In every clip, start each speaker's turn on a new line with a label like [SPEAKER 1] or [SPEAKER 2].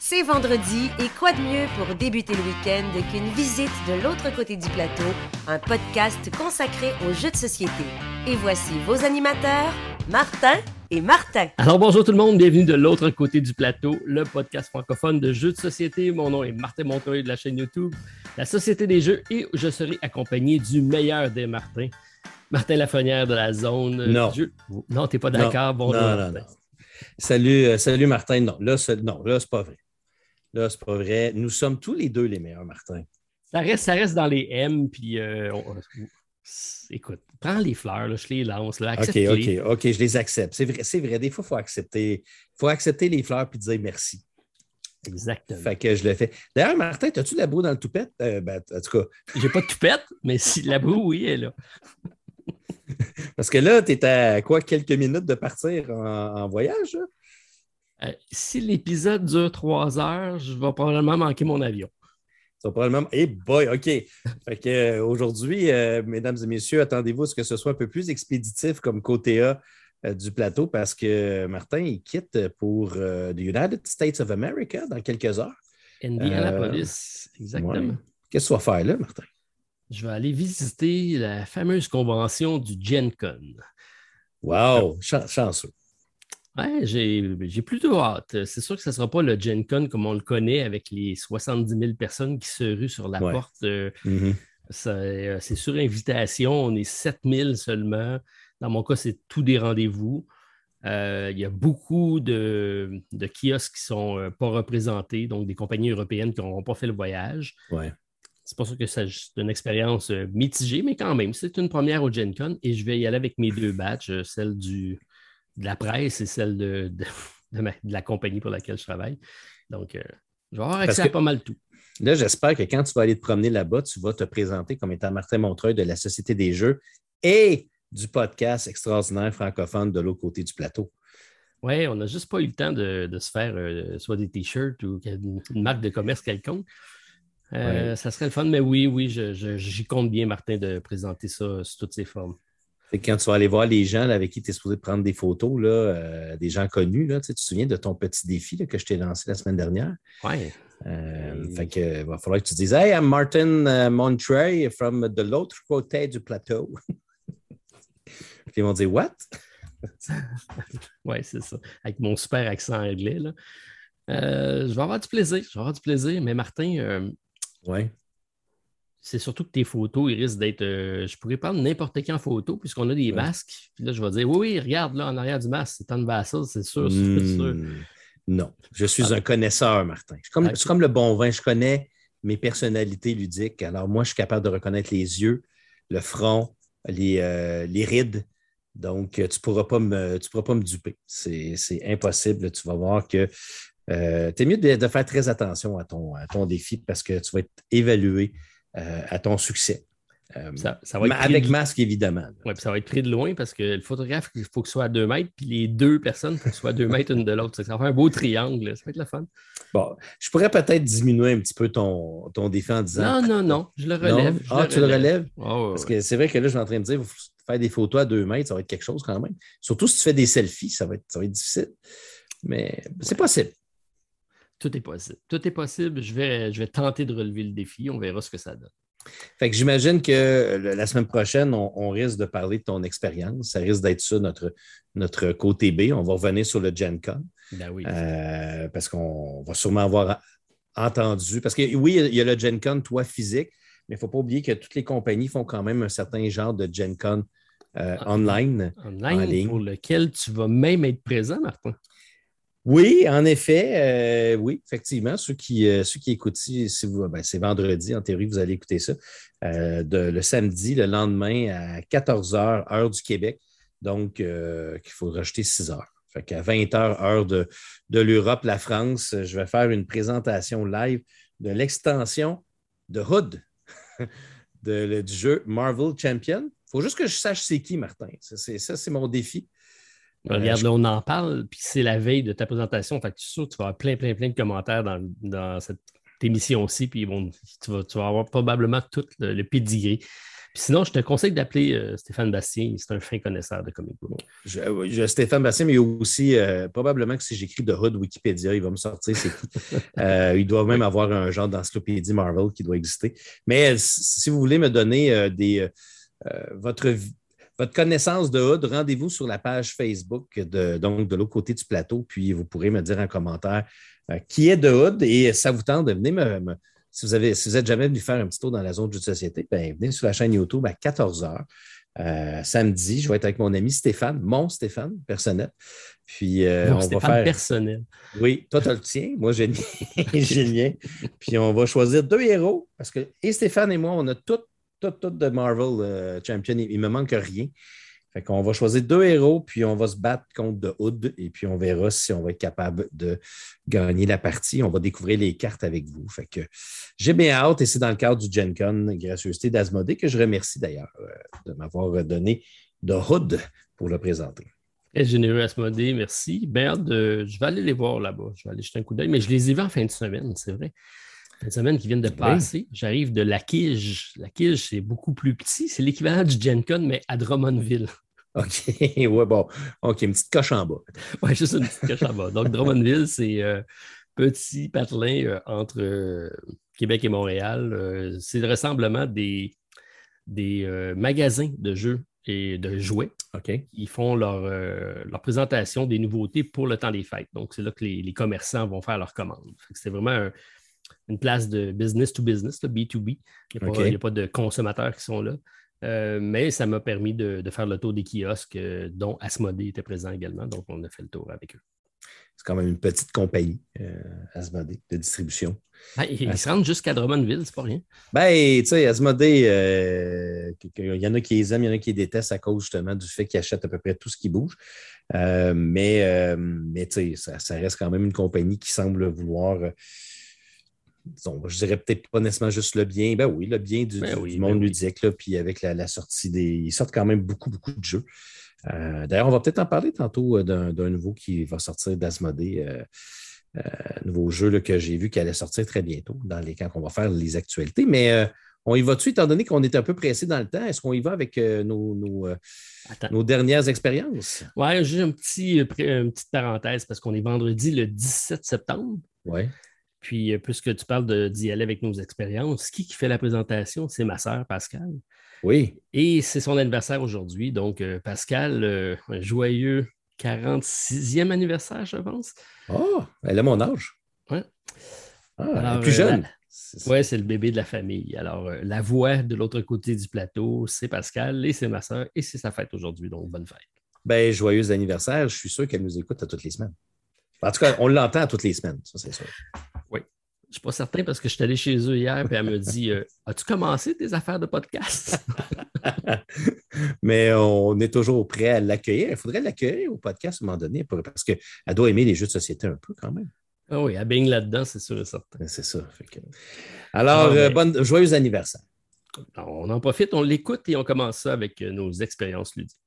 [SPEAKER 1] C'est vendredi et quoi de mieux pour débuter le week-end qu'une visite de l'autre côté du plateau, un podcast consacré aux jeux de société. Et voici vos animateurs, Martin et Martin.
[SPEAKER 2] Alors bonjour tout le monde, bienvenue de l'autre côté du plateau, le podcast francophone de jeux de société. Mon nom est Martin Montreuil de la chaîne YouTube La Société des Jeux et je serai accompagné du meilleur des Martins, Martin Lafrenière de la zone
[SPEAKER 3] non.
[SPEAKER 2] du jeu. Non, t'es pas d'accord? Bonjour.
[SPEAKER 3] Non. Salut Martin. Non, là, c'est pas vrai. Là, c'est pas vrai. Nous sommes tous les deux les meilleurs, Martin.
[SPEAKER 2] Ça reste dans les M, puis écoute, prends les fleurs, là, je les lance. Là, accepte-les.
[SPEAKER 3] OK, je les accepte. C'est vrai. Des fois, il faut accepter. Il faut accepter les fleurs puis dire merci.
[SPEAKER 2] Exactement.
[SPEAKER 3] Fait que je le fais. D'ailleurs, Martin, as-tu la boue dans le toupette? En tout cas.
[SPEAKER 2] J'ai pas de toupette, mais si la boue, oui, elle est là.
[SPEAKER 3] Parce que là, tu es à quoi, quelques minutes de partir en voyage? Là?
[SPEAKER 2] Si l'épisode dure 3 heures, je vais probablement manquer mon avion.
[SPEAKER 3] Ça va probablement. Eh boy, OK. Fait que, aujourd'hui, mesdames et messieurs, attendez-vous à ce que ce soit un peu plus expéditif comme côté A du plateau parce que Martin, il quitte pour the United States of America dans quelques heures.
[SPEAKER 2] Indianapolis, exactement. Ouais.
[SPEAKER 3] Qu'est-ce que tu vas faire là, Martin?
[SPEAKER 2] Je vais aller visiter la fameuse convention du Gen Con.
[SPEAKER 3] Wow! Chanceux.
[SPEAKER 2] Ouais, j'ai plutôt hâte. C'est sûr que ce ne sera pas le Gen Con comme on le connaît avec les 70 000 personnes qui se ruent sur la porte. C'est sur invitation. On est 7 000 seulement. Dans mon cas, c'est tous des rendez-vous. Il y a beaucoup de kiosques qui ne sont pas représentés, donc des compagnies européennes qui n'auront pas fait le voyage.
[SPEAKER 3] Ouais.
[SPEAKER 2] C'est pas sûr que c'est une expérience mitigée, mais quand même, c'est une première au Gen Con et je vais y aller avec mes 2 badges, celle de la presse et celle de la compagnie pour laquelle je travaille. Donc, je vais avoir accès à pas mal tout.
[SPEAKER 3] Là, j'espère que quand tu vas aller te promener là-bas, tu vas te présenter comme étant Martin Montreuil de la Société des Jeux et du podcast extraordinaire francophone de l'autre côté du plateau.
[SPEAKER 2] Oui, on n'a juste pas eu le temps de se faire soit des t-shirts ou une marque de commerce quelconque. Ça serait le fun, mais oui, j'y compte bien, Martin, de présenter ça sous toutes ses formes.
[SPEAKER 3] Fait que quand tu vas aller voir les gens là, avec qui tu es supposé prendre des photos, là, des gens connus, là, tu te souviens de ton petit défi là, que je t'ai lancé la semaine dernière?
[SPEAKER 2] Oui.
[SPEAKER 3] Fait que va falloir que tu dises « Hey, I'm Martin Montreuil from de l'autre côté du plateau. » Puis ils vont dire « What? »
[SPEAKER 2] Oui, c'est ça. Avec mon super accent anglais. Là. Je vais avoir du plaisir. Mais Martin...
[SPEAKER 3] Ouais.
[SPEAKER 2] C'est surtout que tes photos, ils risquent d'être... je pourrais prendre n'importe qui en photo puisqu'on a des masques. Puis là, je vais dire, oui, regarde, là, en arrière du masque, c'est Anne Vassal, c'est sûr.
[SPEAKER 3] Non, je suis un connaisseur, Martin. C'est comme le bon vin. Je connais mes personnalités ludiques. Alors, moi, je suis capable de reconnaître les yeux, le front, les rides. Donc, tu ne pourras pas me duper. C'est impossible. Tu vas voir que tu es mieux de faire très attention à ton défi parce que tu vas être évalué à ton succès.
[SPEAKER 2] Ça va être
[SPEAKER 3] avec masque, évidemment.
[SPEAKER 2] Oui, puis ça va être pris de loin parce que le photographe, il faut qu'il soit à 2 mètres, puis les 2 personnes, il faut qu'ils soient à 2 mètres une de l'autre. Ça va faire un beau triangle. Ça va être le fun.
[SPEAKER 3] Bon, je pourrais peut-être diminuer un petit peu ton défi en disant...
[SPEAKER 2] Non, je le relève.
[SPEAKER 3] Tu le relèves?
[SPEAKER 2] Oh,
[SPEAKER 3] parce que c'est vrai que là, je suis en train de dire, faire des photos à 2 mètres, ça va être quelque chose quand même. Surtout si tu fais des selfies, ça va être difficile. Mais c'est possible.
[SPEAKER 2] Tout est possible. Je vais tenter de relever le défi. On verra ce que ça donne.
[SPEAKER 3] Fait que j'imagine que la semaine prochaine, on risque de parler de ton expérience. Ça risque d'être ça, notre côté B. On va revenir sur le Gen Con.
[SPEAKER 2] Ben oui.
[SPEAKER 3] Parce qu'on va sûrement avoir entendu. Parce que oui, il y a le Gen Con, toi, physique, mais il ne faut pas oublier que toutes les compagnies font quand même un certain genre de Gen Con online.
[SPEAKER 2] En ligne. Pour lequel tu vas même être présent, Martin.
[SPEAKER 3] Oui, en effet, oui, effectivement. Ceux qui écoutent, c'est vendredi, en théorie, vous allez écouter ça. Le samedi, le lendemain, à 14h, heure du Québec. Donc, qu'il faut rajouter 6 heures. Fait qu'à 20h, heure de l'Europe, la France, je vais faire une présentation live de l'extension de Hood du jeu Marvel Champion. Il faut juste que je sache c'est qui, Martin. C'est mon défi.
[SPEAKER 2] Regarde, là, on en parle, puis c'est la veille de ta présentation. Fait que tu es sûr que tu vas avoir plein de commentaires dans cette émission aussi, puis bon, tu vas avoir probablement tout le pedigree. Puis sinon, je te conseille d'appeler Stéphane Bastien. C'est un fin connaisseur de comic book.
[SPEAKER 3] Stéphane Bastien, mais il y a aussi, probablement que si j'écris The Hood Wikipédia, il va me sortir c'est qui. Il doit même avoir un genre d'encyclopédie Marvel qui doit exister. Mais si vous voulez me donner votre connaissance de Hood, rendez-vous sur la page Facebook donc de l'autre côté du plateau, puis vous pourrez me dire en commentaire qui est de Hood et ça vous tente de venir si vous n'êtes jamais venu faire un petit tour dans la zone de jeux de société, bien, venez sur la chaîne YouTube à 14h. Samedi, je vais être avec mon ami Stéphane, mon Stéphane personnel. Puis on
[SPEAKER 2] Stéphane
[SPEAKER 3] va faire.
[SPEAKER 2] Personnel.
[SPEAKER 3] Oui, toi, tu as le tien. Moi, j'ai le mien. Puis on va choisir 2 héros parce que Stéphane et moi, on a tout de Marvel Champion. Il ne me manque rien. Fait qu'on va choisir 2 héros, puis on va se battre contre The Hood, et puis on verra si on va être capable de gagner la partie. On va découvrir les cartes avec vous. Fait que j'ai bien hâte, et c'est dans le cadre du Gen Con, gracieuseté d'Asmodée, que je remercie d'ailleurs de m'avoir donné The Hood pour le présenter.
[SPEAKER 2] Très généreux, Asmodée, merci. Bien hâte je vais aller les voir là-bas. Je vais aller jeter un coup d'œil, mais je les ai vus en fin de semaine, c'est vrai. Fin de semaine qui viennent de passer. J'arrive de la Kige. La Kige, c'est beaucoup plus petit. C'est l'équivalent du Gen Con, mais à Drummondville.
[SPEAKER 3] OK, ouais, bon. OK, une petite coche en bas.
[SPEAKER 2] Oui, juste une petite coche en bas. Donc, Drummondville, c'est petit patelin entre Québec et Montréal. C'est le rassemblement des magasins de jeux et de jouets.
[SPEAKER 3] OK.
[SPEAKER 2] Ils font leur présentation des nouveautés pour le temps des fêtes. Donc, c'est là que les commerçants vont faire leurs commandes. C'est vraiment une place de business to business, là, B2B. Il n'y a pas de consommateurs qui sont là. Mais ça m'a permis de faire le tour des kiosques dont Asmodée était présent également. Donc, on a fait le tour avec eux.
[SPEAKER 3] C'est quand même une petite compagnie, Asmodée, de distribution.
[SPEAKER 2] Ils se rendent jusqu'à Drummondville, c'est pas rien.
[SPEAKER 3] Ben, tu sais, Asmodée, il y en a qui les aiment, il y en a qui les détestent à cause justement du fait qu'ils achètent à peu près tout ce qui bouge. Mais tu sais, ça reste quand même une compagnie qui semble vouloir... disons, je dirais peut-être pas nécessairement juste le bien. Ben oui, le bien du monde ludique. Là, puis avec la sortie ils sortent quand même beaucoup, beaucoup de jeux. D'ailleurs, on va peut-être en parler tantôt d'un nouveau qui va sortir d'Asmodée. Nouveau jeu là, que j'ai vu qui allait sortir très bientôt quand on va faire les actualités. Mais on y va-tu, étant donné qu'on est un peu pressé dans le temps? Est-ce qu'on y va avec nos dernières expériences?
[SPEAKER 2] Oui, juste une petite parenthèse parce qu'on est vendredi le 17 septembre.
[SPEAKER 3] Oui.
[SPEAKER 2] Puis, puisque tu parles d'y aller avec nos expériences, qui fait la présentation? C'est ma sœur, Pascal.
[SPEAKER 3] Oui.
[SPEAKER 2] Et c'est son anniversaire aujourd'hui. Donc, Pascal, un joyeux 46e anniversaire, je pense.
[SPEAKER 3] Oh, elle a mon âge.
[SPEAKER 2] Oui.
[SPEAKER 3] Elle est plus jeune.
[SPEAKER 2] Oui, c'est le bébé de la famille. Alors, la voix de l'autre côté du plateau, c'est Pascal et c'est ma sœur et c'est sa fête aujourd'hui. Donc, bonne fête.
[SPEAKER 3] Ben, joyeux anniversaire. Je suis sûr qu'elle nous écoute à toutes les semaines. En tout cas, on l'entend à toutes les semaines, ça, c'est sûr.
[SPEAKER 2] Oui. Je ne suis pas certain parce que je suis allé chez eux hier et elle me dit as-tu commencé tes affaires de podcast?
[SPEAKER 3] Mais on est toujours prêt à l'accueillir. Il faudrait l'accueillir au podcast à un moment donné parce qu'elle doit aimer les jeux de société un peu quand même.
[SPEAKER 2] Ah oui, elle baigne là-dedans, c'est sûr et certain.
[SPEAKER 3] C'est ça. Alors, joyeux anniversaire.
[SPEAKER 2] On en profite, on l'écoute et on commence ça avec nos expériences ludiques.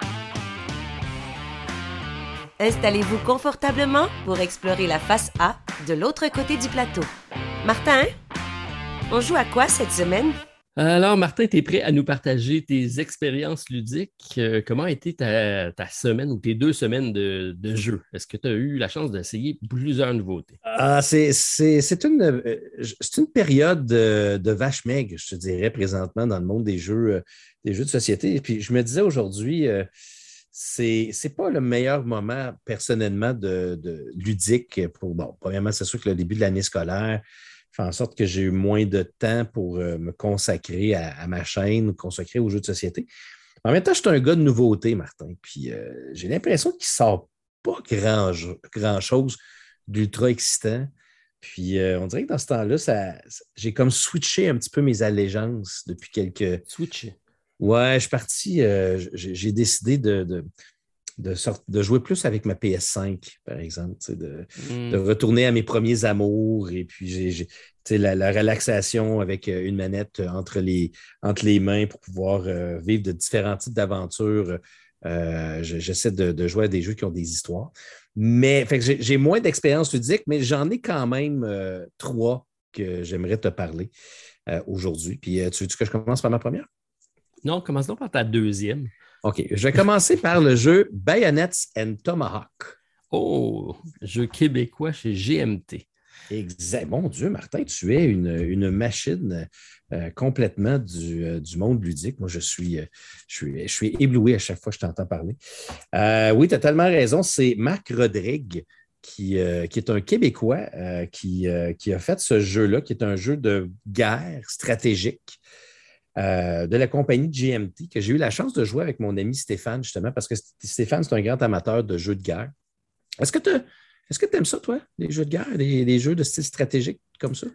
[SPEAKER 1] Installez-vous confortablement pour explorer la face A de l'autre côté du plateau. Martin, on joue à quoi cette semaine?
[SPEAKER 2] Alors, Martin, tu es prêt à nous partager tes expériences ludiques? Comment a été ta semaine ou tes 2 semaines de jeu? Est-ce que tu as eu la chance d'essayer plusieurs nouveautés?
[SPEAKER 3] C'est une période de vache maigre, je te dirais, présentement dans le monde des jeux de société. Et puis, je me disais aujourd'hui... c'est pas le meilleur moment personnellement de ludique premièrement, c'est sûr que le début de l'année scolaire fait en sorte que j'ai eu moins de temps pour me consacrer à ma chaîne, consacrer aux jeux de société. En même temps, je suis un gars de nouveauté, Martin, puis j'ai l'impression qu'il ne sort pas grand-chose d'ultra excitant. Puis on dirait que dans ce temps-là, j'ai comme switché un petit peu mes allégeances depuis quelques...
[SPEAKER 2] Switché?
[SPEAKER 3] Ouais, je suis parti, j'ai décidé de jouer plus avec ma PS5, par exemple, de retourner à mes premiers amours et puis la relaxation avec une manette entre les mains pour pouvoir vivre de différents types d'aventures. J'essaie de jouer à des jeux qui ont des histoires. Mais fait que j'ai moins d'expérience ludique, mais j'en ai quand même 3 que j'aimerais te parler aujourd'hui. Puis tu veux que je commence par ma première?
[SPEAKER 2] Non, commence donc par ta deuxième.
[SPEAKER 3] OK. Je vais commencer par le jeu Bayonets and Tomahawk.
[SPEAKER 2] Oh, jeu québécois chez GMT.
[SPEAKER 3] Exact. Mon Dieu, Martin, tu es une machine complètement du monde ludique. Moi, je suis ébloui à chaque fois que je t'entends parler. Oui, tu as tellement raison. C'est Marc Rodrigue qui est un Québécois qui a fait ce jeu-là, qui est un jeu de guerre stratégique de la compagnie GMT, que j'ai eu la chance de jouer avec mon ami Stéphane, justement, parce que Stéphane, c'est un grand amateur de jeux de guerre. Est-ce que tu aimes ça, toi, les jeux de guerre, des jeux de style stratégique comme ça?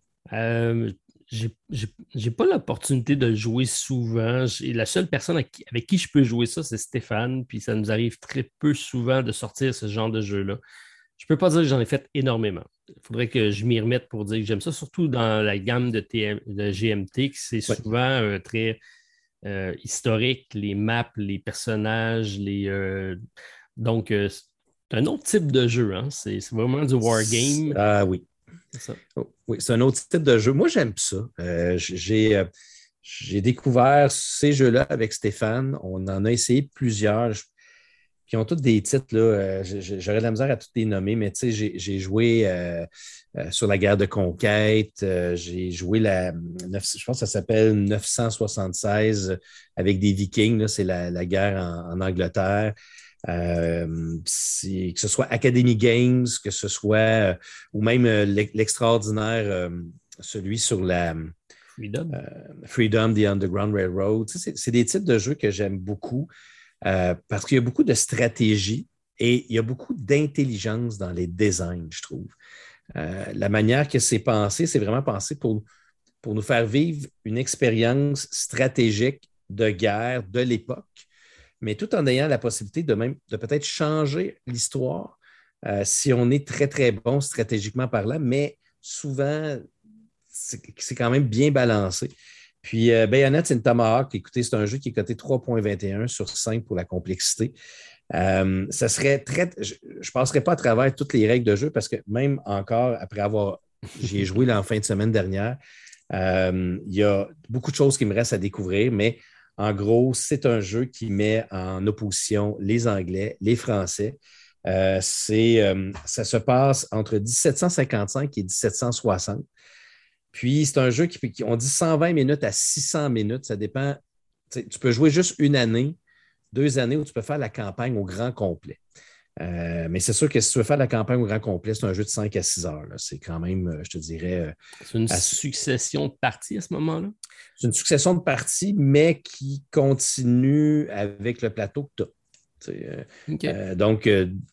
[SPEAKER 2] J'ai pas l'opportunité de le jouer souvent. La seule personne avec qui je peux jouer ça, c'est Stéphane, puis ça nous arrive très peu souvent de sortir ce genre de jeu-là. Je peux pas dire que j'en ai fait énormément. Il faudrait que je m'y remette pour dire que j'aime ça, surtout dans la gamme de GMT, qui c'est souvent très historique, les maps, les personnages, donc c'est un autre type de jeu, hein? C'est vraiment du wargame.
[SPEAKER 3] Ah oui. C'est ça. Oh, oui, c'est un autre type de jeu. Moi, j'aime ça. J'ai découvert ces jeux-là avec Stéphane. On en a essayé plusieurs. Qui ont tous des titres, là, j'aurais de la misère à tous les nommer, mais tu sais, j'ai joué sur la guerre de conquête, j'ai joué je pense que ça s'appelle 976 avec des Vikings, là, c'est la guerre en Angleterre. Que ce soit Academy Games, que ce soit, ou même l'extraordinaire, celui sur la Freedom, The Underground Railroad. Tu sais, c'est des types de jeux que j'aime beaucoup. Parce qu'il y a beaucoup de stratégie et il y a beaucoup d'intelligence dans les designs, je trouve. La manière que c'est pensé, c'est vraiment pensé pour nous faire vivre une expérience stratégique de guerre de l'époque, mais tout en ayant la possibilité de peut-être changer l'histoire si on est très, très bon stratégiquement parlant, mais souvent, c'est quand même bien balancé. Puis Bayonets and Tomahawk, écoutez, c'est un jeu qui est coté 3.21 sur 5 pour la complexité. Ça serait je ne passerai pas à travers toutes les règles de jeu parce que même encore, j'y ai joué là, en fin de semaine dernière, il y a beaucoup de choses qui me restent à découvrir, mais en gros, c'est un jeu qui met en opposition les Anglais, les Français. Ça se passe entre 1755 et 1760. Puis, c'est un jeu on dit 120 minutes à 600 minutes. Ça dépend. Tu peux jouer juste une année, 2 années, ou tu peux faire la campagne au grand complet. Mais c'est sûr que si tu veux faire la campagne au grand complet, c'est un jeu de 5 à 6 heures. Là. C'est quand même, je te dirais...
[SPEAKER 2] c'est une succession de parties à ce moment-là?
[SPEAKER 3] C'est une succession de parties, mais qui continue avec le plateau que tu as. Okay. Donc,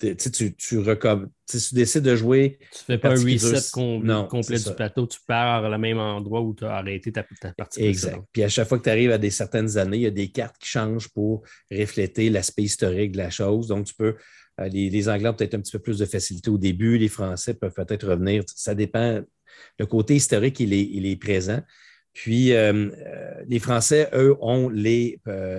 [SPEAKER 3] tu décides de jouer.
[SPEAKER 2] Tu ne fais pas un reset complet du plateau, tu pars à même endroit où tu as arrêté ta partie.
[SPEAKER 3] Exact. Puis à chaque fois que tu arrives à certaines années, il y a des cartes qui changent pour refléter l'aspect historique de la chose. Donc, tu peux. Les Anglais ont peut-être un petit peu plus de facilité au début, les Français peuvent peut-être revenir. Ça dépend. Le côté historique, il est présent. Puis, les Français, eux, ont l'aide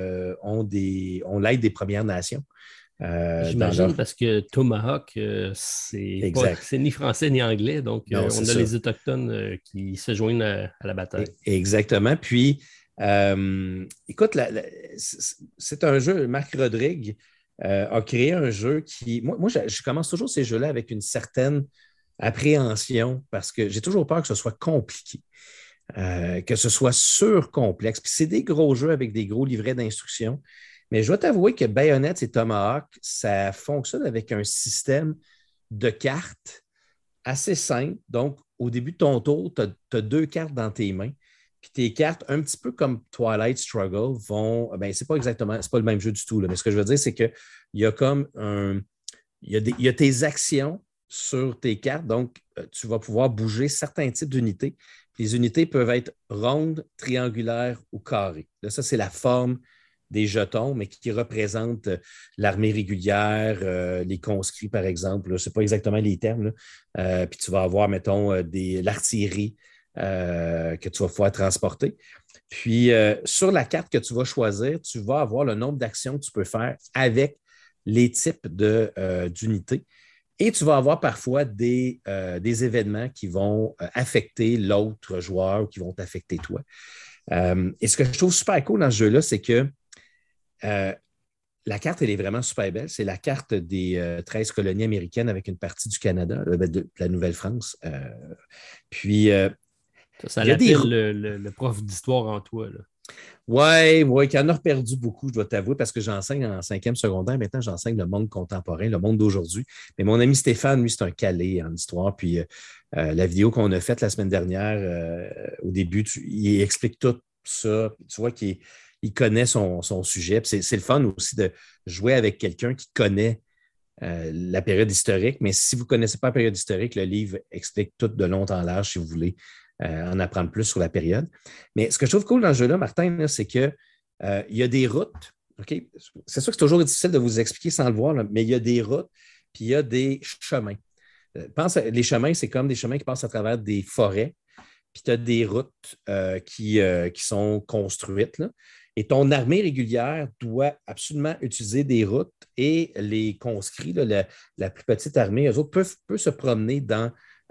[SPEAKER 3] des Premières Nations.
[SPEAKER 2] J'imagine parce que Tomahawk, c'est ni français ni anglais, donc non, on a les Autochtones qui se joignent à la bataille.
[SPEAKER 3] Exactement. Puis, écoute, c'est un jeu, Marc Rodrigue a créé un jeu qui... Moi, je commence toujours ces jeux-là avec une certaine appréhension parce que j'ai toujours peur que ce soit compliqué. Que ce soit surcomplexe. Puis c'est des gros jeux avec des gros livrets d'instructions. Mais je dois t'avouer que Bayonets et Tomahawk, ça fonctionne avec un système de cartes assez simple. Donc, au début de ton tour, tu as 2 cartes dans tes mains. Puis tes cartes, un petit peu comme Twilight Struggle, c'est pas le même jeu du tout. Là, mais ce que je veux dire, c'est qu'il y a comme il y a tes actions sur tes cartes. Donc, tu vas pouvoir bouger certains types d'unités. Les unités peuvent être rondes, triangulaires ou carrées. Là, ça, c'est la forme des jetons, mais qui représentent l'armée régulière, les conscrits, par exemple. Ce n'est pas exactement les termes. Puis tu vas avoir, mettons, l'artillerie que tu vas pouvoir transporter. Puis, sur la carte que tu vas choisir, tu vas avoir le nombre d'actions que tu peux faire avec les types d'unités. Et tu vas avoir parfois des événements qui vont affecter l'autre joueur ou qui vont t'affecter toi. Et ce que je trouve super cool dans ce jeu-là, c'est que la carte, elle est vraiment super belle. C'est la carte des 13 colonies américaines avec une partie du Canada, de la Nouvelle-France. Puis,
[SPEAKER 2] ça l'appelle le prof d'histoire en toi.
[SPEAKER 3] Oui, qui en a perdu beaucoup, je dois t'avouer, parce que j'enseigne en 5e secondaire. Maintenant, j'enseigne le monde contemporain, le monde d'aujourd'hui. Mais mon ami Stéphane, lui, c'est un calé en histoire. Puis la vidéo qu'on a faite la semaine dernière, au début, il explique tout ça. Tu vois qu'il connaît son sujet. Puis c'est le fun aussi de jouer avec quelqu'un qui connaît la période historique. Mais si vous ne connaissez pas la période historique, le livre explique tout de long en large si vous voulez en apprendre plus sur la période. Mais ce que je trouve cool dans ce jeu-là, Martin, là, c'est qu'il y a des routes. Okay? C'est sûr que c'est toujours difficile de vous expliquer sans le voir, là, mais il y a des routes, puis il y a des chemins. Les chemins, c'est comme des chemins qui passent à travers des forêts, puis tu as des routes qui sont construites, là. Et ton armée régulière doit absolument utiliser des routes et les conscrits, là, la plus petite armée, eux autres peuvent se promener dans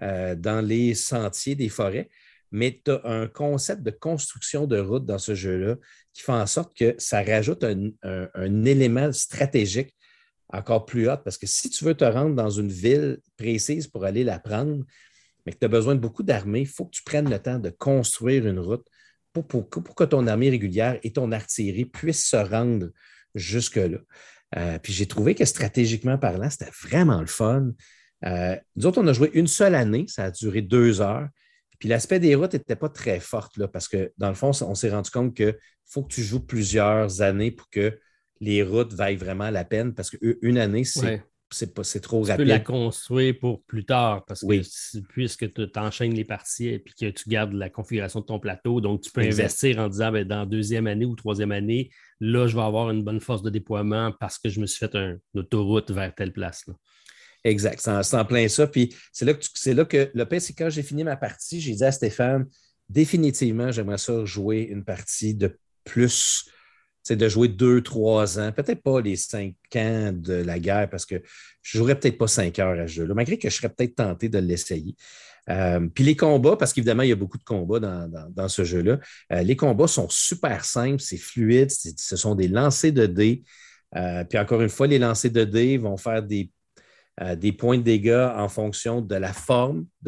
[SPEAKER 3] les sentiers des forêts, mais tu as un concept de construction de route dans ce jeu-là qui fait en sorte que ça rajoute un élément stratégique encore plus haut, parce que si tu veux te rendre dans une ville précise pour aller la prendre, mais que tu as besoin de beaucoup d'armées, il faut que tu prennes le temps de construire une route pour que ton armée régulière et ton artillerie puissent se rendre jusque-là. Puis j'ai trouvé que stratégiquement parlant, c'était vraiment le fun. Nous autres, on a joué une seule année, ça a duré 2 heures. Puis l'aspect des routes n'était pas très fort, là, parce que dans le fond, on s'est rendu compte qu'il faut que tu joues plusieurs années pour que les routes vaillent vraiment la peine, parce qu'une année, c'est trop rapide.
[SPEAKER 2] Tu peux la construire pour plus tard, parce que puisque tu enchaînes les parties et que tu gardes la configuration de ton plateau, donc tu peux investir en disant dans la 2e année ou 3e année, là, je vais avoir une bonne force de déploiement parce que je me suis fait une autoroute vers telle place. Là.
[SPEAKER 3] Exact, c'est en plein ça. Puis c'est là que le pire, c'est quand j'ai fini ma partie, j'ai dit à Stéphane, définitivement, j'aimerais ça jouer une partie de plus, c'est de jouer 2-3 ans, peut-être pas les 5 ans de la guerre, parce que je ne jouerais peut-être pas 5 heures à ce jeu-là, malgré que je serais peut-être tenté de l'essayer. Puis les combats, parce qu'évidemment, il y a beaucoup de combats dans ce jeu-là, les combats sont super simples, c'est fluide, ce sont des lancers de dés. Puis encore une fois, les lancers de dés vont faire des points de dégâts en fonction de la forme de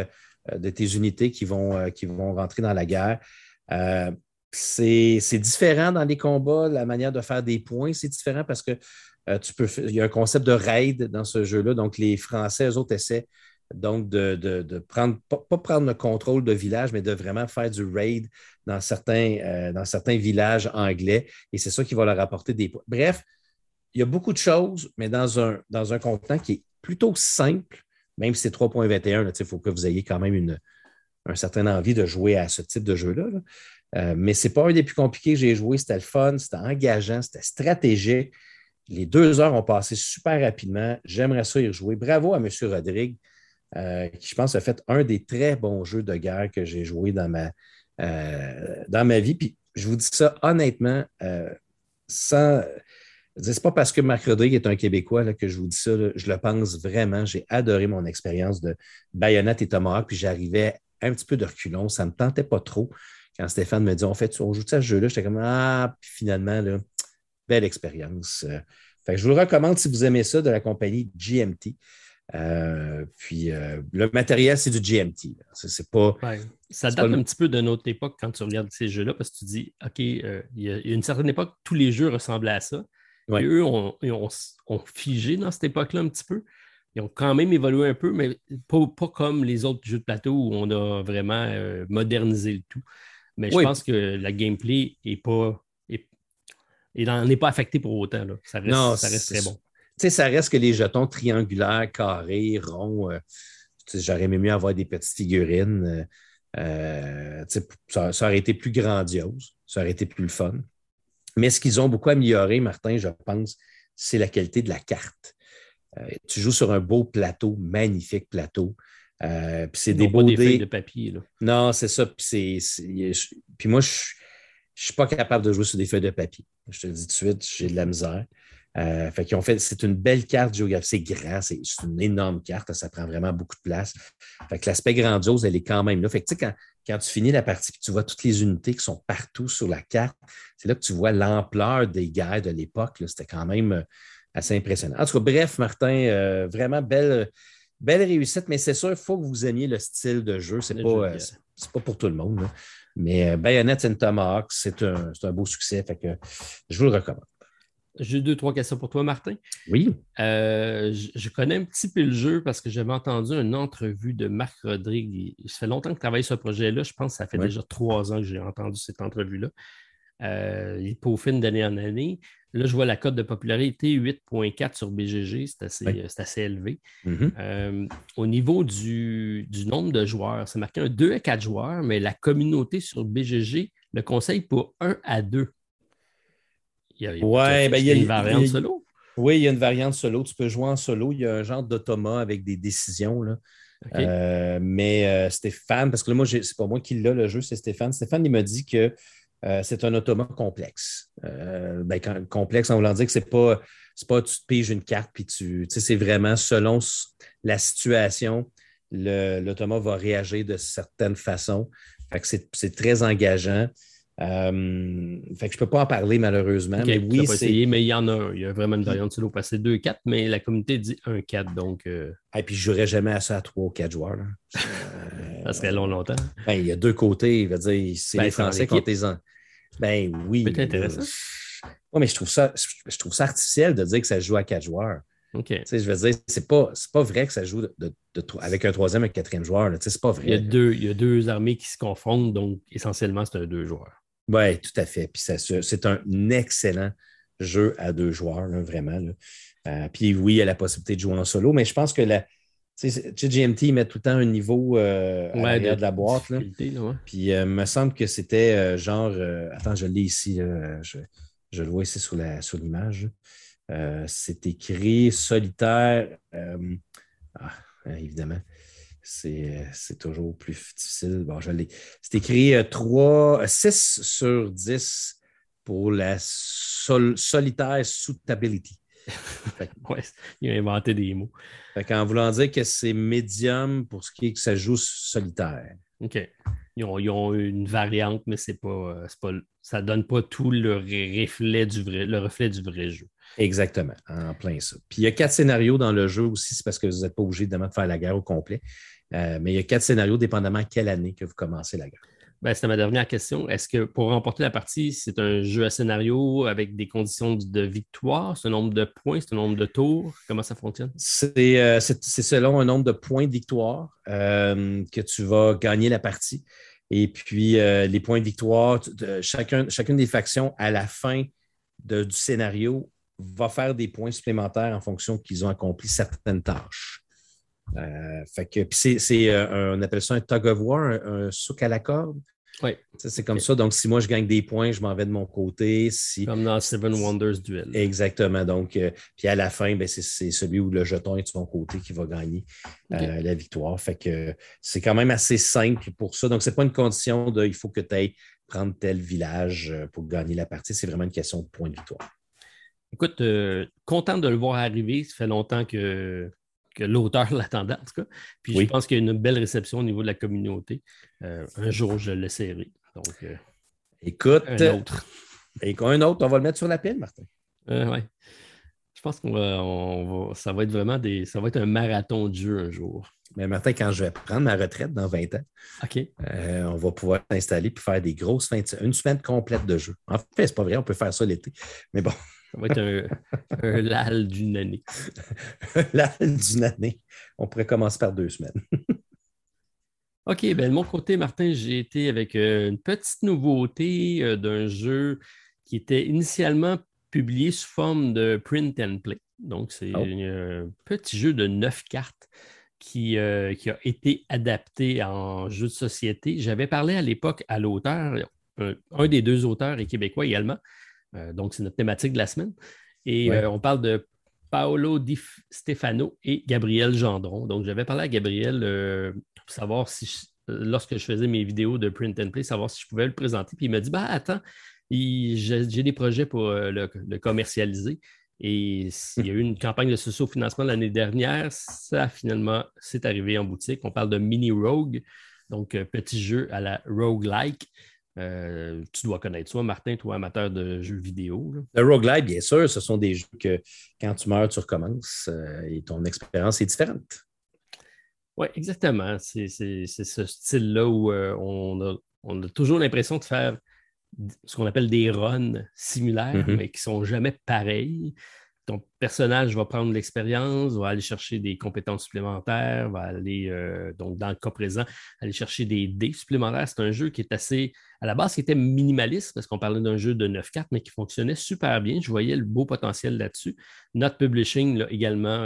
[SPEAKER 3] tes unités qui vont rentrer dans la guerre. C'est différent dans les combats, la manière de faire des points, c'est différent parce que il y a un concept de raid dans ce jeu-là. Donc, les Français, eux autres, essaient donc de prendre, pas prendre le contrôle de village, mais de vraiment faire du raid dans certains villages anglais. Et c'est ça qui va leur apporter des points. Bref, il y a beaucoup de choses, mais dans un contenant qui est plutôt simple, même si c'est 3.21, il faut que vous ayez quand même un certain envie de jouer à ce type de jeu-là. Là. Mais ce n'est pas un des plus compliqués que j'ai joué. C'était le fun, c'était engageant, c'était stratégique. Les 2 heures ont passé super rapidement. J'aimerais ça y rejouer. Bravo à M. Rodrigue, qui, je pense, a fait un des très bons jeux de guerre que j'ai joué dans ma vie. Puis, je vous dis ça honnêtement, c'est pas parce que Marc Rodrigue est un Québécois là, que je vous dis ça. Là, je le pense vraiment. J'ai adoré mon expérience de Bayonetta et Tomahawk, puis j'arrivais un petit peu de reculons. Ça ne me tentait pas trop. Quand Stéphane me dit on joue à ce jeu-là, j'étais comme puis finalement, là, belle expérience. Fait que je vous le recommande si vous aimez ça de la compagnie GMT. Le matériel, c'est du GMT. C'est pas.
[SPEAKER 2] Ouais. Ça date un petit peu de notre époque quand tu regardes ces jeux-là, parce que tu dis, OK, il y a une certaine époque, tous les jeux ressemblaient à ça. Ouais. Et eux ont figé dans cette époque-là un petit peu. Ils ont quand même évolué un peu, mais pas comme les autres jeux de plateau où on a vraiment modernisé le tout. Mais je pense que la gameplay n'en est pas affectée pour autant. Là. Ça reste très bon.
[SPEAKER 3] Ça reste que les jetons triangulaires, carrés, ronds, j'aurais aimé mieux avoir des petites figurines. Ça aurait été plus grandiose. Ça aurait été plus le fun. Mais ce qu'ils ont beaucoup amélioré, Martin, je pense, c'est la qualité de la carte. Tu joues sur un beau plateau, magnifique plateau. Puis c'est des beaux
[SPEAKER 2] dés. Feuilles de papier. Là.
[SPEAKER 3] Non, c'est ça. Puis moi, je ne suis pas capable de jouer sur des feuilles de papier. Je te le dis tout de suite, j'ai de la misère. C'est une belle carte géographique. C'est grand, c'est une énorme carte. Ça prend vraiment beaucoup de place. Fait que l'aspect grandiose, elle est quand même là. Fait que, quand tu finis la partie et tu vois toutes les unités qui sont partout sur la carte, c'est là que tu vois l'ampleur des guerres de l'époque. Là. C'était quand même assez impressionnant. En tout cas, bref, Martin, vraiment belle réussite, mais c'est sûr, il faut que vous aimiez le style de jeu. C'est pas pour tout le monde. Là. Mais Bayonetta and Tomahawk, c'est un beau succès. Fait que je vous le recommande.
[SPEAKER 2] J'ai 2-3 questions pour toi, Martin.
[SPEAKER 3] Oui.
[SPEAKER 2] Je connais un petit peu le jeu parce que j'avais entendu une entrevue de Marc Rodrigue. Ça fait longtemps qu'il travaille sur ce projet-là. Je pense que ça fait déjà 3 ans que j'ai entendu cette entrevue-là. Il peaufine d'année en année. Là, je vois la cote de popularité 8,4 sur BGG. C'est assez élevé.
[SPEAKER 3] Mm-hmm.
[SPEAKER 2] Au niveau du nombre de joueurs, c'est marqué un 2 à 4 joueurs, mais la communauté sur BGG le conseille pour 1 à 2. Il y a une variante solo?
[SPEAKER 3] Oui, il y a une variante solo. Tu peux jouer en solo. Il y a un genre d'automat avec des décisions. Là. Okay. Mais Stéphane, parce que là, moi, c'est pas moi qui l'a le jeu, c'est Stéphane. Stéphane, il m'a dit que c'est un automat complexe. Complexe, en voulant dire que c'est pas tu te piges une carte puis c'est vraiment selon la situation, l'automat va réagir de certaines façons. Fait que c'est très engageant. Fait que je ne peux pas en parler malheureusement.
[SPEAKER 2] Okay, mais oui, essayé, mais il y en a un. Il y a vraiment une variante solo parce que c'est 2-4, mais la communauté dit 1-4. Donc,
[SPEAKER 3] Et puis je ne jouerais jamais à ça à 3 ou 4 joueurs. Là.
[SPEAKER 2] Ça serait longtemps.
[SPEAKER 3] Il y a 2 côtés. C'est les Français contre les Anglais. Oui.
[SPEAKER 2] C'est intéressant.
[SPEAKER 3] Oui, mais je trouve ça artificiel de dire que ça se joue à 4 joueurs.
[SPEAKER 2] Okay.
[SPEAKER 3] Je veux dire, c'est pas vrai que ça joue avec un 3e et un 4e joueur. C'est pas vrai.
[SPEAKER 2] Il y a 2 armées qui se confondent, donc essentiellement, c'est un 2 joueurs.
[SPEAKER 3] Oui, tout à fait. Puis c'est un excellent jeu à 2 joueurs, là, vraiment. Là. Puis oui, il y a la possibilité de jouer en solo, mais je pense que GMT met tout le temps un niveau à l'arrière de la boîte. Là.
[SPEAKER 2] Ouais.
[SPEAKER 3] Puis il me semble que c'était genre. Attends, je l'ai ici. Je le vois ici sur l'image. C'est écrit solitaire. Évidemment. C'est toujours plus difficile. Bon, je l'ai. C'est écrit 6 sur 10 pour la solitaire suitability.
[SPEAKER 2] Ouais, il a inventé des mots.
[SPEAKER 3] En voulant dire que c'est médium pour ce qui est que ça joue solitaire.
[SPEAKER 2] OK. Ils ont une variante, mais ça ne donne pas tout le reflet du vrai jeu.
[SPEAKER 3] Exactement, en plein ça. Puis il y a 4 scénarios dans le jeu aussi, c'est parce que vous n'êtes pas obligé de faire la guerre au complet. Mais il y a 4 scénarios dépendamment quelle année que vous commencez la guerre.
[SPEAKER 2] C'était ma dernière question. Est-ce que pour remporter la partie, c'est un jeu à scénario avec des conditions de victoire? C'est un nombre de points? C'est un nombre de tours? Comment ça fonctionne?
[SPEAKER 3] C'est selon un nombre de points de victoire que tu vas gagner la partie. Et puis, les points de victoire, chacune des factions, à la fin du scénario, va faire des points supplémentaires en fonction qu'ils ont accompli certaines tâches. On appelle ça un tug of war, un souk à la corde.
[SPEAKER 2] Oui.
[SPEAKER 3] C'est comme ça. Donc, si moi, je gagne des points, je m'en vais de mon côté.
[SPEAKER 2] Comme dans Seven Wonders Duel.
[SPEAKER 3] Exactement. Donc, puis à la fin, c'est celui où le jeton est de son côté qui va gagner la victoire. Fait que c'est quand même assez simple pour ça. Donc, ce n'est pas une condition de il faut que tu ailles prendre tel village pour gagner la partie. C'est vraiment une question de points de victoire.
[SPEAKER 2] Écoute, content de le voir arriver. Ça fait longtemps que l'auteur l'attendait, en tout cas. Puis je pense qu'il y a une belle réception au niveau de la communauté. Un jour, je l'essaierai. Donc,
[SPEAKER 3] écoute,
[SPEAKER 2] un autre.
[SPEAKER 3] Un autre, on va le mettre sur la pile, Martin.
[SPEAKER 2] Oui. Je pense ça va être vraiment ça va être un marathon de jeu un jour.
[SPEAKER 3] Mais Martin, quand je vais prendre ma retraite dans 20 ans, on va pouvoir s'installer et faire des grosses une semaine complète de jeu. En fait, c'est pas vrai, on peut faire ça l'été. Mais bon.
[SPEAKER 2] Ça va être un LAL d'une année.
[SPEAKER 3] Un LAL d'une année. On pourrait commencer par 2 semaines.
[SPEAKER 2] OK, de mon côté, Martin, j'ai été avec une petite nouveauté d'un jeu qui était initialement publié sous forme de print and play. Donc, c'est un petit jeu de 9 cartes qui a été adapté en jeu de société. J'avais parlé à l'époque à l'auteur, un des 2 auteurs est québécois également. Donc, c'est notre thématique de la semaine. Et on parle de Paolo Di Stefano et Gabriel Gendron. Donc, j'avais parlé à Gabriel pour savoir si, lorsque je faisais mes vidéos de print and play, savoir si je pouvais le présenter. Puis il m'a dit, attends, j'ai des projets pour le commercialiser. Et il y a eu une campagne de socio-financement l'année dernière. Ça, finalement, c'est arrivé en boutique. On parle de Mini Rogue. Donc, petit jeu à la roguelike. Tu dois connaître ça, Martin, toi, amateur de jeux vidéo. Là.
[SPEAKER 3] Le roguelike, bien sûr, ce sont des jeux que quand tu meurs, tu recommences et ton expérience est différente.
[SPEAKER 2] Oui, exactement. C'est ce style-là où on a toujours l'impression de faire ce qu'on appelle des runs similaires, mais qui ne sont jamais pareils. Ton personnage va prendre l'expérience, va aller chercher des compétences supplémentaires, va aller, donc dans le cas présent, aller chercher des dés supplémentaires. C'est un jeu qui est assez, à la base, qui était minimaliste, parce qu'on parlait d'un jeu de 9-4, mais qui fonctionnait super bien. Je voyais le beau potentiel là-dessus. Not Publishing l'a également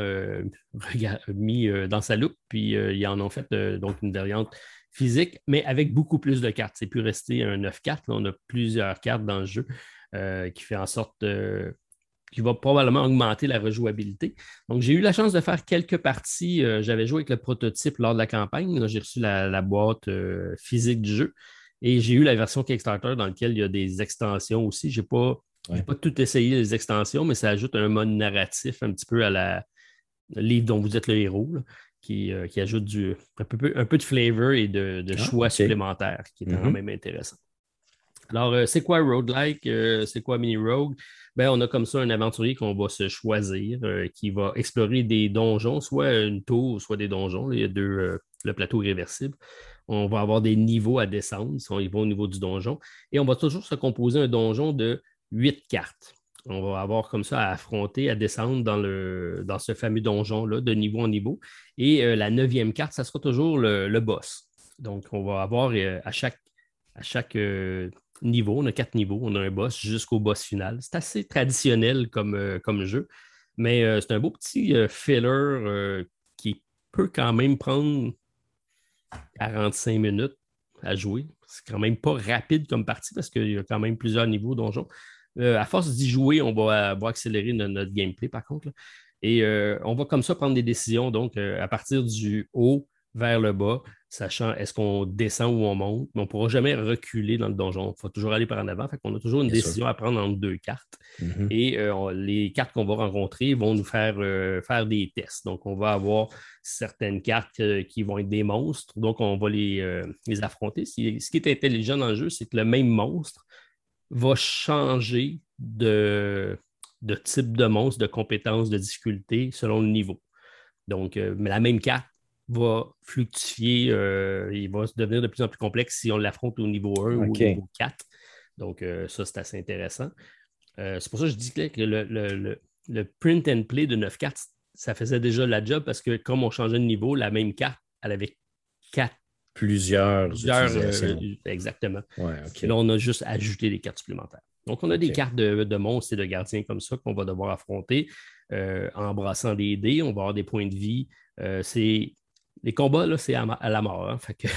[SPEAKER 2] mis dans sa loupe, puis ils en ont fait donc une variante physique, mais avec beaucoup plus de cartes. C'est plus resté un 9-4. Là, on a plusieurs cartes dans le jeu qui fait en sorte qui va probablement augmenter la rejouabilité. Donc, j'ai eu la chance de faire quelques parties. J'avais joué avec le prototype lors de la campagne. Là, j'ai reçu la boîte physique du jeu. Et j'ai eu la version Kickstarter dans laquelle il y a des extensions aussi. Je n'ai pas tout essayé, les extensions, mais ça ajoute un mode narratif un petit peu à le livre dont vous êtes le héros, là, qui ajoute un peu de flavor et de choix supplémentaires, qui est quand même intéressant. Alors, c'est quoi roguelike? C'est quoi mini-rogue? Ben, on a comme ça un aventurier qu'on va se choisir, qui va explorer des donjons, soit une tour, soit des donjons. Là, il y a le plateau réversible. On va avoir des niveaux à descendre, si on y va au niveau du donjon. Et on va toujours se composer un donjon de 8 cartes. On va avoir comme ça à affronter, à descendre dans ce fameux donjon-là, de niveau en niveau. Et la 9e carte, ça sera toujours le boss. Donc, on va avoir à chaque niveau, on a 4 niveaux, on a un boss jusqu'au boss final. C'est assez traditionnel comme jeu, mais c'est un beau petit filler qui peut quand même prendre 45 minutes à jouer. C'est quand même pas rapide comme partie parce qu'il y a quand même plusieurs niveaux donjons. À force d'y jouer, on va accélérer notre gameplay par contre. Là. Et on va comme ça prendre des décisions, donc à partir du haut vers le bas, sachant est-ce qu'on descend ou on monte, mais on ne pourra jamais reculer dans le donjon. Il faut toujours aller par en avant. Fait qu'on a toujours une décision à prendre entre 2 cartes. Et les cartes qu'on va rencontrer vont nous faire des tests. Donc, on va avoir certaines cartes qui vont être des monstres. Donc, on va les affronter. Ce qui est intelligent dans le jeu, c'est que le même monstre va changer de type de monstre, de compétence, de difficulté selon le niveau. Donc, mais la même carte va fluctuer, il va se devenir de plus en plus complexe si on l'affronte au niveau 1 ou au niveau 4. Donc, ça, c'est assez intéressant. C'est pour ça que je dis que le print and play de 9 cartes, ça faisait déjà la job parce que comme on changeait de niveau, la même carte, elle avait 4.
[SPEAKER 3] Plusieurs utilisations.
[SPEAKER 2] Exactement.
[SPEAKER 3] Ouais, okay.
[SPEAKER 2] Là, on a juste ajouté des cartes supplémentaires. Donc, on a des cartes de monstres et de gardiens comme ça qu'on va devoir affronter en brassant des dés. On va avoir des points de vie. Les combats, là, c'est à la mort. Hein? Fait que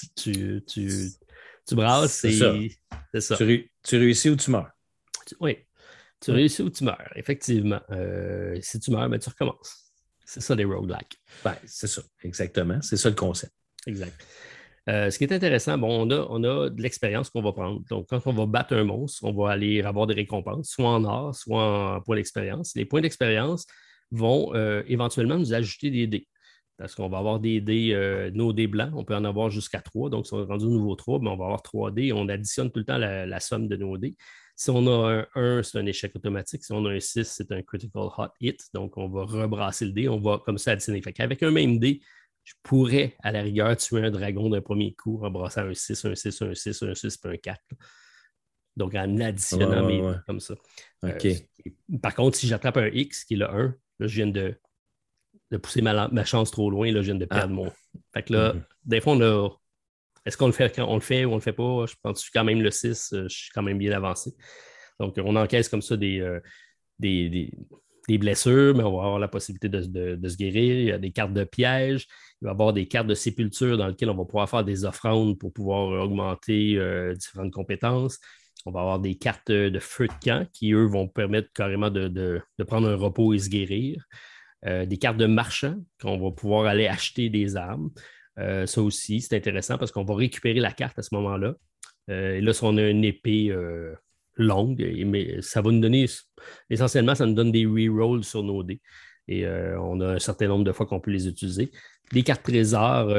[SPEAKER 2] tu brasses, c'est ça.
[SPEAKER 3] Tu réussis ou tu meurs.
[SPEAKER 2] Oui. Tu réussis ou tu meurs, effectivement. Si tu meurs, ben, tu recommences. C'est ça, les roguelikes.
[SPEAKER 3] Ben, c'est ça, exactement. C'est ça le concept.
[SPEAKER 2] Exact. Ce qui est intéressant, bon, on a de l'expérience qu'on va prendre. Donc, quand on va battre un monstre, on va aller avoir des récompenses, soit en or, soit pour l'expérience. Les points d'expérience vont éventuellement nous ajouter des dés. Parce qu'on va avoir des dés, nos dés blancs, on peut en avoir jusqu'à 3. Donc, si on est rendu au niveau 3, ben, on va avoir 3 dés. On additionne tout le temps la somme de nos dés. Si on a un 1, c'est un échec automatique. Si on a un 6, c'est un critical hot hit. Donc, on va rebrasser le dé. On va comme ça additionner. Fait qu'avec un même dé, je pourrais, à la rigueur, tuer un dragon d'un premier coup en brassant un 6, un 6, un 6, un 6, puis un 4. Là. Donc, en additionnant mes dés comme ça.
[SPEAKER 3] Okay.
[SPEAKER 2] Par contre, si j'attrape un X, qui est le 1, là, je viens de pousser ma chance trop loin. Là, je viens de perdre mon... Fait que là, des fois, est-ce qu'on le fait quand on le fait ou on le fait pas? Je pense que je suis quand même le 6, je suis quand même bien avancé. Donc, on encaisse comme ça des blessures, mais on va avoir la possibilité de se guérir. Il y a des cartes de piège. Il va y avoir des cartes de sépulture dans lesquelles on va pouvoir faire des offrandes pour pouvoir augmenter différentes compétences. On va avoir des cartes de feu de camp qui, eux, vont permettre carrément de prendre un repos et se guérir. Des cartes de marchand qu'on va pouvoir aller acheter des armes. Ça aussi, c'est intéressant parce qu'on va récupérer la carte à ce moment-là. Et là, si on a une épée longue, mais ça va nous donner, essentiellement, ça nous donne des rerolls sur nos dés. Et on a un certain nombre de fois qu'on peut les utiliser. Des cartes trésors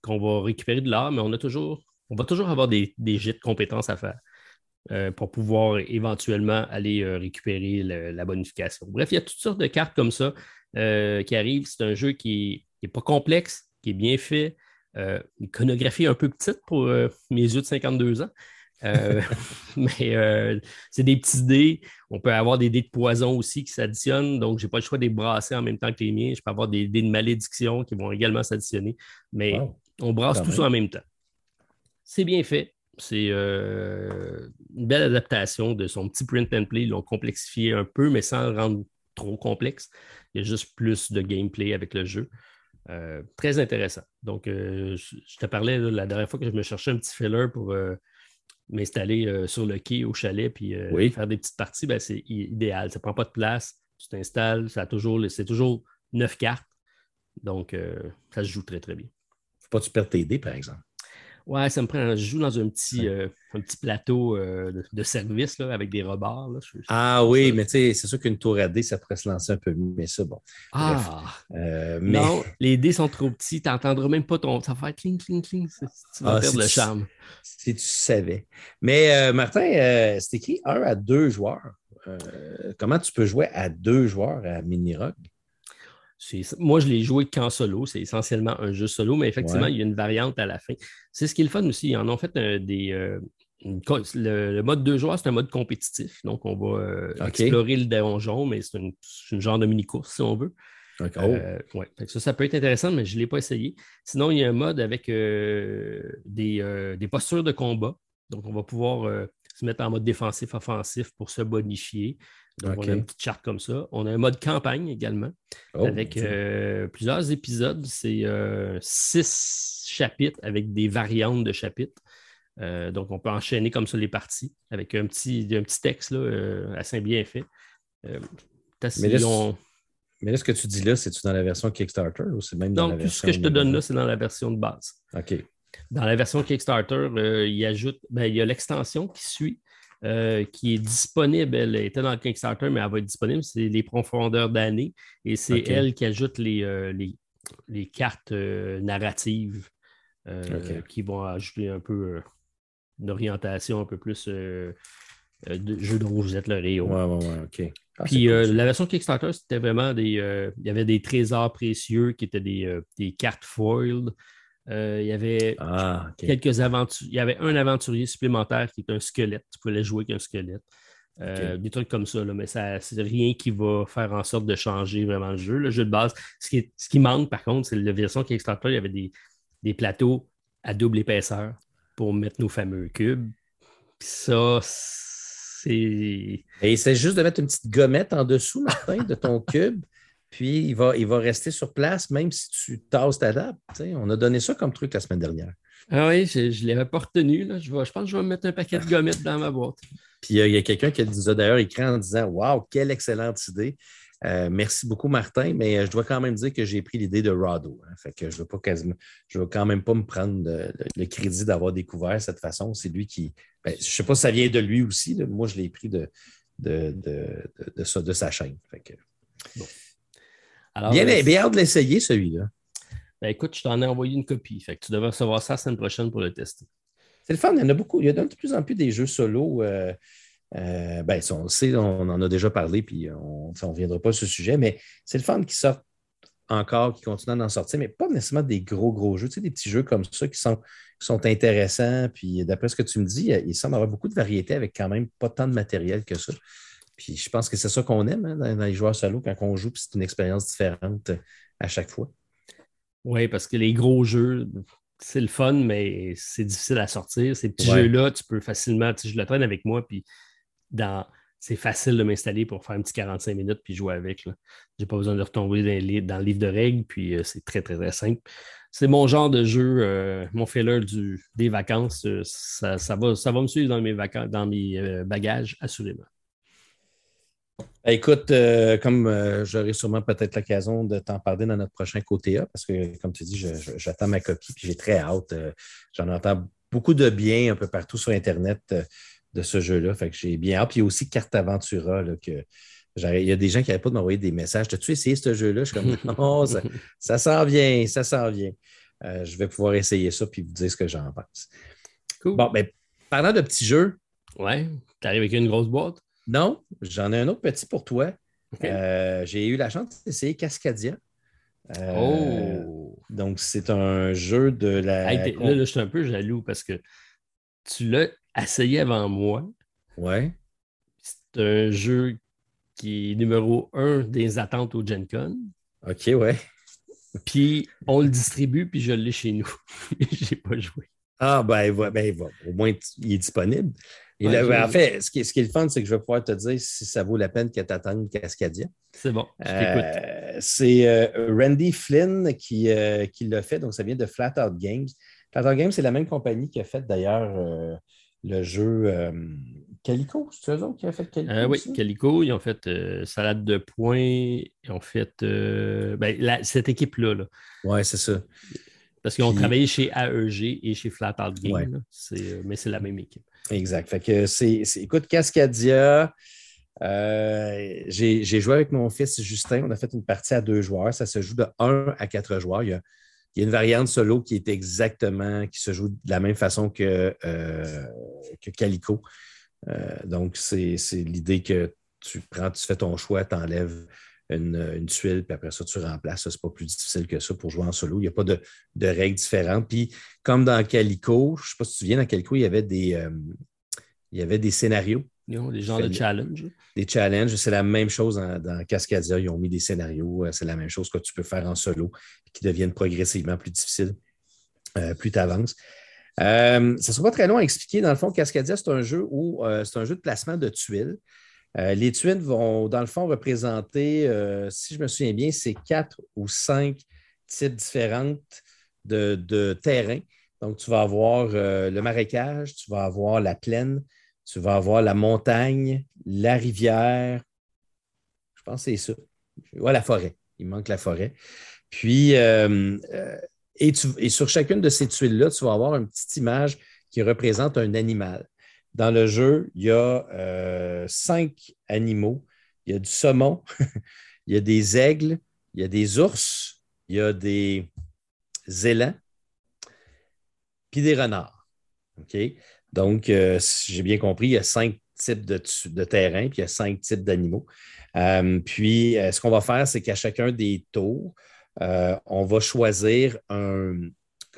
[SPEAKER 2] qu'on va récupérer de l'art, mais on va toujours avoir des jets de compétences à faire pour pouvoir éventuellement aller récupérer la bonification. Bref, il y a toutes sortes de cartes comme ça qui arrivent. C'est un jeu qui n'est pas complexe, qui est bien fait. Iconographie un peu petite pour mes yeux de 52 ans. Mais c'est des petits dés. On peut avoir des dés de poison aussi qui s'additionnent. Donc, je n'ai pas le choix de les brasser en même temps que les miens. Je peux avoir des dés de malédiction qui vont également s'additionner. Mais on brasse tout ça en même temps. C'est bien fait. C'est une belle adaptation de son petit print and play. Ils l'ont complexifié un peu, mais sans le rendre trop complexe. Il y a juste plus de gameplay avec le jeu. Très intéressant. Donc, je te parlais là, la dernière fois que je me cherchais un petit filler pour m'installer sur le quai au chalet puis faire des petites parties, ben, c'est idéal. Ça ne prend pas de place. Tu t'installes. C'est toujours 9 cartes. Donc, ça se joue très, très bien.
[SPEAKER 3] Faut pas que tu perdes tes dés, par exemple.
[SPEAKER 2] Ouais, ça me prend. Je joue dans un petit plateau de service là, avec des rebords. Là.
[SPEAKER 3] Oui, mais tu sais, c'est sûr qu'une tour à dés, ça pourrait se lancer un peu mieux, mais ça, bon.
[SPEAKER 2] Mais... Non, les dés sont trop petits, tu n'entendras même pas ça va faire cling, cling, cling. Tu vas perdre le charme.
[SPEAKER 3] Si tu savais. Mais Martin, c'est écrit 1 à 2 joueurs. Comment tu peux jouer à 2 joueurs à Mini-Rogue?
[SPEAKER 2] Moi, je l'ai joué qu'en solo. C'est essentiellement un jeu solo, mais effectivement, il y a une variante à la fin. C'est ce qui est le fun aussi. Ils en ont fait le mode 2 joueurs, c'est un mode compétitif. Donc, on va explorer le donjon, mais c'est une genre de mini-course, si on veut. Ça peut être intéressant, mais je ne l'ai pas essayé. Sinon, il y a un mode avec des postures de combat. Donc, on va pouvoir se mettre en mode défensif-offensif pour se bonifier. Donc, on a une petite charte comme ça. On a un mode campagne également, avec plusieurs épisodes. C'est 6 chapitres avec des variantes de chapitres. Donc, on peut enchaîner comme ça les parties avec un petit texte là, assez bien fait.
[SPEAKER 3] Mais là, ce que tu dis là, c'est-tu dans la version Kickstarter ou c'est même dans la version...
[SPEAKER 2] tout ce que je te donne là, c'est dans la version de base.
[SPEAKER 3] OK.
[SPEAKER 2] Dans la version Kickstarter, il y a l'extension qui suit. Qui est disponible. Elle était dans le Kickstarter, mais elle va être disponible. C'est les profondeurs d'année et c'est elle qui ajoute les cartes narratives qui vont ajouter un peu d'orientation un peu plus de jeu dont vous êtes le héros.
[SPEAKER 3] OK.
[SPEAKER 2] Puis la version Kickstarter, c'était vraiment il y avait des trésors précieux qui étaient des cartes foiled. Il y avait quelques aventuriers. Il y avait un aventurier supplémentaire qui est un squelette. Tu pouvais jouer avec un squelette. Des trucs comme ça, là, mais c'est rien qui va faire en sorte de changer vraiment le jeu. Le jeu de base. Ce qui manque, par contre, c'est la version Kickstarter. Il y avait des plateaux à double épaisseur pour mettre nos fameux cubes. Puis ça, c'est...
[SPEAKER 3] Et c'est juste de mettre une petite gommette en dessous, Martin, de ton cube. Puis, il va rester sur place, même si tu tasses ta table. On a donné ça comme truc la semaine dernière.
[SPEAKER 2] Ah oui, je ne l'avais pas retenu. Là. Je pense que je vais me mettre un paquet de gommettes dans ma boîte.
[SPEAKER 3] Puis, il y a quelqu'un qui nous a d'ailleurs écrit en disant « Wow, quelle excellente idée! Merci beaucoup, Martin, mais je dois quand même dire que j'ai pris l'idée de Rado. Hein, fait que je ne veux quand même pas me prendre le crédit d'avoir découvert cette façon. C'est lui qui... je ne sais pas si ça vient de lui aussi. Là. Moi, je l'ai pris de sa chaîne. Fait que... Bon. Alors, bien hâte de l'essayer, celui-là.
[SPEAKER 2] Ben écoute, je t'en ai envoyé une copie. Fait que tu devrais recevoir ça la semaine prochaine pour le tester.
[SPEAKER 3] C'est le fun, il y en a beaucoup. Il y a de plus en plus des jeux solo. On le sait, on en a déjà parlé, puis on ne reviendra pas sur ce sujet, mais c'est le fun qu'ils sortent encore, qu'ils continuent d'en sortir, mais pas nécessairement des gros jeux. Tu sais, des petits jeux comme ça qui sont intéressants. Puis d'après ce que tu me dis, il semble avoir beaucoup de variétés avec quand même pas tant de matériel que ça. Puis je pense que c'est ça qu'on aime hein, dans les joueurs solo quand on joue, puis c'est une expérience différente à chaque fois.
[SPEAKER 2] Oui, parce que les gros jeux, c'est le fun, mais c'est difficile à sortir. Ces petits jeux-là, tu peux facilement, je le traîne avec moi, puis c'est facile de m'installer pour faire un petit 45 minutes puis jouer avec. Je n'ai pas besoin de retomber dans le livre de règles, puis c'est très, très, très simple. C'est mon genre de jeu, mon filler des vacances. Ça va me suivre dans mes bagages, assurément.
[SPEAKER 3] Écoute, comme j'aurai sûrement peut-être l'occasion de t'en parler dans notre prochain côté A, parce que, comme tu dis, j'attends ma copie, puis j'ai très hâte. J'en entends beaucoup de bien un peu partout sur Internet de ce jeu-là. Fait que j'ai bien hâte. Puis il y a aussi Cartaventura, là, il y a des gens qui n'arrêtent pas de m'envoyer des messages. T'as-tu essayé ce jeu-là? Je suis comme, non, ça s'en vient, ça s'en vient. je vais pouvoir essayer ça puis vous dire ce que j'en pense.
[SPEAKER 2] Cool.
[SPEAKER 3] Bon, ben, parlant de petits jeux.
[SPEAKER 2] Ouais, tu arrives avec une grosse boîte?
[SPEAKER 3] Non, j'en ai un autre petit pour toi.
[SPEAKER 2] Okay.
[SPEAKER 3] J'ai eu la chance d'essayer Cascadia.
[SPEAKER 2] Oh!
[SPEAKER 3] Donc, c'est un jeu de la...
[SPEAKER 2] Hey, là, je suis un peu jaloux parce que tu l'as essayé avant moi.
[SPEAKER 3] Ouais.
[SPEAKER 2] C'est un jeu qui est numéro 1 des attentes au Gen Con.
[SPEAKER 3] OK, ouais.
[SPEAKER 2] Puis on le distribue, puis je l'ai chez nous. J'ai pas joué.
[SPEAKER 3] Ah, ben, au moins, il est disponible. Et
[SPEAKER 2] Ouais,
[SPEAKER 3] là, en fait, ce qui est le fun, c'est que je vais pouvoir te dire si ça vaut la peine que tu attendes Cascadia.
[SPEAKER 2] C'est bon, je t'écoute.
[SPEAKER 3] C'est Randy Flynn qui l'a fait, donc ça vient de Flat Out Games. Flat Out Games, c'est la même compagnie qui a fait d'ailleurs le jeu Calico. C'est eux autres qui ont fait Calico?
[SPEAKER 2] Oui, Calico, ils ont fait Salade de points, ils ont fait cette équipe-là. Là.
[SPEAKER 3] Oui, c'est ça.
[SPEAKER 2] Parce qu'ils ont travaillé chez AEG et chez Flat Out Games,
[SPEAKER 3] ouais.
[SPEAKER 2] Mais c'est la même équipe.
[SPEAKER 3] Exact. Fait que écoute, Cascadia, j'ai joué avec mon fils Justin. On a fait une partie à 2 joueurs. Ça se joue de 1 à 4 joueurs. Il y a une variante solo qui se joue de la même façon que Calico. Donc, c'est l'idée que tu fais ton choix, tu enlèves une tuile, puis après ça, tu remplaces. Ça, c'est pas plus difficile que ça pour jouer en solo. Il n'y a pas de règles différentes. Puis, comme dans Calico, je ne sais pas si tu te souviens, dans Calico, il y avait des scénarios.
[SPEAKER 2] Des genres de challenge.
[SPEAKER 3] Des challenges. C'est la même chose dans Cascadia. Ils ont mis des scénarios. C'est la même chose que tu peux faire en solo, qui deviennent progressivement plus difficiles plus tu avances. Ça ne sera pas très long à expliquer. Dans le fond, Cascadia, c'est un jeu de placement de tuiles. Les tuiles vont, dans le fond, représenter, si je me souviens bien, c'est 4 ou 5 types différents de terrains. Donc, tu vas avoir le marécage, tu vas avoir la plaine, tu vas avoir la montagne, la rivière. Je pense que c'est ça. Ouais, la forêt. Il manque la forêt. Puis, et sur chacune de ces tuiles-là, tu vas avoir une petite image qui représente un animal. Dans le jeu, il y a 5 animaux. Il y a du saumon, il y a des aigles, il y a des ours, il y a des élans, puis des renards. OK? Donc, si j'ai bien compris, il y a 5 types de terrains, puis il y a 5 types d'animaux. Puis, ce qu'on va faire, c'est qu'à chacun des tours, on va choisir je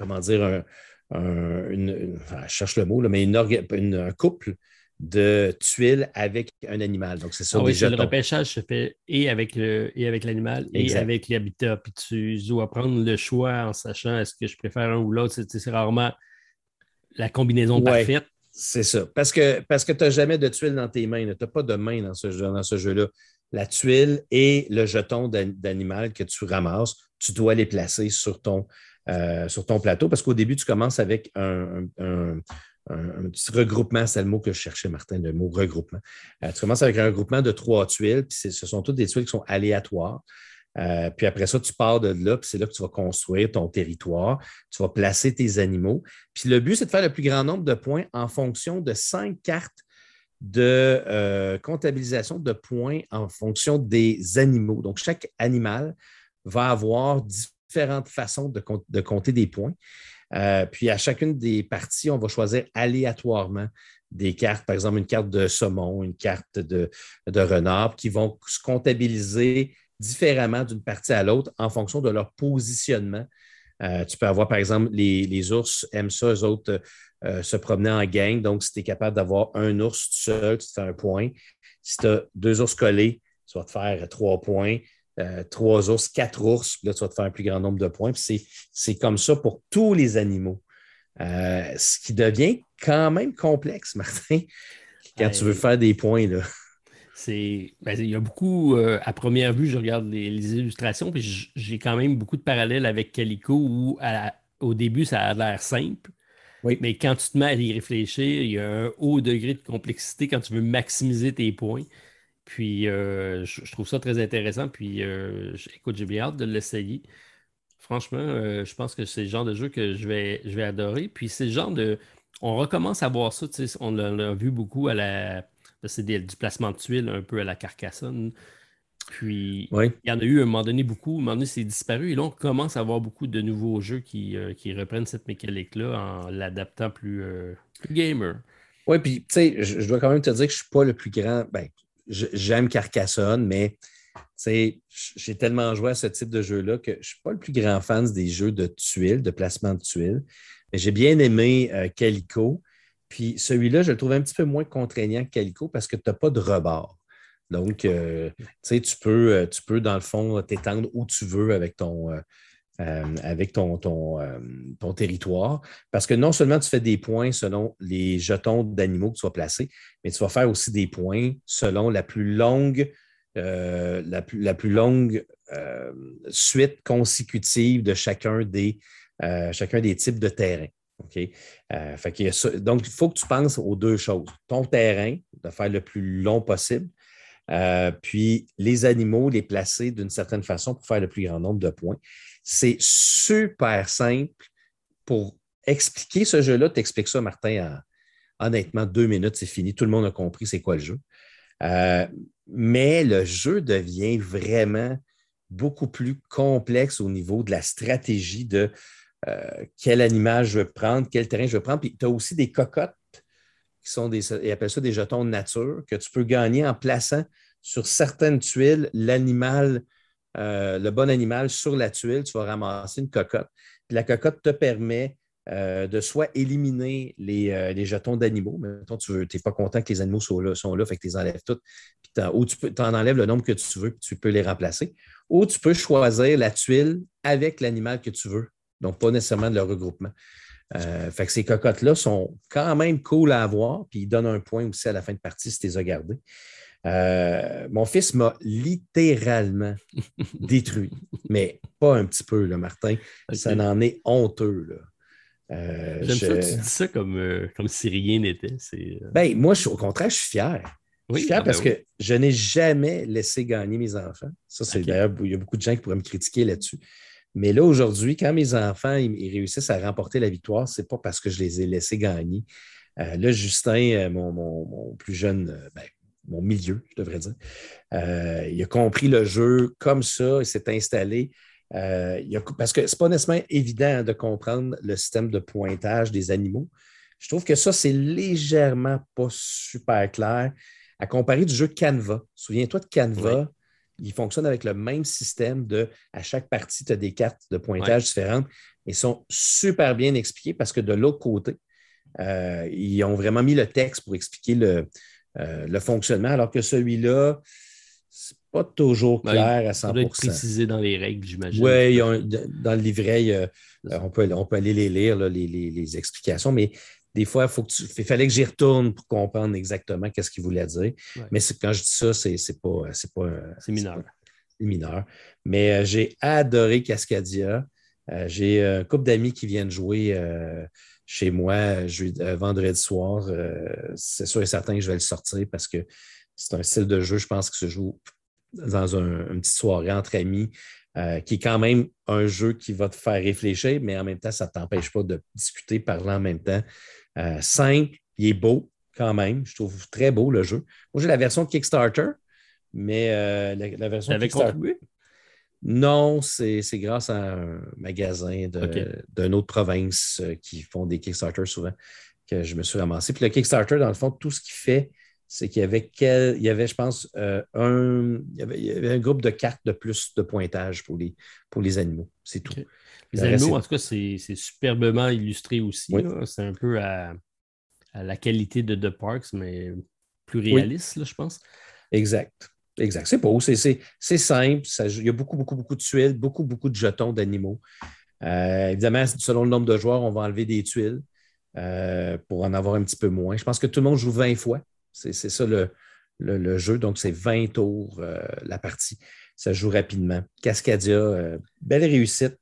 [SPEAKER 3] cherche le mot, là, mais un couple de tuiles avec un animal. Donc, c'est ça.
[SPEAKER 2] Le repêchage se fait et avec l'animal et avec l'habitat. Puis tu dois prendre le choix en sachant est-ce que je préfère un ou l'autre. C'est rarement la combinaison parfaite.
[SPEAKER 3] C'est ça. Parce que tu n'as jamais de tuiles dans tes mains. Tu n'as pas de main dans ce jeu-là. La tuile et le jeton d'animal que tu ramasses, tu dois les placer sur ton plateau parce qu'au début, tu commences avec un petit regroupement. C'est le mot que je cherchais, Martin, le mot regroupement. Tu commences avec un regroupement de 3 tuiles, puis ce sont toutes des tuiles qui sont aléatoires. Puis après ça, tu pars de là, puis c'est là que tu vas construire ton territoire. Tu vas placer tes animaux. Puis le but, c'est de faire le plus grand nombre de points en fonction de 5 cartes de comptabilisation de points en fonction des animaux. Donc, chaque animal va avoir différentes façons de compter des points. Puis, à chacune des parties, on va choisir aléatoirement des cartes, par exemple, une carte de saumon, une carte de renard, qui vont se comptabiliser différemment d'une partie à l'autre en fonction de leur positionnement. Tu peux avoir, par exemple, les ours aiment ça, eux autres, se promener en gang. Donc, si tu es capable d'avoir un ours tout seul, tu te fais 1 point. Si tu as 2 ours collés, tu vas te faire 3 points. 3 ours, 4 ours, puis là, tu vas te faire un plus grand nombre de points. Puis c'est comme ça pour tous les animaux. Ce qui devient quand même complexe, Martin, quand tu veux faire des points, là.
[SPEAKER 2] Il y a beaucoup, à première vue, je regarde les illustrations, puis j'ai quand même beaucoup de parallèles avec Calico où au début, ça a l'air simple.
[SPEAKER 3] Oui.
[SPEAKER 2] Mais quand tu te mets à y réfléchir, il y a un haut degré de complexité quand tu veux maximiser tes points. Puis, je trouve ça très intéressant. Puis, écoute, j'ai bien hâte de l'essayer. Franchement, je pense que c'est le genre de jeu que je vais adorer. Puis, c'est le genre de... On recommence à voir ça. On l'a vu beaucoup c'est du placement de tuiles un peu à la Carcassonne. Puis,
[SPEAKER 3] Oui.
[SPEAKER 2] il y en a eu à un moment donné beaucoup. À un moment donné, c'est disparu. Et là, on commence à avoir beaucoup de nouveaux jeux qui reprennent cette mécanique-là en l'adaptant plus gamer.
[SPEAKER 3] Oui, puis, tu sais, je dois quand même te dire que je ne suis pas le plus grand. Ben, j'aime Carcassonne, mais, tu sais, j'ai tellement joué à ce type de jeu-là que je ne suis pas le plus grand fan des jeux de tuiles, de placement de tuiles. Mais j'ai bien aimé Calico. Puis, celui-là, je le trouve un petit peu moins contraignant que Calico parce que tu n'as pas de rebord. Donc, tu sais, tu peux, dans le fond, t'étendre où tu veux avec ton territoire. Parce que non seulement tu fais des points selon les jetons d'animaux que tu vas placer, mais tu vas faire aussi des points selon la plus longue, suite consécutive de chacun des types de terrain. OK? Donc, il faut que tu penses aux deux choses. Ton terrain, de faire le plus long possible, puis les animaux, les placer d'une certaine façon pour faire le plus grand nombre de points. C'est super simple pour expliquer ce jeu-là. Tu expliques ça, Martin, honnêtement, 2 minutes, c'est fini. Tout le monde a compris c'est quoi le jeu. Mais le jeu devient vraiment beaucoup plus complexe au niveau de la stratégie de quel animal je veux prendre, quel terrain je veux prendre. Puis tu as aussi des cocottes qui sont ils appellent ça des jetons de nature que tu peux gagner en plaçant sur certaines tuiles l'animal, le bon animal sur la tuile. Tu vas ramasser une cocotte. Puis la cocotte te permet de soit éliminer les jetons d'animaux. Mettons, tu n'es pas content que les animaux sont là, fait que tu les enlèves toutes. Ou tu en enlèves le nombre que tu veux, puis tu peux les remplacer. Ou tu peux choisir la tuile avec l'animal que tu veux. Donc, pas nécessairement de le regroupement. Fait que ces cocottes-là sont quand même cool à avoir, puis ils donnent un point aussi à la fin de partie si tu les as gardées. Mon fils m'a littéralement détruit, mais pas un petit peu, là, Martin. Okay. Ça n'en est honteux. Là.
[SPEAKER 2] J'aime ça que tu dis ça comme si rien n'était.
[SPEAKER 3] Ben, moi, au contraire, je suis fier. Oui? Je suis fier parce que je n'ai jamais laissé gagner mes enfants. Ça, c'est d'ailleurs, il y a beaucoup de gens qui pourraient me critiquer là-dessus. Mais là, aujourd'hui, quand mes enfants ils réussissent à remporter la victoire, ce n'est pas parce que je les ai laissés gagner. Là, Justin, mon plus jeune, mon milieu, je devrais dire, il a compris le jeu comme ça, il s'est installé. Parce que ce n'est pas nécessairement évident de comprendre le système de pointage des animaux. Je trouve que ça, c'est légèrement pas super clair à comparer du jeu Canva. Souviens-toi de Canva. Oui. Il fonctionne avec le même système à chaque partie, tu as des cartes de pointage différentes. Ils sont super bien expliqués parce que de l'autre côté, ils ont vraiment mis le texte pour expliquer le fonctionnement, alors que celui-là, c'est pas toujours clair à 100%. Ça
[SPEAKER 2] doit être précisé dans les règles, j'imagine.
[SPEAKER 3] Oui, dans le livret, on peut aller les lire, là, les explications, mais des fois, il fallait que j'y retourne pour comprendre exactement qu'est-ce qu'il voulait dire. Ouais. Mais quand je dis ça, c'est
[SPEAKER 2] mineur.
[SPEAKER 3] C'est mineur. Mais j'ai adoré Cascadia. J'ai un couple d'amis qui viennent jouer chez moi vendredi soir. C'est sûr et certain que je vais le sortir parce que c'est un style de jeu, je pense, qui se joue dans une petite soirée entre amis. Qui est quand même un jeu qui va te faire réfléchir, mais en même temps, ça ne t'empêche pas de discuter, parler en même temps. Simple, il est beau quand même. Je trouve très beau le jeu. Moi, j'ai la version Kickstarter, mais la version Kickstarter...
[SPEAKER 2] contribué?
[SPEAKER 3] Non, c'est grâce à un magasin d'une autre province qui font des Kickstarter souvent que je me suis ramassé. Puis le Kickstarter, dans le fond, tout ce qu'il fait, c'est qu'il y avait, je pense, il y avait un groupe de cartes de plus de pointage pour les animaux. C'est tout. Okay.
[SPEAKER 2] Les animaux, en tout cas, c'est superbement illustré aussi.
[SPEAKER 3] Oui.
[SPEAKER 2] C'est un peu à la qualité de The Parks, mais plus réaliste, là, je pense.
[SPEAKER 3] Exact. C'est beau. C'est simple. Il y a beaucoup, beaucoup, beaucoup de tuiles, beaucoup, beaucoup de jetons d'animaux. Évidemment, selon le nombre de joueurs, on va enlever des tuiles pour en avoir un petit peu moins. Je pense que tout le monde joue 20 fois. C'est ça le jeu. Donc, c'est 20 tours la partie. Ça joue rapidement. Cascadia, belle réussite.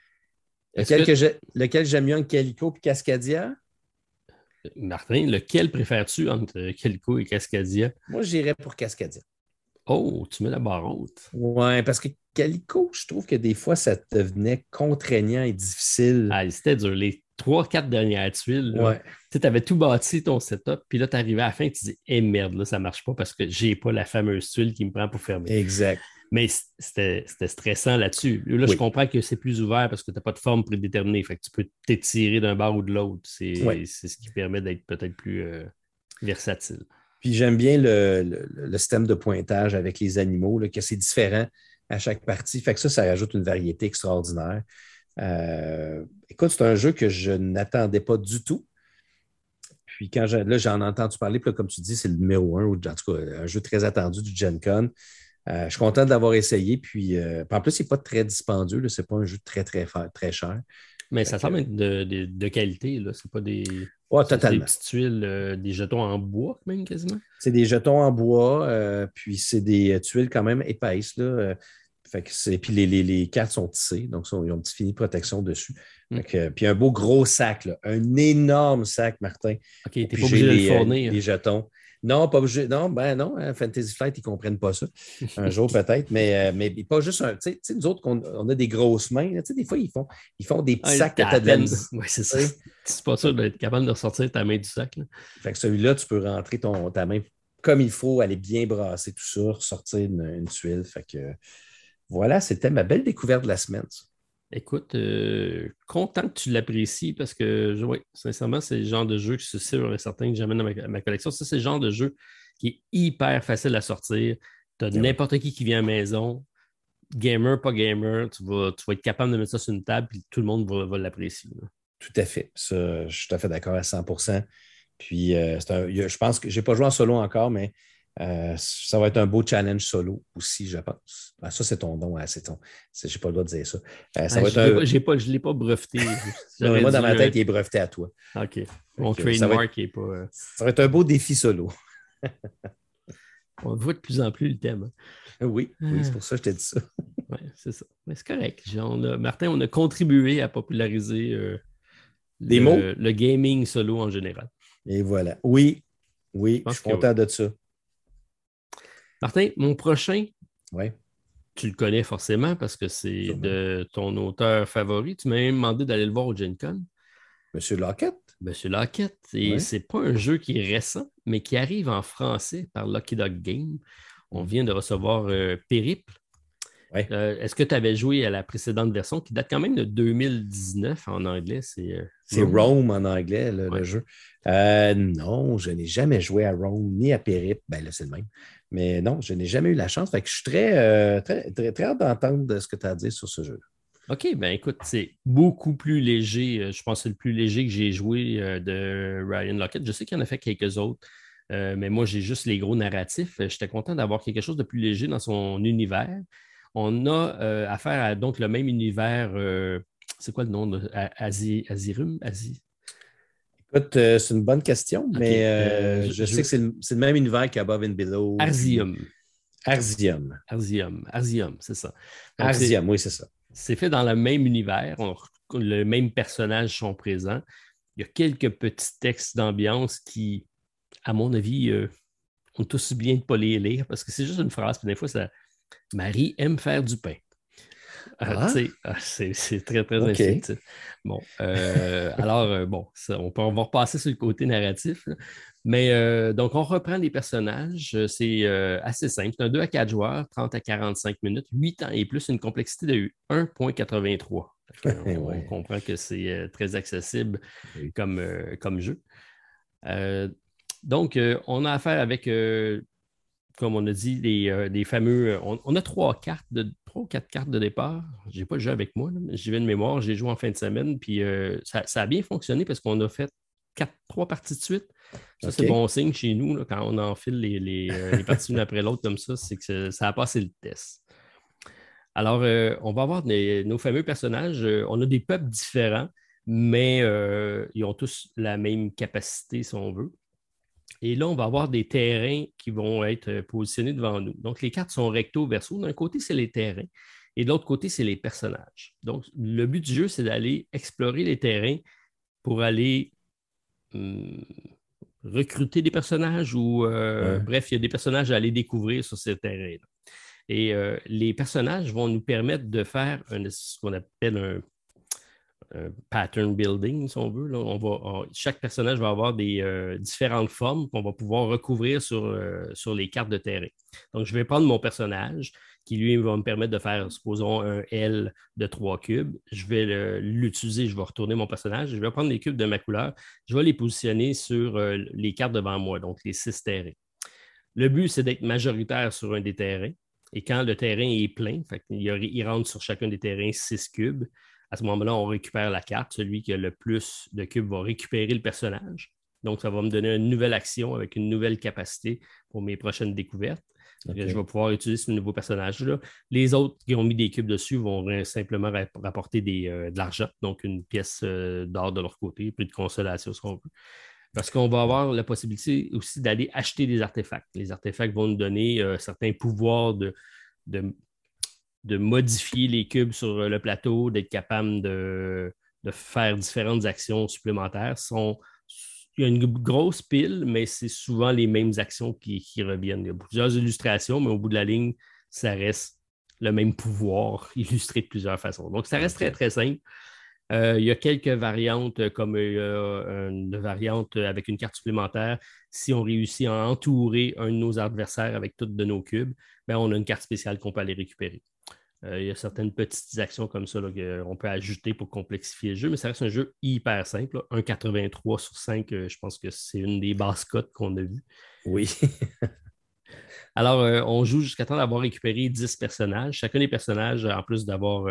[SPEAKER 3] Lequel j'aime mieux entre Calico et Cascadia?
[SPEAKER 2] Martin, lequel préfères-tu entre Calico et Cascadia?
[SPEAKER 3] Moi, j'irais pour Cascadia.
[SPEAKER 2] Oh, tu mets la barre haute.
[SPEAKER 3] Oui, parce que Calico, je trouve que des fois, ça devenait contraignant et difficile.
[SPEAKER 2] Ah, c'était dur. 3-4 dernières tuiles.
[SPEAKER 3] Ouais.
[SPEAKER 2] Tu avais tout bâti ton setup, puis là, tu arrivais à la fin et tu dis, merde, là, ça ne marche pas parce que j'ai pas la fameuse tuile qui me prend pour fermer.
[SPEAKER 3] Exact.
[SPEAKER 2] Mais c'était stressant là-dessus. Là, je comprends que c'est plus ouvert parce que tu n'as pas de forme prédéterminée. Fait que tu peux t'étirer d'un bord ou de l'autre. C'est ce qui permet d'être peut-être plus versatile.
[SPEAKER 3] Puis j'aime bien le système de pointage avec les animaux, là, que c'est différent à chaque partie. Fait que ça rajoute une variété extraordinaire. Écoute, c'est un jeu que je n'attendais pas du tout. Puis là, j'en ai entendu parler, puis là, comme tu dis, c'est le numéro 1, ou en tout cas, un jeu très attendu du Gen Con. Je suis content de l'avoir essayé. Puis en plus, il n'est pas très dispendieux. Ce n'est pas un jeu très, très, très cher.
[SPEAKER 2] Mais ça semble être de qualité. Ce n'est pas des,
[SPEAKER 3] totalement.
[SPEAKER 2] Des petites tuiles, des jetons en bois, même quasiment.
[SPEAKER 3] C'est des jetons en bois, puis c'est des tuiles quand même épaisses. Là, puis les cartes sont tissées, donc ils ont une petite finie de protection dessus. Puis un beau gros sac, là, un énorme sac, Martin.
[SPEAKER 2] OK, tu n'es pas obligé de le fournir.
[SPEAKER 3] Les jetons. Non, pas obligé. Non, hein, Fantasy Flight, ils ne comprennent pas ça. Un jour peut-être, mais pas juste un. Tu sais, nous autres, on a des grosses mains. Tu sais, des fois, ils font des petits sacs que tu as de la misère.
[SPEAKER 2] Oui, c'est ça. Tu n'es pas sûr d'être capable de ressortir ta main du sac. Là.
[SPEAKER 3] Fait que celui-là, tu peux rentrer ta main comme il faut, aller bien brasser tout ça, ressortir une tuile. Fait que voilà, c'était ma belle découverte de la semaine. Ça.
[SPEAKER 2] Écoute, content que tu l'apprécies parce que, oui, sincèrement, c'est le genre de jeu que je suis sûr et certain que j'amène dans ma collection. Ça, c'est le genre de jeu qui est hyper facile à sortir. Tu as n'importe qui vient à la maison, gamer, pas gamer, tu vas être capable de mettre ça sur une table et tout le monde va l'apprécier. Là.
[SPEAKER 3] Tout à fait. Ça, je suis tout à fait d'accord à 100%. Puis, je pense que je n'ai pas joué en solo encore, mais ça va être un beau challenge solo aussi, je pense. Ben, ça, c'est ton nom. Hein, je n'ai pas le droit de dire ça.
[SPEAKER 2] Je ne l'ai pas breveté.
[SPEAKER 3] Non, moi, dans ma tête, il est breveté à toi.
[SPEAKER 2] OK. Mon trademark n'est pas...
[SPEAKER 3] Ça va être un beau défi solo.
[SPEAKER 2] On voit de plus en plus le thème.
[SPEAKER 3] Hein? Oui, c'est pour ça que je t'ai dit ça.
[SPEAKER 2] Oui, c'est ça. Mais c'est correct. Martin, on a contribué à populariser le gaming solo en général.
[SPEAKER 3] Et voilà. Oui, je suis content de ça.
[SPEAKER 2] Martin, mon prochain,
[SPEAKER 3] ouais.
[SPEAKER 2] Tu le connais forcément parce que c'est sûrement de ton auteur favori. Tu m'as même demandé d'aller le voir au Gen Con.
[SPEAKER 3] Monsieur Lockett.
[SPEAKER 2] Monsieur Lockett. Et c'est pas un jeu qui est récent, mais qui arrive en français par Lucky Dog Game. On vient de recevoir Périple.
[SPEAKER 3] Ouais.
[SPEAKER 2] Est-ce que tu avais joué à la précédente version qui date quand même de 2019 en anglais?
[SPEAKER 3] C'est Rome en anglais, le jeu. Non, je n'ai jamais joué à Rome ni à Périple. Ben là, c'est le même. Mais non, je n'ai jamais eu la chance. Fait que je suis très, très, très, très hâte d'entendre ce que tu as à dire sur ce jeu.
[SPEAKER 2] OK, ben écoute, c'est beaucoup plus léger. Je pense que c'est le plus léger que j'ai joué de Ryan Lockett. Je sais qu'il en a fait quelques autres, mais moi, j'ai juste les gros narratifs. J'étais content d'avoir quelque chose de plus léger dans son univers. On a affaire à donc le même univers. C'est quoi le nom de Azirum?
[SPEAKER 3] Écoute, c'est une bonne question, mais je sais que c'est le même univers qu'Above and Below.
[SPEAKER 2] Arzium, c'est ça. Donc,
[SPEAKER 3] Arzium, oui, c'est ça.
[SPEAKER 2] C'est fait dans le même univers. Le même personnage sont présents. Il y a quelques petits textes d'ambiance qui, à mon avis, on est aussi bien de ne pas les lire parce que c'est juste une phrase. Puis des fois, ça... Marie aime faire du pain. C'est très, très instinctif. Bon, alors, on va repasser sur le côté narratif. Là. Mais donc, on reprend les personnages. C'est assez simple. C'est un 2 à 4 joueurs, 30 à 45 minutes, 8 ans et plus, une complexité de 1,83. On comprend que c'est très accessible comme jeu. Donc, on a affaire avec... comme on a dit, des fameux... On a 3 ou 4 cartes de départ. Je n'ai pas le jeu avec moi, mais j'y vais de mémoire. J'ai joué en fin de semaine, puis ça a bien fonctionné parce qu'on a fait 3 parties de suite. Ça, c'est bon signe chez nous, là, quand on enfile les parties l'une après l'autre comme ça, c'est que ça a passé le test. Alors, on va avoir nos fameux personnages. On a des peuples différents, mais ils ont tous la même capacité, si on veut. Et là, on va avoir des terrains qui vont être positionnés devant nous. Donc, les cartes sont recto-verso. D'un côté, c'est les terrains et de l'autre côté, c'est les personnages. Donc, le but du jeu, c'est d'aller explorer les terrains pour aller recruter des personnages ou, bref, il y a des personnages à aller découvrir sur ces terrains-là. Et les personnages vont nous permettre de faire ce qu'on appelle pattern building, si on veut. Là. Chaque personnage va avoir des différentes formes qu'on va pouvoir recouvrir sur les cartes de terrain. Donc, je vais prendre mon personnage qui, lui, va me permettre de faire, supposons, un L de 3 cubes. Je vais l'utiliser, je vais retourner mon personnage. Je vais prendre les cubes de ma couleur. Je vais les positionner sur les cartes devant moi, donc les 6 terrains. Le but, c'est d'être majoritaire sur un des terrains. Et quand le terrain est plein, il rentre sur chacun des terrains 6 cubes. À ce moment-là, on récupère la carte. Celui qui a le plus de cubes va récupérer le personnage. Donc, ça va me donner une nouvelle action avec une nouvelle capacité pour mes prochaines découvertes. Okay. Je vais pouvoir utiliser ce nouveau personnage-là. Les autres qui ont mis des cubes dessus vont simplement rapporter de l'argent, donc une pièce d'or de leur côté, plus de consolation, si on veut. Parce qu'on va avoir la possibilité aussi d'aller acheter des artefacts. Les artefacts vont nous donner certains pouvoirs de modifier les cubes sur le plateau, d'être capable de faire différentes actions supplémentaires. Il y a une grosse pile, mais c'est souvent les mêmes actions qui reviennent. Il y a plusieurs illustrations, mais au bout de la ligne, ça reste le même pouvoir illustré de plusieurs façons. Donc, ça reste très, très simple. Il y a quelques variantes, comme une variante avec une carte supplémentaire. Si on réussit à entourer un de nos adversaires avec toutes de nos cubes, bien, on a une carte spéciale qu'on peut aller récupérer. Il y a certaines petites actions comme ça là, qu'on peut ajouter pour complexifier le jeu, mais ça reste un jeu hyper simple. 1,83 sur 5, je pense que c'est une des basses cotes qu'on a vues.
[SPEAKER 3] Oui.
[SPEAKER 2] Alors, on joue jusqu'à temps d'avoir récupéré 10 personnages. Chacun des personnages, en plus d'avoir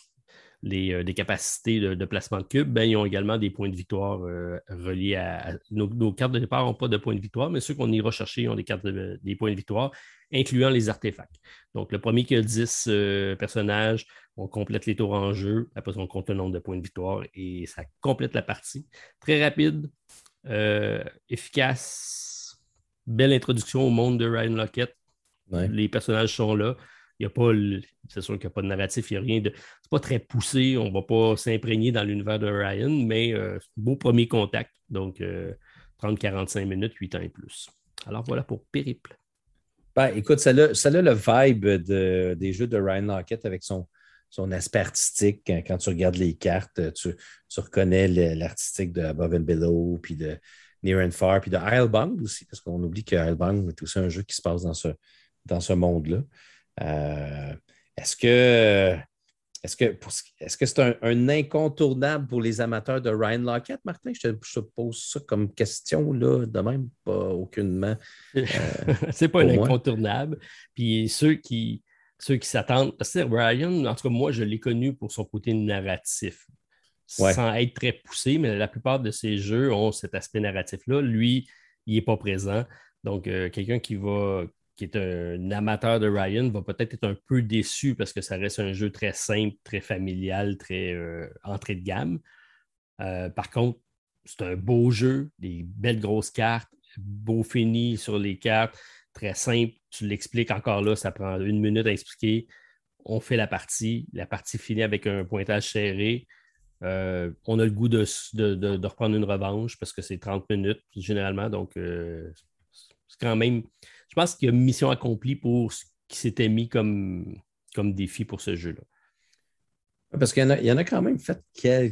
[SPEAKER 2] des capacités de placement de cubes, ben, ils ont également des points de victoire reliés à nos cartes de départ n'ont pas de points de victoire, mais ceux qu'on ira chercher ont des points de victoire, incluant les artefacts. Donc, le premier qui a 10 personnages, on complète les tours en jeu, après on compte le nombre de points de victoire et ça complète la partie. Très rapide, efficace, belle introduction au monde de Ryan Laukat. Ouais. Les personnages sont là. C'est sûr qu'il n'y a pas de narratif, il n'y a rien de. C'est pas très poussé, on ne va pas s'imprégner dans l'univers de Ryan, mais beau premier contact. Donc, 30-45 minutes, 8 ans et plus. Alors voilà pour Périple.
[SPEAKER 3] Ben, écoute, ça a le vibe des jeux de Ryan Laukat avec son aspect artistique. Quand tu regardes les cartes, tu reconnais l'artistique de Above and Below, puis de Near and Far, puis de Islebound aussi, parce qu'on oublie que Islebound est aussi un jeu qui se passe dans ce monde-là. Est-ce que c'est un incontournable pour les amateurs de Ryan Laukat, Martin? Je te pose ça comme question, là, de même, pas aucunement.
[SPEAKER 2] C'est pas un incontournable. Puis ceux qui s'attendent, parce que Ryan, en tout cas, moi, je l'ai connu pour son côté narratif, sans être très poussé, mais la plupart de ses jeux ont cet aspect narratif-là. Lui, il n'est pas présent. Donc, quelqu'un qui est un amateur de Ryan va peut-être être un peu déçu parce que ça reste un jeu très simple, très familial, très entrée de gamme. Par contre, c'est un beau jeu, des belles grosses cartes, beau fini sur les cartes, très simple. Tu l'expliques encore là, ça prend 1 minute à expliquer. On fait la partie finit avec un pointage serré. On a le goût de reprendre une revanche parce que c'est 30 minutes généralement, donc c'est quand même... Je pense qu'il y a une mission accomplie pour ce qui s'était mis comme défi pour ce jeu-là.
[SPEAKER 3] Parce qu'il y en a quand même fait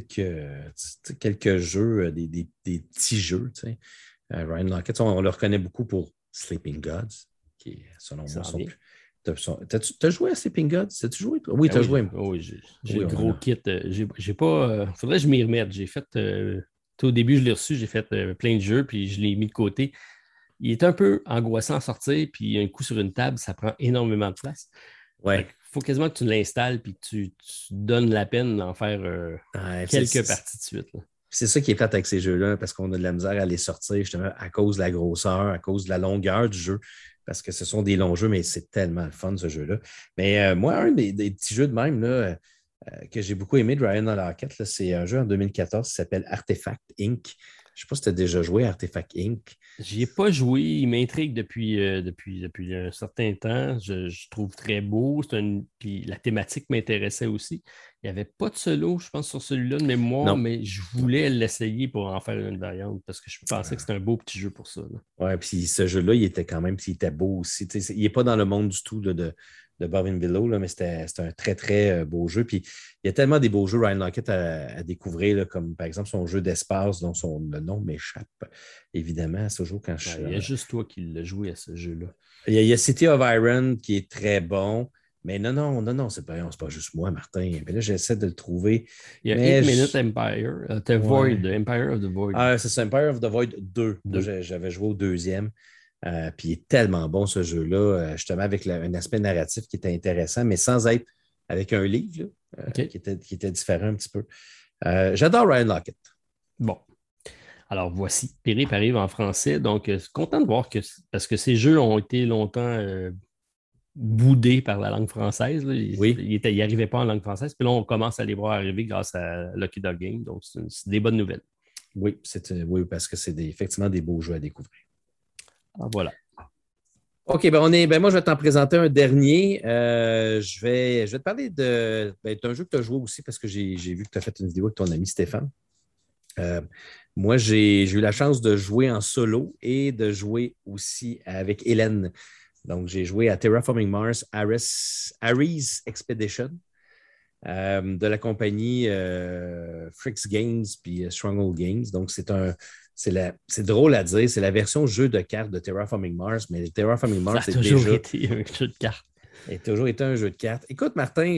[SPEAKER 3] quelques jeux, des petits jeux. Ryan Laukat, on le reconnaît beaucoup pour Sleeping Gods, qui est selon moi son plus... T'as joué à Sleeping Gods? T'as-tu joué? Oui, t'as joué.
[SPEAKER 2] Oui, j'ai le gros kit. J'ai pas... faudrait que je m'y remette. J'ai fait... au début, je l'ai reçu, j'ai fait plein de jeux, puis je l'ai mis de côté. Il est un peu angoissant à sortir, puis un coup sur une table, ça prend énormément de place.
[SPEAKER 3] Ouais.
[SPEAKER 2] Il faut quasiment que tu l'installes, puis que tu donnes la peine d'en faire quelques parties de suite. Là.
[SPEAKER 3] C'est ça qui est plate avec ces jeux-là, parce qu'on a de la misère à les sortir, justement, à cause de la grosseur, à cause de la longueur du jeu, parce que ce sont des longs jeux, mais c'est tellement le fun, ce jeu-là. Mais moi, un des petits jeux de même, là, que j'ai beaucoup aimé de Ryan Laukat, c'est un jeu en 2014 qui s'appelle Artefact Inc. Je ne sais pas si tu as déjà joué à Artefact Inc.
[SPEAKER 2] J'y ai pas joué. Il m'intrigue depuis un certain temps. Je trouve très beau. Puis la thématique m'intéressait aussi. Il n'y avait pas de solo, je pense, sur celui-là de mémoire, mais je voulais l'essayer pour en faire une variante parce que je pensais que c'était un beau petit jeu pour ça.
[SPEAKER 3] Oui, puis ce jeu-là, il était beau aussi. Il n'est pas dans le monde du tout là, de Bougainville, là, mais c'était un très, très beau jeu. Puis il y a tellement des beaux jeux Ryan Lockett à découvrir, là, comme par exemple son jeu d'espace dont le nom m'échappe, évidemment, à ce jour quand je...
[SPEAKER 2] Il y a juste toi qui l'as joué à ce jeu-là.
[SPEAKER 3] Il y a City of Iron qui est très bon. Mais non, c'est pas juste moi, Martin. Mais là, j'essaie de le trouver.
[SPEAKER 2] Il y a
[SPEAKER 3] mais
[SPEAKER 2] 8 Minute Empire. The Void, Empire of the Void.
[SPEAKER 3] Ah, c'est ça, Empire of the Void 2. Moi, j'avais joué au deuxième. Puis il est tellement bon, ce jeu-là, justement, avec un aspect narratif qui était intéressant, mais sans être avec un livre là, qui était différent un petit peu. J'adore Ryan Lockett.
[SPEAKER 2] Bon. Alors, voici. Périple arrive en français. Donc, content de voir parce que ces jeux ont été longtemps boudés par la langue française. Là. Ils n'arrivaient pas en langue française. Puis là, on commence à les voir arriver grâce à Lucky Dog Game. Donc, c'est des bonnes nouvelles.
[SPEAKER 3] Oui, parce que c'est effectivement des beaux jeux à découvrir.
[SPEAKER 2] Ah, voilà.
[SPEAKER 3] OK, moi, je vais t'en présenter un dernier. Je vais te parler d'un jeu que tu as joué aussi parce que j'ai vu que tu as fait une vidéo avec ton ami Stéphane. Moi, j'ai eu la chance de jouer en solo et de jouer aussi avec Hélène. Donc, j'ai joué à Terraforming Mars Ares Expedition de la compagnie Fricks Games puis Stronghold Games. Donc, c'est drôle à dire, c'est la version jeu de cartes de Terraforming Mars, mais Terraforming Mars,
[SPEAKER 2] ça a toujours été un jeu de cartes.
[SPEAKER 3] Ça a toujours été un jeu de cartes. Écoute, Martin,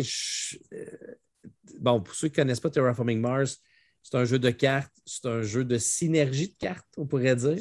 [SPEAKER 3] pour ceux qui ne connaissent pas Terraforming Mars, c'est un jeu de cartes, c'est un jeu de synergie de cartes, on pourrait dire.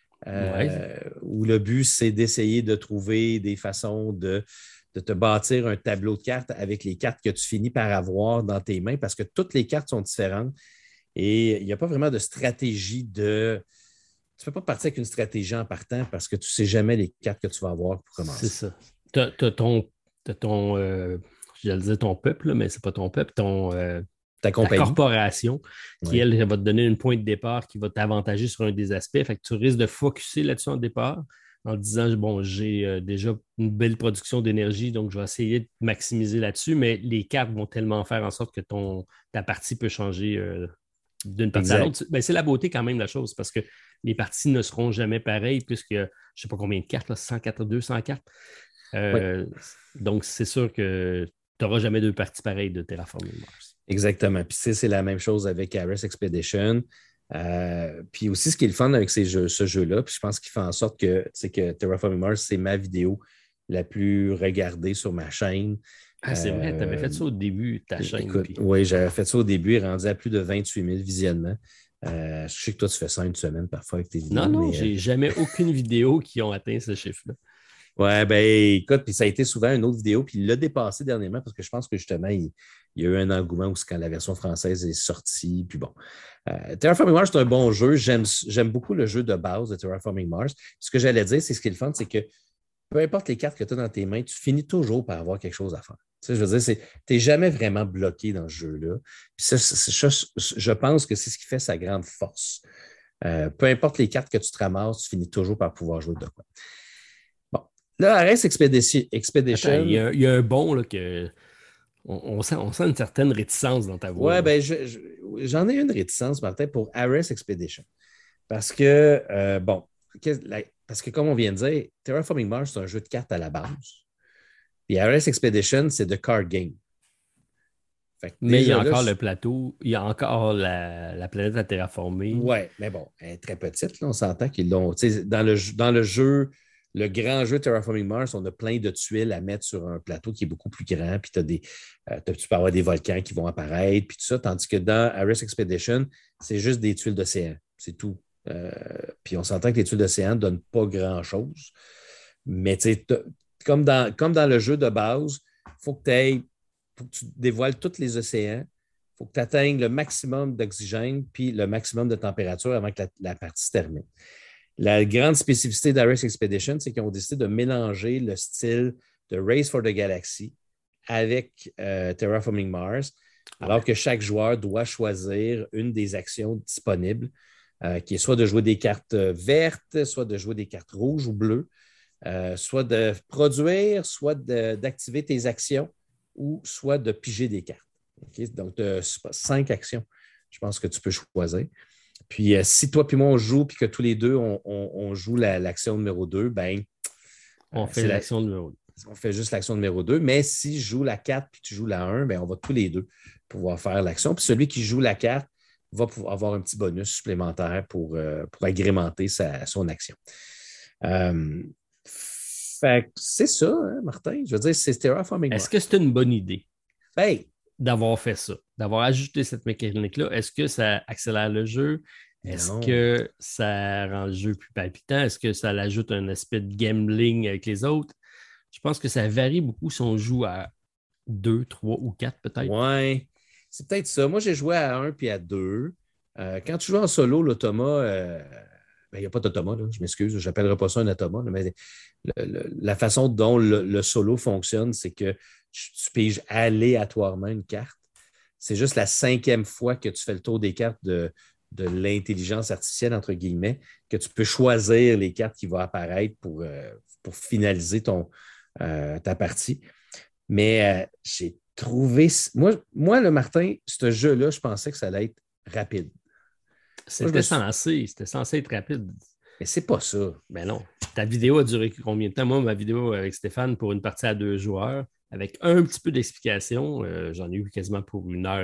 [SPEAKER 3] Où le but, c'est d'essayer de trouver des façons de te bâtir un tableau de cartes avec les cartes que tu finis par avoir dans tes mains parce que toutes les cartes sont différentes et il n'y a pas vraiment de stratégie Tu ne peux pas partir avec une stratégie en partant parce que tu ne sais jamais les cartes que tu vas avoir pour commencer.
[SPEAKER 2] C'est ça. Tu as ton j'allais dire ton peuple, mais c'est pas ton peuple, ta corporation qui, elle, va te donner une pointe de départ qui va t'avantager sur un des aspects. Fait que tu risques de focusser là-dessus en départ en te disant, j'ai déjà une belle production d'énergie, donc je vais essayer de maximiser là-dessus, mais les cartes vont tellement faire en sorte que ta partie peut changer d'une partie à l'autre. Ben, c'est la beauté quand même de la chose, parce que les parties ne seront jamais pareilles, puisque je ne sais pas combien de cartes, là, 200 cartes. Donc, c'est sûr que tu n'auras jamais deux parties pareilles de Terraforming Mars.
[SPEAKER 3] Exactement. Puis c'est la même chose avec Ares Expedition. Puis aussi, ce qui est le fun avec ce jeu-là, puis je pense qu'il fait en sorte que Terraforming Mars, c'est ma vidéo la plus regardée sur ma chaîne.
[SPEAKER 2] Ah, c'est vrai, tu avais fait ça au début de ta chaîne.
[SPEAKER 3] Écoute, oui, j'avais fait ça au début, rendu à plus de 28 000 visionnements. Je sais que toi, tu fais ça une semaine parfois avec tes vidéos.
[SPEAKER 2] Non, j'ai jamais aucune vidéo qui ont atteint ce chiffre-là.
[SPEAKER 3] Ouais, écoute, puis ça a été souvent une autre vidéo, puis il l'a dépassé dernièrement parce que je pense que justement, il y a eu un engouement où quand la version française est sortie. Puis bon, Terraforming Mars, c'est un bon jeu. J'aime beaucoup le jeu de base de Terraforming Mars. Ce que j'allais dire, c'est ce qui est le fun, c'est que peu importe les cartes que tu as dans tes mains, tu finis toujours par avoir quelque chose à faire. Tu sais, je veux dire, tu n'es jamais vraiment bloqué dans ce jeu-là. Puis ça, je pense que c'est ce qui fait sa grande force. Peu importe les cartes que tu te ramasses, tu finis toujours par pouvoir jouer de quoi. Là, Ares Expedition.
[SPEAKER 2] Attends, il y a un bon là, que on sent une certaine réticence dans ta voix.
[SPEAKER 3] Oui, j'en ai une réticence, Martin, pour Ares Expedition. Parce que, parce que comme on vient de dire, Terraforming Mars, c'est un jeu de cartes à la base. Puis Ares Expedition, c'est de card game.
[SPEAKER 2] Mais il y a encore le plateau, il y a encore la planète à terraformer.
[SPEAKER 3] Oui, mais bon, elle est très petite, là, on s'entend qu'ils l'ont. Dans le jeu. Le grand jeu Terraforming Mars, on a plein de tuiles à mettre sur un plateau qui est beaucoup plus grand, puis tu peux avoir des volcans qui vont apparaître, puis tout ça, tandis que dans Ares Expedition, c'est juste des tuiles d'océan, c'est tout. Puis on s'entend que les tuiles d'océan ne donnent pas grand-chose, mais comme dans le jeu de base, il faut que tu dévoiles tous les océans, il faut que tu atteignes le maximum d'oxygène puis le maximum de température avant que la partie se termine. La grande spécificité d'Ares Expedition, c'est qu'ils ont décidé de mélanger le style de Race for the Galaxy avec Terraforming Mars, alors que chaque joueur doit choisir une des actions disponibles, qui est soit de jouer des cartes vertes, soit de jouer des cartes rouges ou bleues, soit de produire, soit d'activer tes actions, ou soit de piger des cartes. Okay? Donc, tu as 5 actions, je pense que tu peux choisir. Puis, si toi et moi, on joue, puis que tous les deux, on joue l'action numéro 2,
[SPEAKER 2] on fait l'action numéro 2.
[SPEAKER 3] on fait juste l'action numéro 2. Mais si je joue la 4 puis tu joues la 1, bien, on va tous les deux pouvoir faire l'action. Puis celui qui joue la 4 va pouvoir avoir un petit bonus supplémentaire pour agrémenter son action. Fait que c'est ça, hein, Martin. Je veux dire, c'est Terraforming Mars.
[SPEAKER 2] Est-ce que c'est une bonne idée
[SPEAKER 3] ben,
[SPEAKER 2] d'avoir fait ça, d'avoir ajouté cette mécanique-là? Est-ce que ça accélère le jeu? Est-ce que ça rend le jeu plus palpitant? Est-ce que ça l'ajoute un aspect de gambling avec les autres? Je pense que ça varie beaucoup si on joue à 2, 3 ou 4 peut-être.
[SPEAKER 3] Oui, c'est peut-être ça. Moi, j'ai joué à 1 puis à 2. Quand tu joues en solo, l'automa, il n'y a pas d'automa, je m'excuse, je n'appellerai pas ça un automa, mais la façon dont le solo fonctionne, c'est que tu piges aléatoirement une carte. C'est juste la 5e fois que tu fais le tour des cartes de l'intelligence artificielle, entre guillemets, que tu peux choisir les cartes qui vont apparaître pour finaliser ta partie. Mais j'ai trouvé... Moi, le Martin, ce jeu-là, je pensais que ça allait être rapide.
[SPEAKER 2] C'était censé être rapide.
[SPEAKER 3] Mais c'est pas ça.
[SPEAKER 2] Ben non. Ta vidéo a duré combien de temps? Moi, ma vidéo avec Stéphane pour une partie à 2 joueurs, avec un petit peu d'explication, j'en ai eu quasiment pour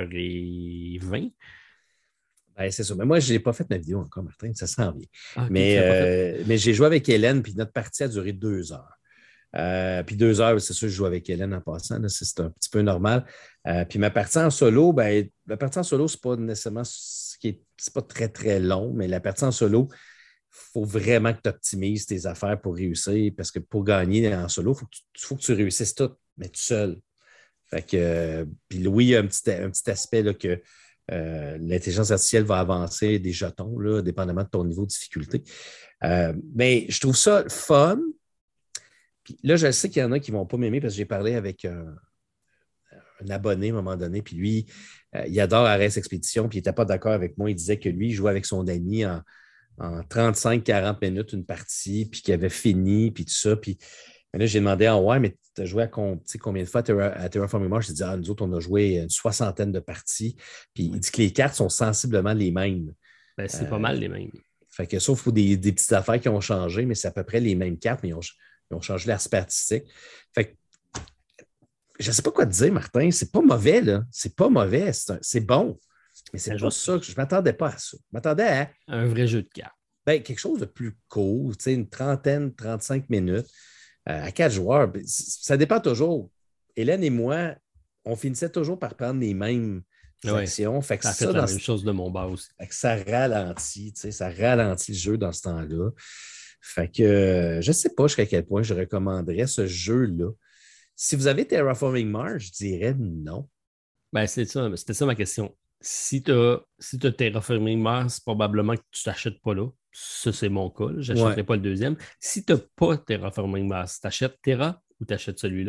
[SPEAKER 2] 1h20.
[SPEAKER 3] Ben, c'est ça. Mais moi, je n'ai pas fait ma vidéo encore, Martin. Ça s'en vient.
[SPEAKER 2] Ah,
[SPEAKER 3] mais j'ai joué avec Hélène, puis notre partie a duré 2 heures. Puis 2 heures, c'est sûr, je joue avec Hélène en passant. Là, c'est un petit peu normal. Puis ma partie en solo, c'est pas nécessairement c'est pas très, très long, mais la partie en solo, il faut vraiment que tu optimises tes affaires pour réussir. Parce que pour gagner en solo, il faut que tu réussisses tout, mais tout seul. Fait que, puis oui, il y a un petit aspect là, que l'intelligence artificielle va avancer des jetons, là, dépendamment de ton niveau de difficulté. Mais je trouve ça fun. Puis là, je sais qu'il y en a qui ne vont pas m'aimer parce que j'ai parlé avec un abonné à un moment donné, puis lui, il adore Ares Expédition, puis il n'était pas d'accord avec moi. Il disait que lui, il jouait avec son ami en 35-40 minutes une partie, puis qu'il avait fini, puis tout ça. Puis là, j'ai demandé ouais, mais tu as joué à combien de fois à Terraforming Mars? J'ai dit, nous autres, on a joué une 60aine de parties. Puis il dit que les cartes sont sensiblement les mêmes.
[SPEAKER 2] Ben, c'est pas mal les mêmes.
[SPEAKER 3] Fait que sauf des petites affaires qui ont changé, mais c'est à peu près les mêmes cartes, mais ils ont changé l'aspect artistique. Fait que je ne sais pas quoi te dire, Martin. C'est pas mauvais, là. C'est pas mauvais. C'est bon. Mais c'est pas ça. Je ne m'attendais pas à ça. Je m'attendais à
[SPEAKER 2] un vrai jeu de cartes.
[SPEAKER 3] Ben, quelque chose de plus court, une 35 minutes. À 4 joueurs, ça dépend toujours. Hélène et moi, on finissait toujours par prendre les mêmes actions. Fait que
[SPEAKER 2] ça fait la même chose de mon bas aussi.
[SPEAKER 3] Fait que ça ralentit le jeu dans ce temps-là. Fait que je ne sais pas jusqu'à quel point je recommanderais ce jeu-là. Si vous avez Terraforming Mars, je dirais non.
[SPEAKER 2] Ben, c'était ça ma question. Si tu as Terraforming Mars, probablement que tu ne t'achètes pas là. Ça, c'est mon cas. Je n'achèterai pas le deuxième. Si tu n'as pas Terraforming Mars, tu achètes Terra ou tu achètes celui-là?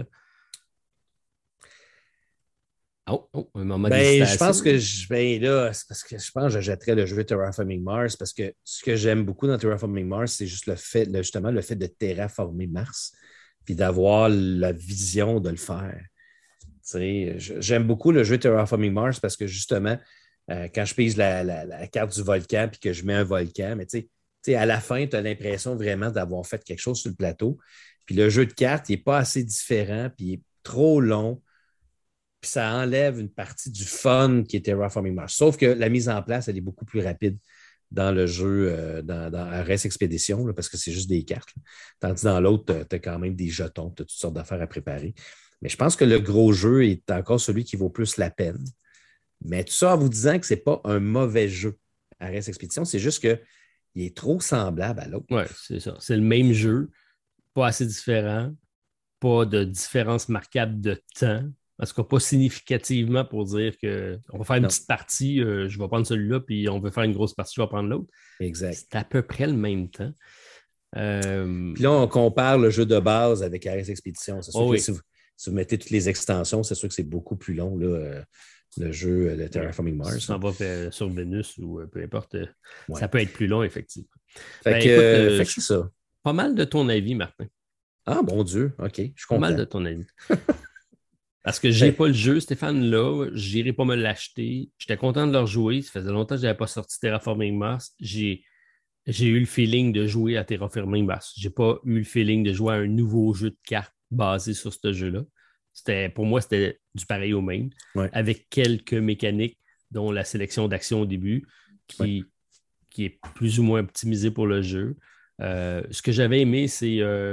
[SPEAKER 2] Un moment d'hésitation.
[SPEAKER 3] Je pense que c'est parce que je pense que j'achèterais le jeu Terraforming Mars parce que ce que j'aime beaucoup dans Terraforming Mars, c'est juste justement le fait de terraformer Mars puis d'avoir la vision de le faire. J'aime beaucoup le jeu Terraforming Mars parce que justement, quand je pise la carte du volcan puis que je mets un volcan, mais à la fin, tu as l'impression vraiment d'avoir fait quelque chose sur le plateau. Puis le jeu de cartes, il n'est pas assez différent, puis il est trop long. Puis ça enlève une partie du fun qui est Terraforming Mars. Sauf que la mise en place, elle est beaucoup plus rapide dans le jeu, dans Ares Expédition, là, parce que c'est juste des cartes. Là. Tandis que dans l'autre, tu as quand même des jetons, tu as toutes sortes d'affaires à préparer. Mais je pense que le gros jeu est encore celui qui vaut plus la peine. Mais tout ça en vous disant que ce n'est pas un mauvais jeu, Ares Expédition, c'est juste qu'il est trop semblable à l'autre.
[SPEAKER 2] Oui, c'est ça. C'est le même jeu, pas assez différent, pas de différence marquable de temps. En tout cas, pas significativement pour dire qu'on va faire une petite partie, je vais prendre celui-là, puis on veut faire une grosse partie, je vais prendre l'autre.
[SPEAKER 3] Exact.
[SPEAKER 2] C'est à peu près le même temps.
[SPEAKER 3] Puis là, on compare le jeu de base avec Ares Expédition. C'est sûr que si vous mettez toutes les extensions, c'est sûr que c'est beaucoup plus long, là, le jeu de Terraforming Mars.
[SPEAKER 2] Si on va sur Vénus ou peu importe, ça peut être plus long, effectivement.
[SPEAKER 3] Fait que c'est ça.
[SPEAKER 2] Pas mal de ton avis, Martin.
[SPEAKER 3] Ah, mon Dieu, OK, je suis content.
[SPEAKER 2] Pas mal de ton avis. Parce que j'ai pas le jeu, Stéphane, là, j'irai pas me l'acheter. J'étais content de le rejouer. Ça faisait longtemps que je n'avais pas sorti Terraforming Mars. J'ai eu le feeling de jouer à Terraforming Mars. J'ai pas eu le feeling de jouer à un nouveau jeu de cartes basé sur ce jeu-là. Pour moi, c'était du pareil au même,
[SPEAKER 3] ouais.
[SPEAKER 2] avec quelques mécaniques, dont la sélection d'action au début, qui est plus ou moins optimisée pour le jeu. Ce que j'avais aimé, c'est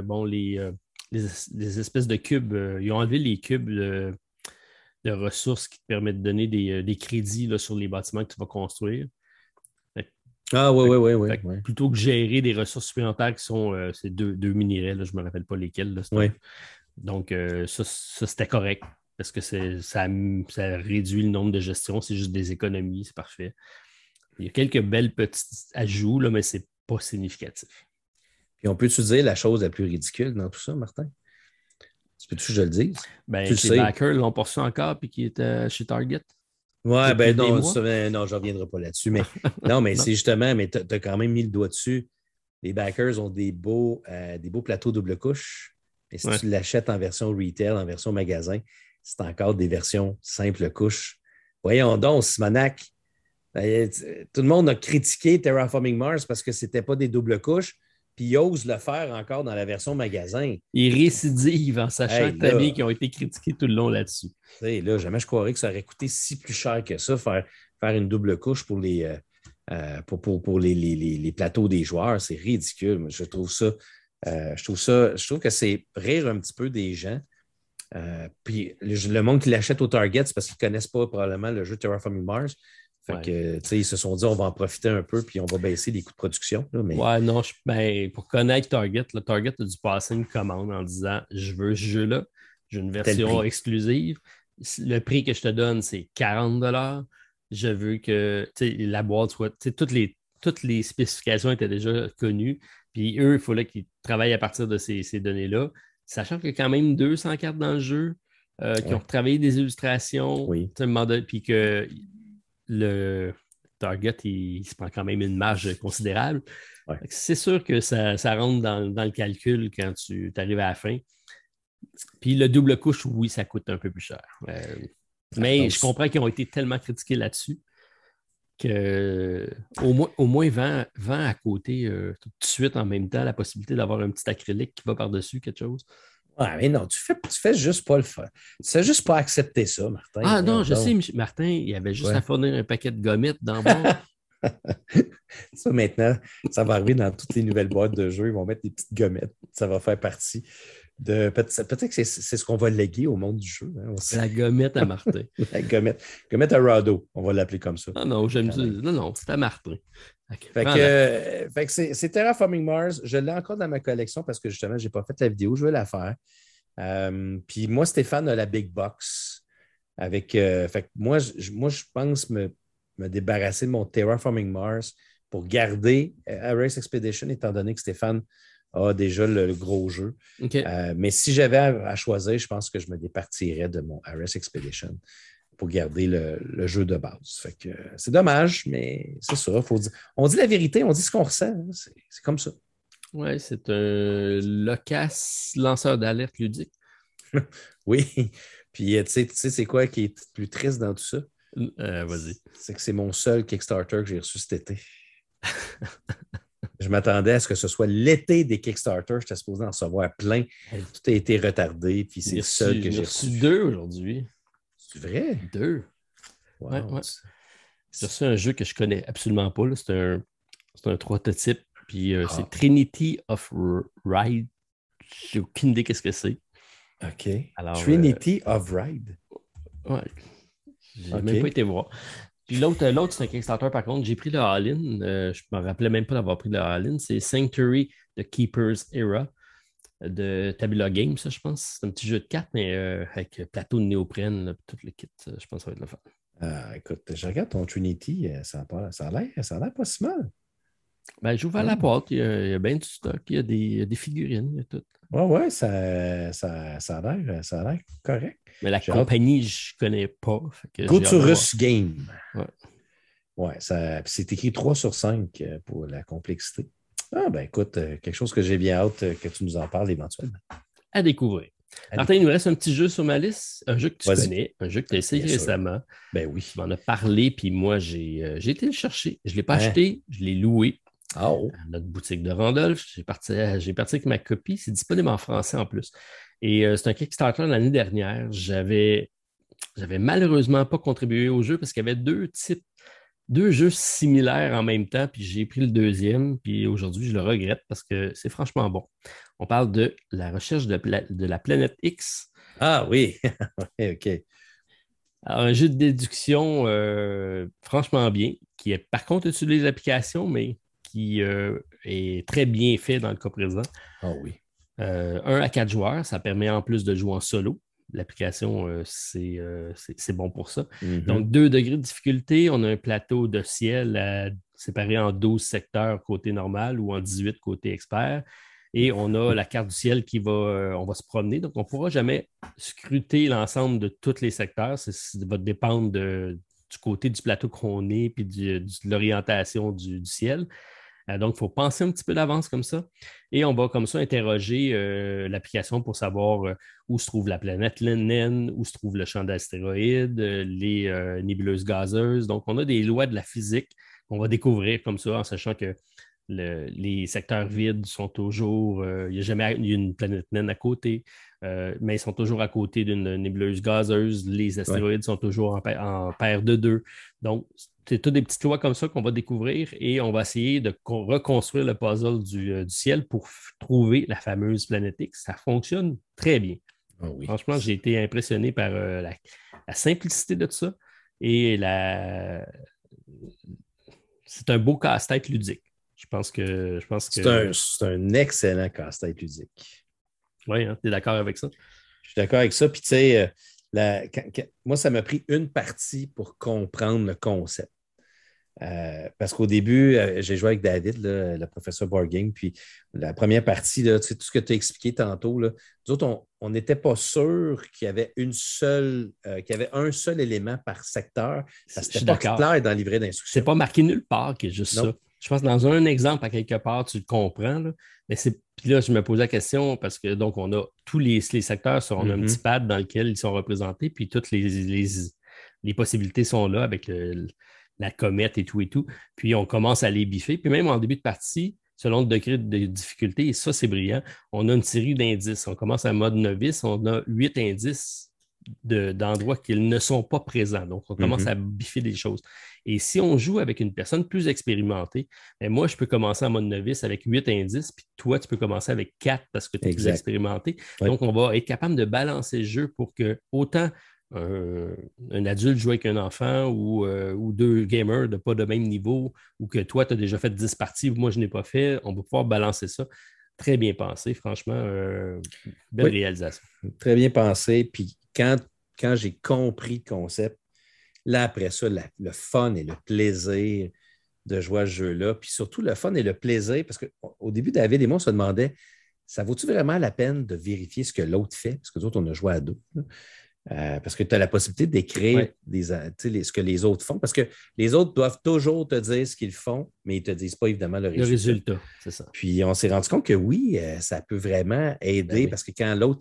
[SPEAKER 2] les espèces de cubes. Ils ont enlevé les cubes de ressources qui te permettent de donner des crédits là, sur les bâtiments que tu vas construire.
[SPEAKER 3] Oui.
[SPEAKER 2] Plutôt que gérer des ressources supplémentaires qui sont ces deux minerais, là, je ne me rappelle pas lesquels. Là, donc, ça, c'était correct parce que ça réduit le nombre de gestion. C'est juste des économies, c'est parfait. Il y a quelques belles petites ajouts, là, mais ce n'est pas significatif.
[SPEAKER 3] Puis on peut-tu dire la chose la plus ridicule dans tout ça, Martin? Tu peux-tu que je le dise?
[SPEAKER 2] Les backers l'ont poursuivi encore puis qui était chez Target.
[SPEAKER 3] Ouais, non, je ne reviendrai pas là-dessus. Mais non, mais c'est justement, mais tu as quand même mis le doigt dessus. Les backers ont des beaux plateaux double couche. Et si tu l'achètes en version retail, en version magasin, c'est encore des versions simple couche. Voyons donc, Simonac. Tout le monde a critiqué Terraforming Mars parce que ce n'était pas des doubles couches. Puis ils osent le faire encore dans la version magasin.
[SPEAKER 2] Ils récidivent en sachant que t'as bien qu'ils ont été critiqués tout le long là-dessus.
[SPEAKER 3] Là, jamais je croirais que ça aurait coûté si plus cher que ça, faire une double couche pour les plateaux des joueurs. C'est ridicule. Je trouve que c'est rire un petit peu des gens. Puis le monde qui l'achète au Target, c'est parce qu'ils ne connaissent pas probablement le jeu Terraforming Mars. Fait que, ils se sont dit, on va en profiter un peu, puis on va baisser les coûts de production. Là, mais...
[SPEAKER 2] Ouais, non, pour connaître Target, Target a dû passer une commande en disant, je veux ce jeu-là, j'ai une version exclusive. Le prix que je te donne, c'est 40$. Je veux que la boîte soit, toutes les spécifications étaient déjà connues, puis eux, il fallait qu'ils travaillent à partir de ces données-là, sachant qu'il y a quand même 200 cartes dans le jeu, qui ont travaillé des illustrations, puis que le Target, il se prend quand même une marge considérable. Ouais. C'est sûr que ça rentre dans le calcul quand tu arrives à la fin. Puis le double couche, oui, ça coûte un peu plus cher. Mais je comprends qu'ils ont été tellement critiqués là-dessus qu'au moins vend à côté tout de suite en même temps la possibilité d'avoir un petit acrylique qui va par-dessus quelque chose.
[SPEAKER 3] Ouais, mais non, tu fais juste pas le faire. Tu fais juste pas accepter ça, Martin.
[SPEAKER 2] Ah non, je sais, Martin, il avait juste à fournir un paquet de gommettes dans le bord.
[SPEAKER 3] Ça, maintenant, ça va arriver dans toutes les nouvelles boîtes de jeux. Ils vont mettre des petites gommettes. Ça va faire partie de... Peut-être que c'est ce qu'on va léguer au monde du jeu. Hein,
[SPEAKER 2] la gommette à Martin.
[SPEAKER 3] La gommette à Rado, on va l'appeler comme ça.
[SPEAKER 2] Non, j'aime ça. Non, c'est à Martin.
[SPEAKER 3] Fait que c'est Terraforming Mars. Je l'ai encore dans ma collection parce que justement, je n'ai pas fait la vidéo. Je vais la faire. Puis moi, Stéphane a la Big Box. Fait que moi, je pense me débarrasser de mon Terraforming Mars pour garder Ares Expedition, étant donné que Stéphane a déjà le gros jeu.
[SPEAKER 2] Okay.
[SPEAKER 3] Mais si j'avais à choisir, je pense que je me départirais de mon Ares Expedition pour garder le jeu de base. Fait que c'est dommage, mais c'est ça. On dit la vérité, on dit ce qu'on ressent. Hein. C'est comme ça.
[SPEAKER 2] Oui, c'est un loquace lanceur d'alerte ludique.
[SPEAKER 3] Oui. Puis, tu sais, c'est quoi qui est plus triste dans tout ça?
[SPEAKER 2] Vas-y.
[SPEAKER 3] C'est que c'est mon seul Kickstarter que j'ai reçu cet été. Je m'attendais à ce que ce soit l'été des Kickstarter. J'étais supposé en recevoir plein. Tout a été retardé. Puis c'est le seul que j'ai reçu.
[SPEAKER 2] 2 aujourd'hui.
[SPEAKER 3] C'est vrai?
[SPEAKER 2] 2.
[SPEAKER 3] Wow.
[SPEAKER 2] Ouais. J'ai reçu un jeu que je connais absolument pas. Là. C'est un prototype. Puis c'est Trinity of Ride. J'ai aucune idée qu'est-ce que c'est.
[SPEAKER 3] OK. Alors, Trinity of Ride.
[SPEAKER 2] Ouais. J'ai même pas été voir. Puis l'autre, c'est un Kickstarter, par contre. J'ai pris le All-In. Je ne me rappelais même pas d'avoir pris le All-In. C'est Sanctuary The Keeper's Era de Tabula Games, ça, je pense. C'est un petit jeu de cartes, mais avec plateau de néoprène, là, tout le kit. Je pense que ça va être le fun.
[SPEAKER 3] Écoute, je regarde ton Trinity. Ça a l'air pas si mal.
[SPEAKER 2] Ben, j'ouvre la porte. Il y a bien du stock. Il y a des figurines. Il y a tout.
[SPEAKER 3] Ouais, ça a l'air correct.
[SPEAKER 2] Mais la compagnie, je ne connais pas.
[SPEAKER 3] Couturus Game.
[SPEAKER 2] Ouais.
[SPEAKER 3] Ouais, c'est écrit 3 sur 5 pour la complexité. Ah, ben écoute, quelque chose que j'ai bien hâte que tu nous en parles éventuellement.
[SPEAKER 2] À découvrir. Martin, il nous reste un petit jeu sur ma liste, un jeu que tu connais, un jeu que tu as essayé récemment.
[SPEAKER 3] Ben oui.
[SPEAKER 2] Tu m'en as parlé, puis moi, j'ai été le chercher. Je ne l'ai pas acheté, je l'ai loué.
[SPEAKER 3] À
[SPEAKER 2] notre boutique de Randolph. J'ai parti avec ma copie. C'est disponible en français en plus. Et c'est un Kickstarter l'année dernière. J'avais malheureusement pas contribué au jeu parce qu'il y avait deux jeux similaires en même temps, puis j'ai pris le deuxième, puis aujourd'hui, je le regrette parce que c'est franchement bon. On parle de la recherche de la planète X.
[SPEAKER 3] Ah oui, OK.
[SPEAKER 2] Alors, un jeu de déduction franchement bien, qui est par contre utilise l'application, mais qui est très bien fait dans le cas présent.
[SPEAKER 3] Ah oui.
[SPEAKER 2] 1 à 4 joueurs, ça permet en plus de jouer en solo. L'application, c'est bon pour ça.
[SPEAKER 3] Mm-hmm.
[SPEAKER 2] Donc, 2 degrés de difficulté. On a un plateau de ciel séparé en 12 secteurs côté normal ou en 18 côté expert. Et on a la carte du ciel on va se promener. Donc, on ne pourra jamais scruter l'ensemble de tous les secteurs. Ça va dépendre du côté du plateau qu'on est puis de l'orientation du ciel. Donc, il faut penser un petit peu d'avance comme ça. Et on va comme ça interroger l'application pour savoir où se trouve la planète naine, où se trouve le champ d'astéroïdes, les nébuleuses gazeuses. Donc, on a des lois de la physique qu'on va découvrir comme ça en sachant que les secteurs vides sont toujours... il n'y a jamais une planète naine à côté, mais ils sont toujours à côté d'une nébuleuse gazeuse. Les astéroïdes sont toujours en paire de 2. Donc, c'est toutes des petites lois comme ça qu'on va découvrir et on va essayer de reconstruire le puzzle du ciel pour trouver la fameuse planète X. Ça fonctionne très bien.
[SPEAKER 3] Oh oui.
[SPEAKER 2] Franchement, j'ai été impressionné par la simplicité de tout ça et c'est un beau casse-tête ludique. Je pense que...
[SPEAKER 3] C'est un excellent casse-tête ludique.
[SPEAKER 2] Oui, hein, tu es d'accord avec ça?
[SPEAKER 3] Je suis d'accord avec ça. Puis, tu sais, moi, ça m'a pris une partie pour comprendre le concept. Parce qu'au début, j'ai joué avec David, le professeur Board Game, puis la première partie, là, tu sais, tout ce que tu as expliqué tantôt, là, nous autres, on n'était pas sûr qu'il y avait un seul élément par secteur. C'était pas clair dans le livret d'instruction.
[SPEAKER 2] C'est pas marqué nulle part qu'il y a juste ça. Je pense que dans un exemple, à quelque part, tu le comprends. Là. Mais puis là, je me pose la question parce que donc on a tous les secteurs, on a un petit pad dans lequel ils sont représentés, puis toutes les possibilités sont là avec la comète et tout. Puis on commence à les biffer. Puis même en début de partie, selon le degré de difficulté, et ça, c'est brillant, on a une série d'indices. On commence en mode novice, on a 8 indices d'endroits qui ne sont pas présents. Donc, on commence à biffer des choses. Et si on joue avec une personne plus expérimentée, bien, moi, je peux commencer en mode novice avec 8 indices, puis toi, tu peux commencer avec 4 parce que tu es plus expérimenté. Oui. Donc, on va être capable de balancer le jeu pour que autant un adulte joue avec un enfant ou 2 gamers de pas de même niveau ou que toi, tu as déjà fait 10 parties ou moi, je n'ai pas fait, on va pouvoir balancer ça. Très bien pensé, franchement, belle réalisation.
[SPEAKER 3] Très bien pensé. Puis quand j'ai compris le concept, là, après ça, le fun et le plaisir de jouer à ce jeu-là, puis surtout le fun et le plaisir, parce qu'au début, David et moi, on se demandait, ça vaut-tu vraiment la peine de vérifier ce que l'autre fait? Parce que nous autres, on a joué à deux. Parce que tu as la possibilité d'écrire ce que les autres font. Parce que les autres doivent toujours te dire ce qu'ils font, mais ils ne te disent pas évidemment le résultat.
[SPEAKER 2] Le résultat, c'est ça.
[SPEAKER 3] Puis on s'est rendu compte que oui, ça peut vraiment aider parce que quand l'autre,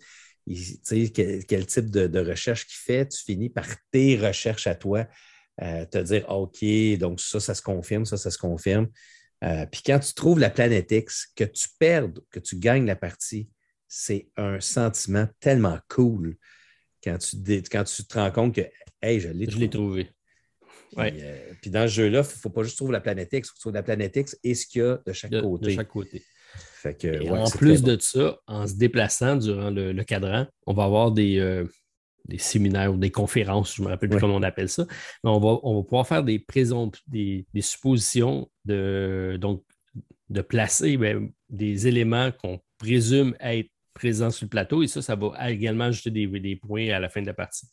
[SPEAKER 3] quel type de recherche qu'il fait, tu finis par tes recherches à toi, te dire OK, donc ça se confirme, ça se confirme. Puis quand tu trouves la planète X, que tu perdes, que tu gagnes la partie, c'est un sentiment tellement cool. Quand tu te rends compte que, hey, je l'ai
[SPEAKER 2] trouvé.
[SPEAKER 3] Puis dans ce jeu-là, il ne faut pas juste trouver la planète X, il faut trouver la planète X et ce qu'il y a de chaque côté.
[SPEAKER 2] De chaque côté.
[SPEAKER 3] Fait que,
[SPEAKER 2] en plus de ça, en se déplaçant durant le cadran, on va avoir des séminaires ou des conférences, je ne me rappelle plus comment on appelle ça. Mais on va pouvoir faire des suppositions de placer des éléments qu'on présume être présent sur le plateau et ça va également ajouter des points à la fin de la partie.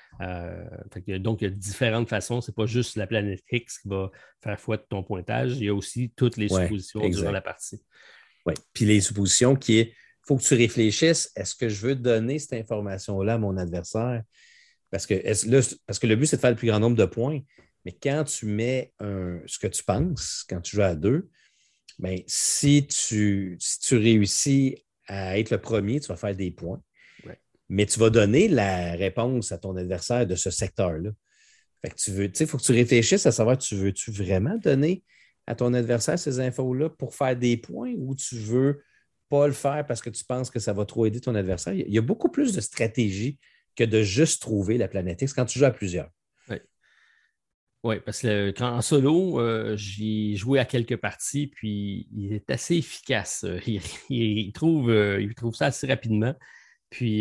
[SPEAKER 2] Donc, il y a différentes façons. Ce n'est pas juste la planète X qui va faire foi de ton pointage. Il y a aussi toutes les suppositions durant la partie.
[SPEAKER 3] Oui. Puis les suppositions il faut que tu réfléchisses. Est-ce que je veux donner cette information-là à mon adversaire? Parce que le but, c'est de faire le plus grand nombre de points. Mais quand tu mets ce que tu penses, quand tu joues à deux, bien, si tu réussis à être le premier, tu vas faire des points. Ouais. Mais tu vas donner la réponse à ton adversaire de ce secteur-là. Fait que il faut que tu réfléchisses à savoir, veux-tu vraiment donner à ton adversaire ces infos-là pour faire des points ou tu veux pas le faire parce que tu penses que ça va trop aider ton adversaire. Il y a beaucoup plus de stratégie que de juste trouver la planète X quand tu joues à plusieurs.
[SPEAKER 2] Oui. Oui, parce que en solo, j'ai joué à quelques parties, puis il est assez efficace. Il trouve ça assez rapidement. Puis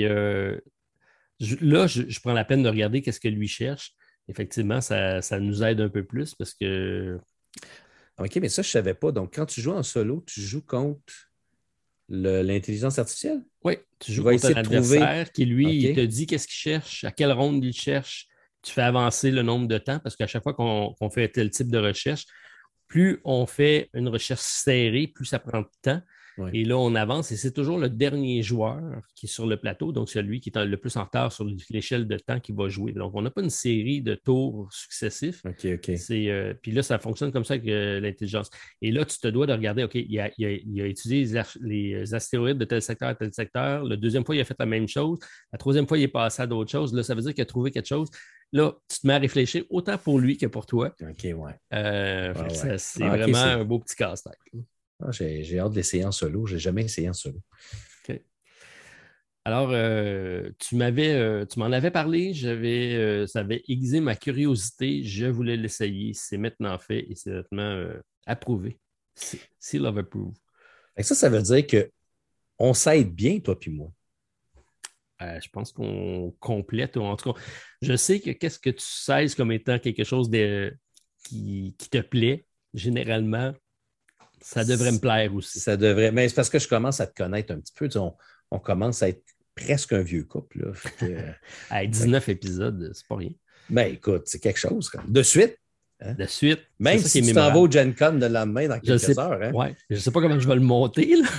[SPEAKER 2] je prends la peine de regarder qu'est-ce que lui cherche. Effectivement, ça nous aide un peu plus parce que.
[SPEAKER 3] OK, mais ça, je ne savais pas. Donc, quand tu joues en solo, tu joues contre l'intelligence artificielle?
[SPEAKER 2] Oui, tu joues contre un adversaire qui, lui,
[SPEAKER 3] okay.
[SPEAKER 2] il te dit qu'est-ce qu'il cherche, à quelle ronde il cherche. Tu fais avancer le nombre de temps parce qu'à chaque fois qu'on fait tel type de recherche, plus on fait une recherche serrée, plus ça prend de temps. Oui. Et là, on avance et c'est toujours le dernier joueur qui est sur le plateau, donc celui qui est le plus en retard sur l'échelle de temps qui va jouer. Donc, on n'a pas une série de tours successifs.
[SPEAKER 3] OK.
[SPEAKER 2] Puis là, ça fonctionne comme ça avec l'intelligence. Et là, tu te dois de regarder, OK, il a utilisé les astéroïdes de tel secteur à tel secteur. La deuxième fois, il a fait la même chose. La troisième fois, il est passé à d'autres choses. Là, ça veut dire qu'il a trouvé quelque chose. Là, tu te mets à réfléchir autant pour lui que pour toi.
[SPEAKER 3] OK, ouais.
[SPEAKER 2] C'est vraiment un beau petit casse-tête.
[SPEAKER 3] J'ai hâte d'essayer en solo. Je n'ai jamais essayé en solo.
[SPEAKER 2] OK. Alors, tu m'en avais parlé. Ça avait aiguisé ma curiosité. Je voulais l'essayer. C'est maintenant fait et c'est maintenant approuvé. Seal of approve.
[SPEAKER 3] Ça veut dire qu'on s'aide bien, toi puis moi.
[SPEAKER 2] Je pense qu'on complète. En tout cas, je sais que qu'est-ce que tu sais comme étant quelque chose qui te plaît, généralement, ça devrait me plaire aussi.
[SPEAKER 3] Ça devrait, mais c'est parce que je commence à te connaître un petit peu. On commence à être presque un vieux couple. Là.
[SPEAKER 2] 19 épisodes, c'est pas rien.
[SPEAKER 3] Ben écoute, c'est quelque chose. De suite.
[SPEAKER 2] Hein? De suite.
[SPEAKER 3] Même si tu t'en vas au Gen Con de lendemain dans quelques heures. Hein?
[SPEAKER 2] Ouais. Je ne sais pas comment je vais le monter. Là.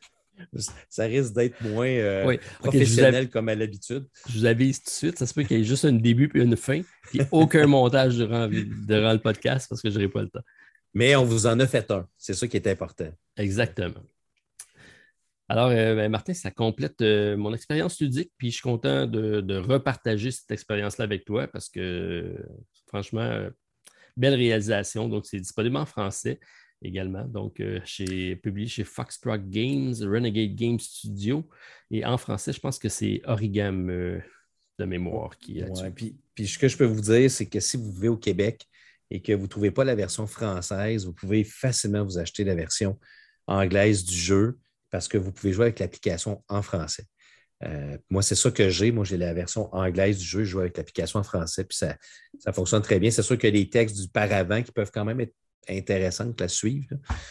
[SPEAKER 3] Ça risque d'être moins professionnel comme à l'habitude.
[SPEAKER 2] Je vous avise tout de suite, ça se peut qu'il y ait juste un début puis une fin, puis aucun montage durant le podcast parce que je n'aurai pas le temps.
[SPEAKER 3] Mais on vous en a fait un. C'est ça qui est important.
[SPEAKER 2] Exactement. Alors, Martin, ça complète mon expérience ludique, puis je suis content de repartager cette expérience-là avec toi parce que, franchement, belle réalisation. Donc, c'est disponible en français également. Donc, j'ai publié chez Foxtrot Games, Renegade Game Studio. Et en français, je pense que c'est Origam de mémoire qui est là-dessus.
[SPEAKER 3] Puis ce que je peux vous dire, c'est que si vous vivez au Québec et que vous ne trouvez pas la version française, vous pouvez facilement vous acheter la version anglaise du jeu parce que vous pouvez jouer avec l'application en français. Moi, c'est ça que j'ai. Moi, j'ai la version anglaise du jeu. Je joue avec l'application en français, puis ça fonctionne très bien. C'est sûr que les textes du paravent qui peuvent quand même être intéressants à suivre.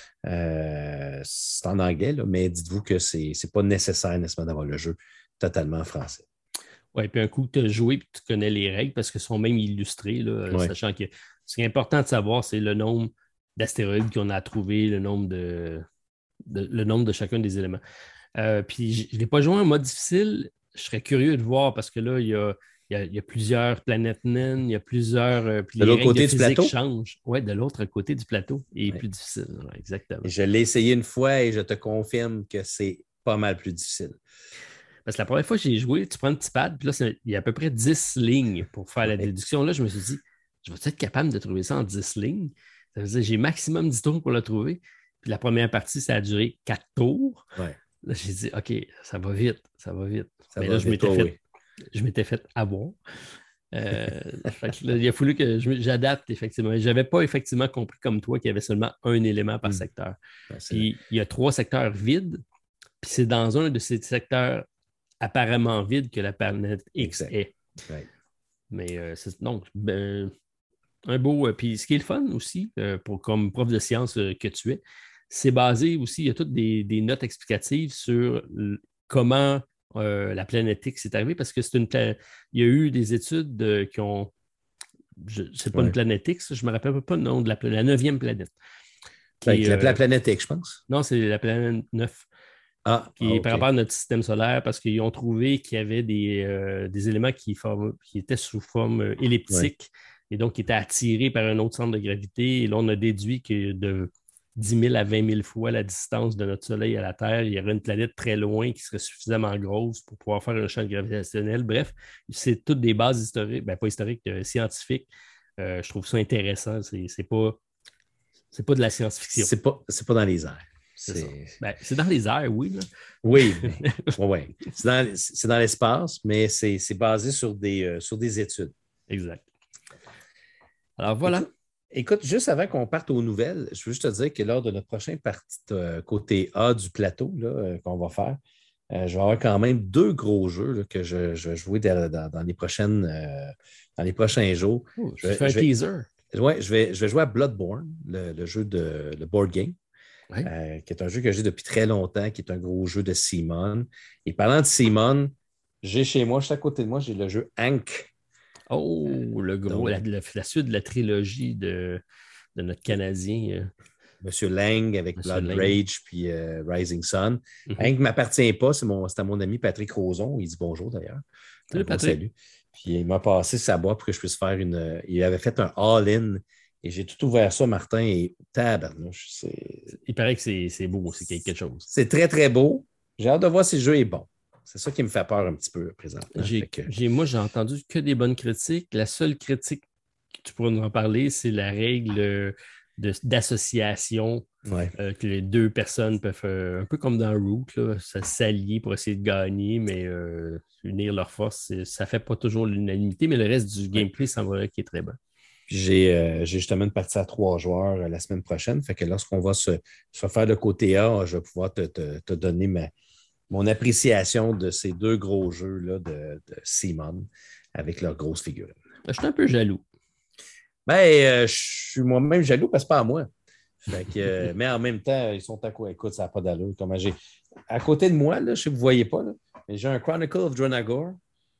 [SPEAKER 3] C'est en anglais, là, mais dites-vous que ce n'est pas nécessaire nécessairement d'avoir le jeu totalement en français.
[SPEAKER 2] Oui, puis un coup que tu as joué et tu connais les règles parce qu'elles sont même illustrées, là, sachant que ce qui est important de savoir, c'est le nombre d'astéroïdes qu'on a trouvé, le nombre de chacun des éléments. Puis je n'ai pas joué en mode difficile. Je serais curieux de voir parce que là, il y a plusieurs planètes naines, il y a plusieurs.
[SPEAKER 3] De l'autre côté du plateau?
[SPEAKER 2] Changent. Oui, de l'autre côté du plateau. Et plus difficile. Ouais, exactement.
[SPEAKER 3] Je l'ai essayé une fois et je te confirme que c'est pas mal plus difficile.
[SPEAKER 2] Parce que la première fois que j'ai joué, tu prends un petit pad, puis là, il y a à peu près 10 lignes pour faire la déduction. Là, je me suis dit, je vais être capable de trouver ça en 10 lignes. Ça veut dire que j'ai maximum 10 tours pour le trouver. Puis la première partie, ça a duré 4 tours.
[SPEAKER 3] Ouais.
[SPEAKER 2] Là, j'ai dit, OK, ça va vite.
[SPEAKER 3] Mais
[SPEAKER 2] là, je m'étais fait avoir. Il a fallu que j'adapte, effectivement. Je n'avais pas effectivement compris comme toi qu'il y avait seulement un élément par secteur. Puis il y a 3 secteurs vides. Puis c'est dans un de ces secteurs apparemment vides que la planète X est.
[SPEAKER 3] Ouais.
[SPEAKER 2] Mais donc, un beau. Puis ce qui est le fun aussi, comme prof de sciences que tu es, c'est basé aussi, il y a toutes des notes explicatives sur comment la planète X est arrivée, parce que il y a eu des études qui ont. C'est pas une planète X, je ne me rappelle pas le nom de la 9e planète.
[SPEAKER 3] La planète X, je pense.
[SPEAKER 2] Non, c'est la planète 9. Par rapport à notre système solaire, parce qu'ils ont trouvé qu'il y avait des éléments qui étaient sous forme elliptique et donc qui étaient attirés par un autre centre de gravité. Et là, on a déduit que de 10 000 à 20 000 fois la distance de notre Soleil à la Terre, il y aurait une planète très loin qui serait suffisamment grosse pour pouvoir faire un champ gravitationnel. Bref, c'est toutes des bases historiques, pas historiques, scientifiques. Je trouve ça intéressant. C'est pas de la science-fiction.
[SPEAKER 3] C'est pas dans les airs.
[SPEAKER 2] C'est dans les airs, oui. Là.
[SPEAKER 3] Oui, ouais. C'est dans l'espace, mais c'est basé sur des études.
[SPEAKER 2] Exact. Alors voilà.
[SPEAKER 3] Écoute, juste avant qu'on parte aux nouvelles, je veux juste te dire que lors de notre prochaine partie côté A du plateau là, qu'on va faire, je vais avoir quand même 2 gros jeux là, que je vais jouer dans les prochains jours.
[SPEAKER 2] Tu fais un teaser.
[SPEAKER 3] Oui, je vais jouer à Bloodborne, le jeu le board game, qui est un jeu que j'ai depuis très longtemps, qui est un gros jeu de Simon. Et parlant de Simon, j'ai chez moi, juste à côté de moi, j'ai le jeu Hank.
[SPEAKER 2] Le gros, la suite de la trilogie de notre Canadien.
[SPEAKER 3] Monsieur Lang avec Blood Rage puis Rising Sun. Hank ne m'appartient pas, c'est à mon ami Patrick Roson. Il dit bonjour d'ailleurs. Salut. Puis il m'a passé sa boîte pour que je puisse faire il avait fait un all-in et j'ai tout ouvert ça, Martin, et tabarnouche.
[SPEAKER 2] Il paraît que c'est beau, c'est quelque chose.
[SPEAKER 3] C'est très, très beau. J'ai hâte de voir si le jeu est bon. C'est ça qui me fait peur un petit peu présentement.
[SPEAKER 2] Moi, j'ai entendu que des bonnes critiques. La seule critique que tu pourrais nous en parler, c'est la règle d'association que les 2 personnes peuvent faire, un peu comme dans Root, s'allier pour essayer de gagner, mais unir leurs forces, ça ne fait pas toujours l'unanimité, mais le reste du gameplay semble qui est très bon.
[SPEAKER 3] J'ai justement une partie à 3 joueurs la semaine prochaine. Fait que lorsqu'on va se faire le côté A, je vais pouvoir te donner mon appréciation de ces 2 gros jeux-là de Simon avec leurs grosses figurines.
[SPEAKER 2] Je suis un peu jaloux.
[SPEAKER 3] Je suis moi-même jaloux parce que c'est pas à moi. Fait que, mais en même temps, ils sont à quoi? Écoute, ça n'a pas d'allure. À côté de moi, là, je sais que vous ne voyez pas, là, mais j'ai un Chronicle of Dronagor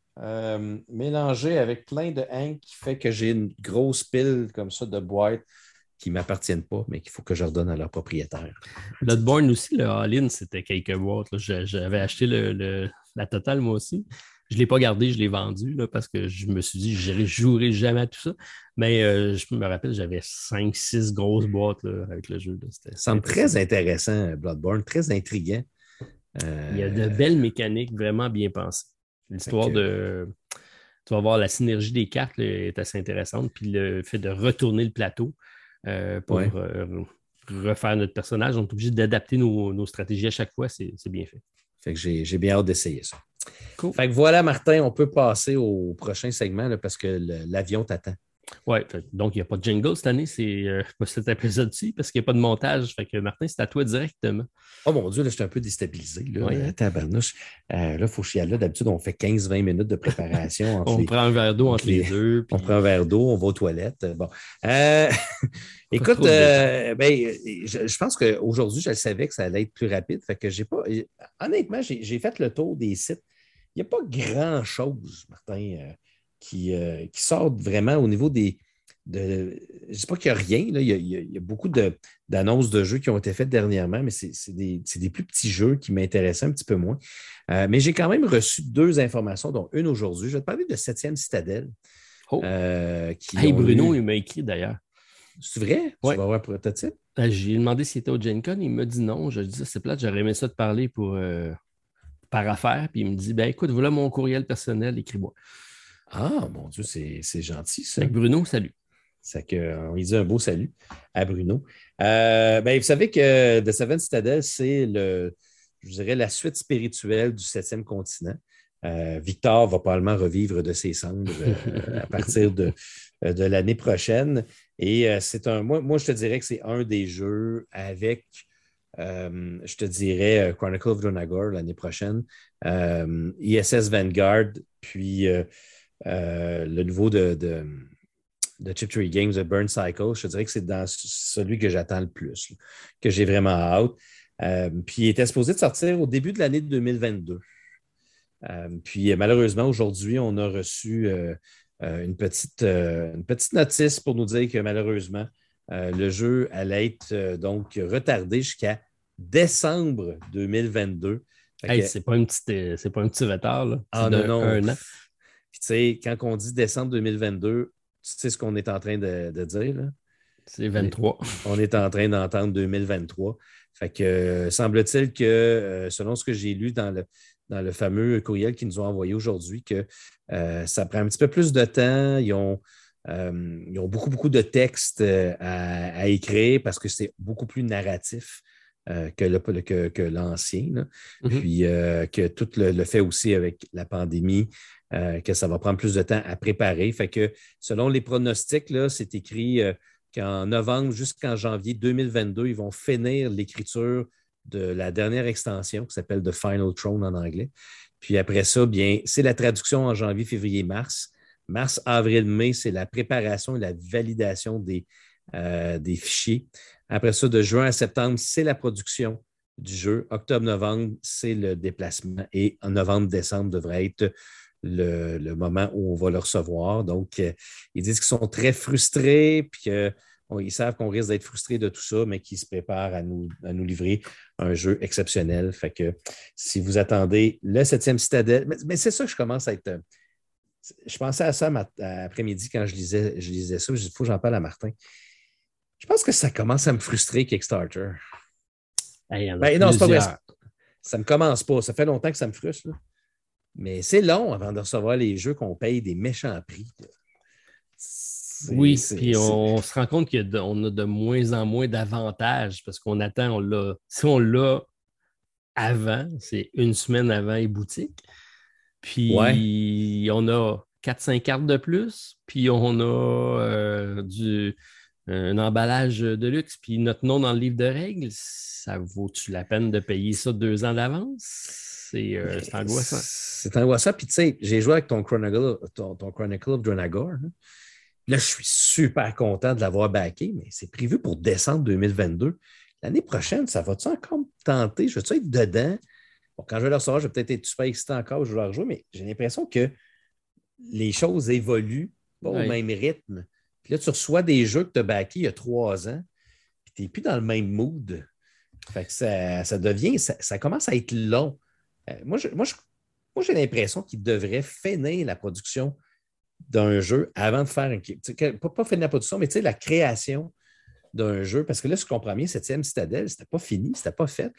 [SPEAKER 3] mélangé avec plein de Hank qui fait que j'ai une grosse pile comme ça de boîtes qui ne m'appartiennent pas, mais qu'il faut que je redonne à leur propriétaire.
[SPEAKER 2] Bloodborne aussi, le all-in, c'était quelques boîtes. Là. J'avais acheté la totale, moi aussi. Je ne l'ai pas gardé, je l'ai vendu là, parce que je me suis dit je ne jouerai jamais à tout ça. Mais je me rappelle, j'avais 5-6 grosses boîtes là, avec le jeu.
[SPEAKER 3] Ça semble très intéressant, Bloodborne, très intriguant.
[SPEAKER 2] Il y a de belles mécaniques vraiment bien pensées. L'histoire de... Tu vas voir, la synergie des cartes là, est assez intéressante. Puis le fait de retourner le plateau pour refaire notre personnage, on est obligé d'adapter nos stratégies à chaque fois. C'est bien fait.
[SPEAKER 3] Fait que j'ai bien hâte d'essayer ça.
[SPEAKER 2] Cool.
[SPEAKER 3] Fait que voilà, Martin, on peut passer au prochain segment là, parce que l'avion t'attend.
[SPEAKER 2] Oui, donc il n'y a pas de jingle cette année, c'est pas cet épisode-ci parce qu'il n'y a pas de montage. Fait que Martin, c'est à toi directement.
[SPEAKER 3] Oh mon Dieu, là, je suis un peu déstabilisé. Là, tabarnouche. Là, il faut chialer. D'habitude, on fait 15-20 minutes de préparation.
[SPEAKER 2] On prend un verre d'eau entre les deux.
[SPEAKER 3] Puis... On prend un verre d'eau, on va aux toilettes. Bon. Écoute, je pense qu'aujourd'hui, je le savais que ça allait être plus rapide. Fait que j'ai pas. Honnêtement, j'ai fait le tour des sites. Il n'y a pas grand-chose, Martin. Qui sortent vraiment au niveau des... je ne dis pas qu'il n'y a rien, là. Il y a beaucoup d'annonces de jeux qui ont été faites dernièrement, mais c'est des plus petits jeux qui m'intéressaient un petit peu moins. Mais j'ai quand même reçu 2 informations, dont une aujourd'hui. Je vais te parler de 7e Citadelle.
[SPEAKER 2] Bruno, il m'a écrit d'ailleurs.
[SPEAKER 3] C'est vrai?
[SPEAKER 2] Ouais.
[SPEAKER 3] Tu vas voir un prototype?
[SPEAKER 2] J'ai demandé s'il était au Gen Con, il m'a dit non. Je lui ai dit, c'est plate, j'aurais aimé ça te parler par affaire. Puis il me dit, écoute, voilà mon courriel personnel, écris-moi.
[SPEAKER 3] Ah, mon Dieu, c'est gentil, ça.
[SPEAKER 2] Avec Bruno, salut.
[SPEAKER 3] C'est qu'on lui dit un beau salut à Bruno. Vous savez que The Seven Citadel, c'est je dirais, la suite spirituelle du 7e continent. Victor va probablement revivre de ses cendres à partir de l'année prochaine. Et c'est moi, je te dirais que c'est un des jeux avec, je te dirais, Chronicle of Dronagor l'année prochaine, ISS Vanguard, puis le nouveau de Chip Tree Games, de Burn Cycle. Je te dirais que c'est dans celui que j'attends le plus, là, que j'ai vraiment hâte. Puis il était supposé de sortir au début de l'année 2022. Puis malheureusement, aujourd'hui, on a reçu une petite notice pour nous dire que malheureusement, le jeu allait être donc retardé jusqu'à décembre 2022.
[SPEAKER 2] Hey, c'est pas un petit retard, là.
[SPEAKER 3] Ah non.
[SPEAKER 2] Un an.
[SPEAKER 3] Puis tu sais, quand on dit décembre 2022, tu sais ce qu'on est en train de dire, là?
[SPEAKER 2] C'est 23.
[SPEAKER 3] On est en train d'entendre 2023. Fait que semble-t-il que, selon ce que j'ai lu dans le fameux courriel qu'ils nous ont envoyé aujourd'hui, que ça prend un petit peu plus de temps. Ils ont beaucoup, beaucoup de textes à écrire parce que c'est beaucoup plus narratif que l'ancien. Là. Puis que tout le fait aussi avec la pandémie, que ça va prendre plus de temps à préparer. Fait que selon les pronostics, là, c'est écrit qu'en novembre jusqu'en janvier 2022, ils vont finir l'écriture de la dernière extension qui s'appelle The Final Throne en anglais. Puis après ça, bien, c'est la traduction en janvier, février, mars. Mars, avril, mai, c'est la préparation et la validation des fichiers. Après ça, de juin à septembre, c'est la production du jeu. Octobre, novembre, c'est le déplacement. Et en novembre, décembre devrait être le moment où on va le recevoir. Donc, ils disent qu'ils sont très frustrés, puis ils savent qu'on risque d'être frustrés de tout ça, mais qu'ils se préparent à nous livrer un jeu exceptionnel. Fait que si vous attendez le 7e Citadelle, mais c'est ça que je commence à être. Je pensais à ça après-midi quand je lisais ça. Je dis, il faut que j'en parle à Martin. Je pense que ça commence à me frustrer, Kickstarter. Non, c'est pas vrai. Ça ne me commence pas. Ça fait longtemps que ça me frustre. Là. Mais c'est long avant de recevoir les jeux qu'on paye des méchants prix.
[SPEAKER 2] Puis on se rend compte qu'on a de moins en moins d'avantages parce qu'on attend, si on l'a avant, c'est une semaine avant les boutiques. Puis on a 4-5 cartes de plus, puis on a un emballage de luxe, puis notre nom dans le livre de règles, ça vaut-tu la peine de payer ça 2 ans d'avance? C'est angoissant.
[SPEAKER 3] C'est angoissant. Puis tu sais, j'ai joué avec ton Chronicle of Dronagor. Hein? Là, je suis super content de l'avoir backé, mais c'est prévu pour décembre 2022. L'année prochaine, ça va-tu encore me tenter? Je vais-tu être dedans? Bon, quand je vais le recevoir, je vais peut-être être super excité encore, je vais le rejouer, mais j'ai l'impression que les choses évoluent pas au même rythme. Puis là, tu reçois des jeux que tu as backés il y a 3 ans, puis tu n'es plus dans le même mood. Fait que ça commence à être long. Moi, j'ai l'impression qu'il devrait finir la production d'un jeu avant de faire pas finir la production, mais la création d'un jeu. Parce que là, si je comprends bien, 7e Citadelle, c'était pas fini, c'était pas fait.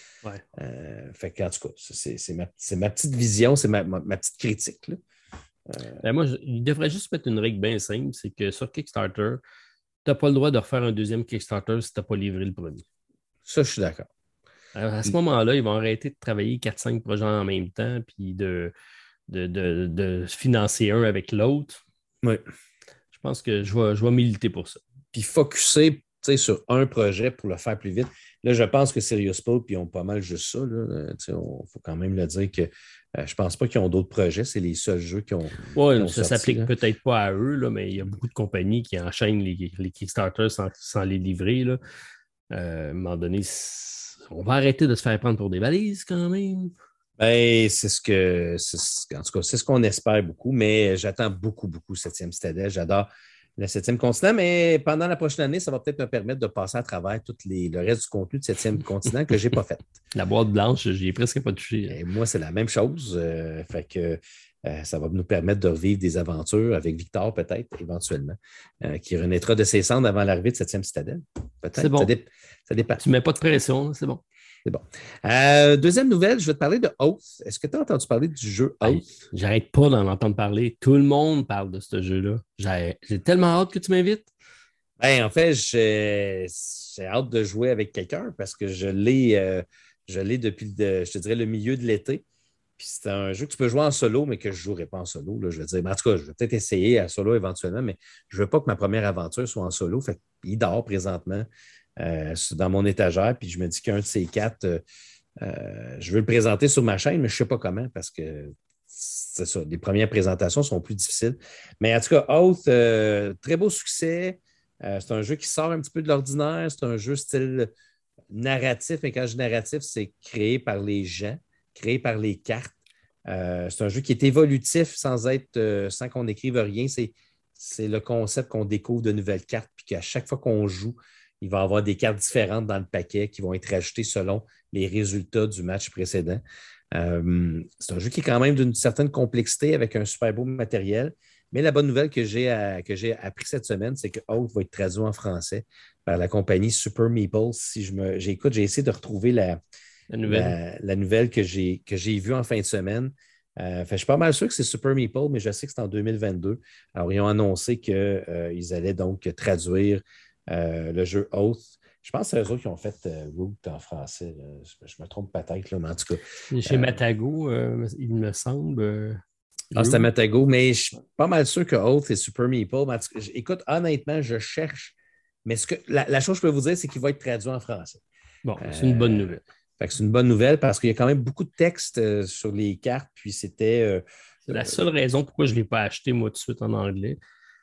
[SPEAKER 3] Fait qu'en tout cas, c'est ma petite vision, c'est ma petite critique. Là.
[SPEAKER 2] Moi, il devrait juste mettre une règle bien simple, c'est que sur Kickstarter, tu n'as pas le droit de refaire un deuxième Kickstarter si tu n'as pas livré le premier.
[SPEAKER 3] Ça, je suis d'accord.
[SPEAKER 2] Alors, à ce moment-là, ils vont arrêter de travailler 4-5 projets en même temps puis de financer un avec l'autre.
[SPEAKER 3] Oui.
[SPEAKER 2] Je pense que je vais militer pour ça.
[SPEAKER 3] Puis focusser sur un projet pour le faire plus vite. Là, je pense que Serious Pope, ils ont pas mal juste ça. Il faut quand même le dire que je ne pense pas qu'ils ont d'autres projets. C'est les seuls jeux qui ont.
[SPEAKER 2] Oui, ça ne s'applique peut-être pas à eux, là, mais il y a beaucoup de compagnies qui enchaînent les Kickstarter sans les livrer. Là. À un moment donné, on va arrêter de se faire prendre pour des valises quand même.
[SPEAKER 3] Ben, en tout cas, c'est ce qu'on espère beaucoup, mais j'attends beaucoup, beaucoup 7e Citadelle. J'adore le 7e continent, mais pendant la prochaine année, ça va peut-être me permettre de passer à travers le reste du contenu de 7e continent que je n'ai pas fait.
[SPEAKER 2] La boîte blanche, j'y ai presque pas touché.
[SPEAKER 3] Et moi, c'est la même chose. Fait que ça va nous permettre de revivre des aventures avec Victor, peut-être, éventuellement, qui renaîtra de ses cendres avant l'arrivée de 7e Citadelle. Peut-être.
[SPEAKER 2] C'est bon.
[SPEAKER 3] Ça dépend.
[SPEAKER 2] Tu ne mets pas de pression, c'est bon.
[SPEAKER 3] C'est bon. Deuxième nouvelle, je vais te parler de Oath. Est-ce que tu as entendu parler du jeu Oath?
[SPEAKER 2] J'arrête pas d'en entendre parler. Tout le monde parle de ce jeu-là. J'ai tellement hâte que tu m'invites.
[SPEAKER 3] Ben, en fait, j'ai hâte de jouer avec quelqu'un parce que je l'ai depuis, je te dirais, le milieu de l'été. Puis c'est un jeu que tu peux jouer en solo, mais que je ne jouerai pas en solo. Là, je veux dire. Mais en tout cas, je vais peut-être essayer à solo éventuellement, mais je ne veux pas que ma première aventure soit en solo. Fait qu'il dort présentement dans mon étagère. Puis je me dis qu'un de ces 4, je veux le présenter sur ma chaîne, mais je ne sais pas comment parce que c'est ça. Les premières présentations sont plus difficiles. Mais en tout cas, Oath, très beau succès. C'est un jeu qui sort un petit peu de l'ordinaire. C'est un jeu style narratif. Mais quand je dis narratif, c'est créé par les gens, créé par les cartes. C'est un jeu qui est évolutif sans qu'on n'écrive rien. C'est le concept qu'on découvre de nouvelles cartes, puis qu'à chaque fois qu'on joue, il va y avoir des cartes différentes dans le paquet qui vont être ajoutées selon les résultats du match précédent. C'est un jeu qui est quand même d'une certaine complexité avec un super beau matériel. Mais la bonne nouvelle que j'ai appris cette semaine, c'est que Oath va être traduit en français par la compagnie Super Meeple. J'ai essayé de retrouver la nouvelle que j'ai vue en fin de semaine. Je suis pas mal sûr que c'est Super Meeple, mais je sais que c'est en 2022. Alors, ils ont annoncé qu'ils allaient donc traduire le jeu Oath. Je pense que c'est eux autres qui ont fait Root en français. Je me trompe peut-être, là, mais en tout cas.
[SPEAKER 2] Chez Matago, il me semble.
[SPEAKER 3] C'était Matago, mais je suis pas mal sûr que Oath et Super Meeple. Écoute, honnêtement, je cherche. Mais la chose que je peux vous dire, c'est qu'il va être traduit en français.
[SPEAKER 2] Bon, c'est une bonne nouvelle.
[SPEAKER 3] Fait que c'est une bonne nouvelle parce qu'il y a quand même beaucoup de textes sur les cartes. Puis c'était.
[SPEAKER 2] C'est la seule raison pourquoi je ne l'ai pas acheté, moi, tout de suite en anglais.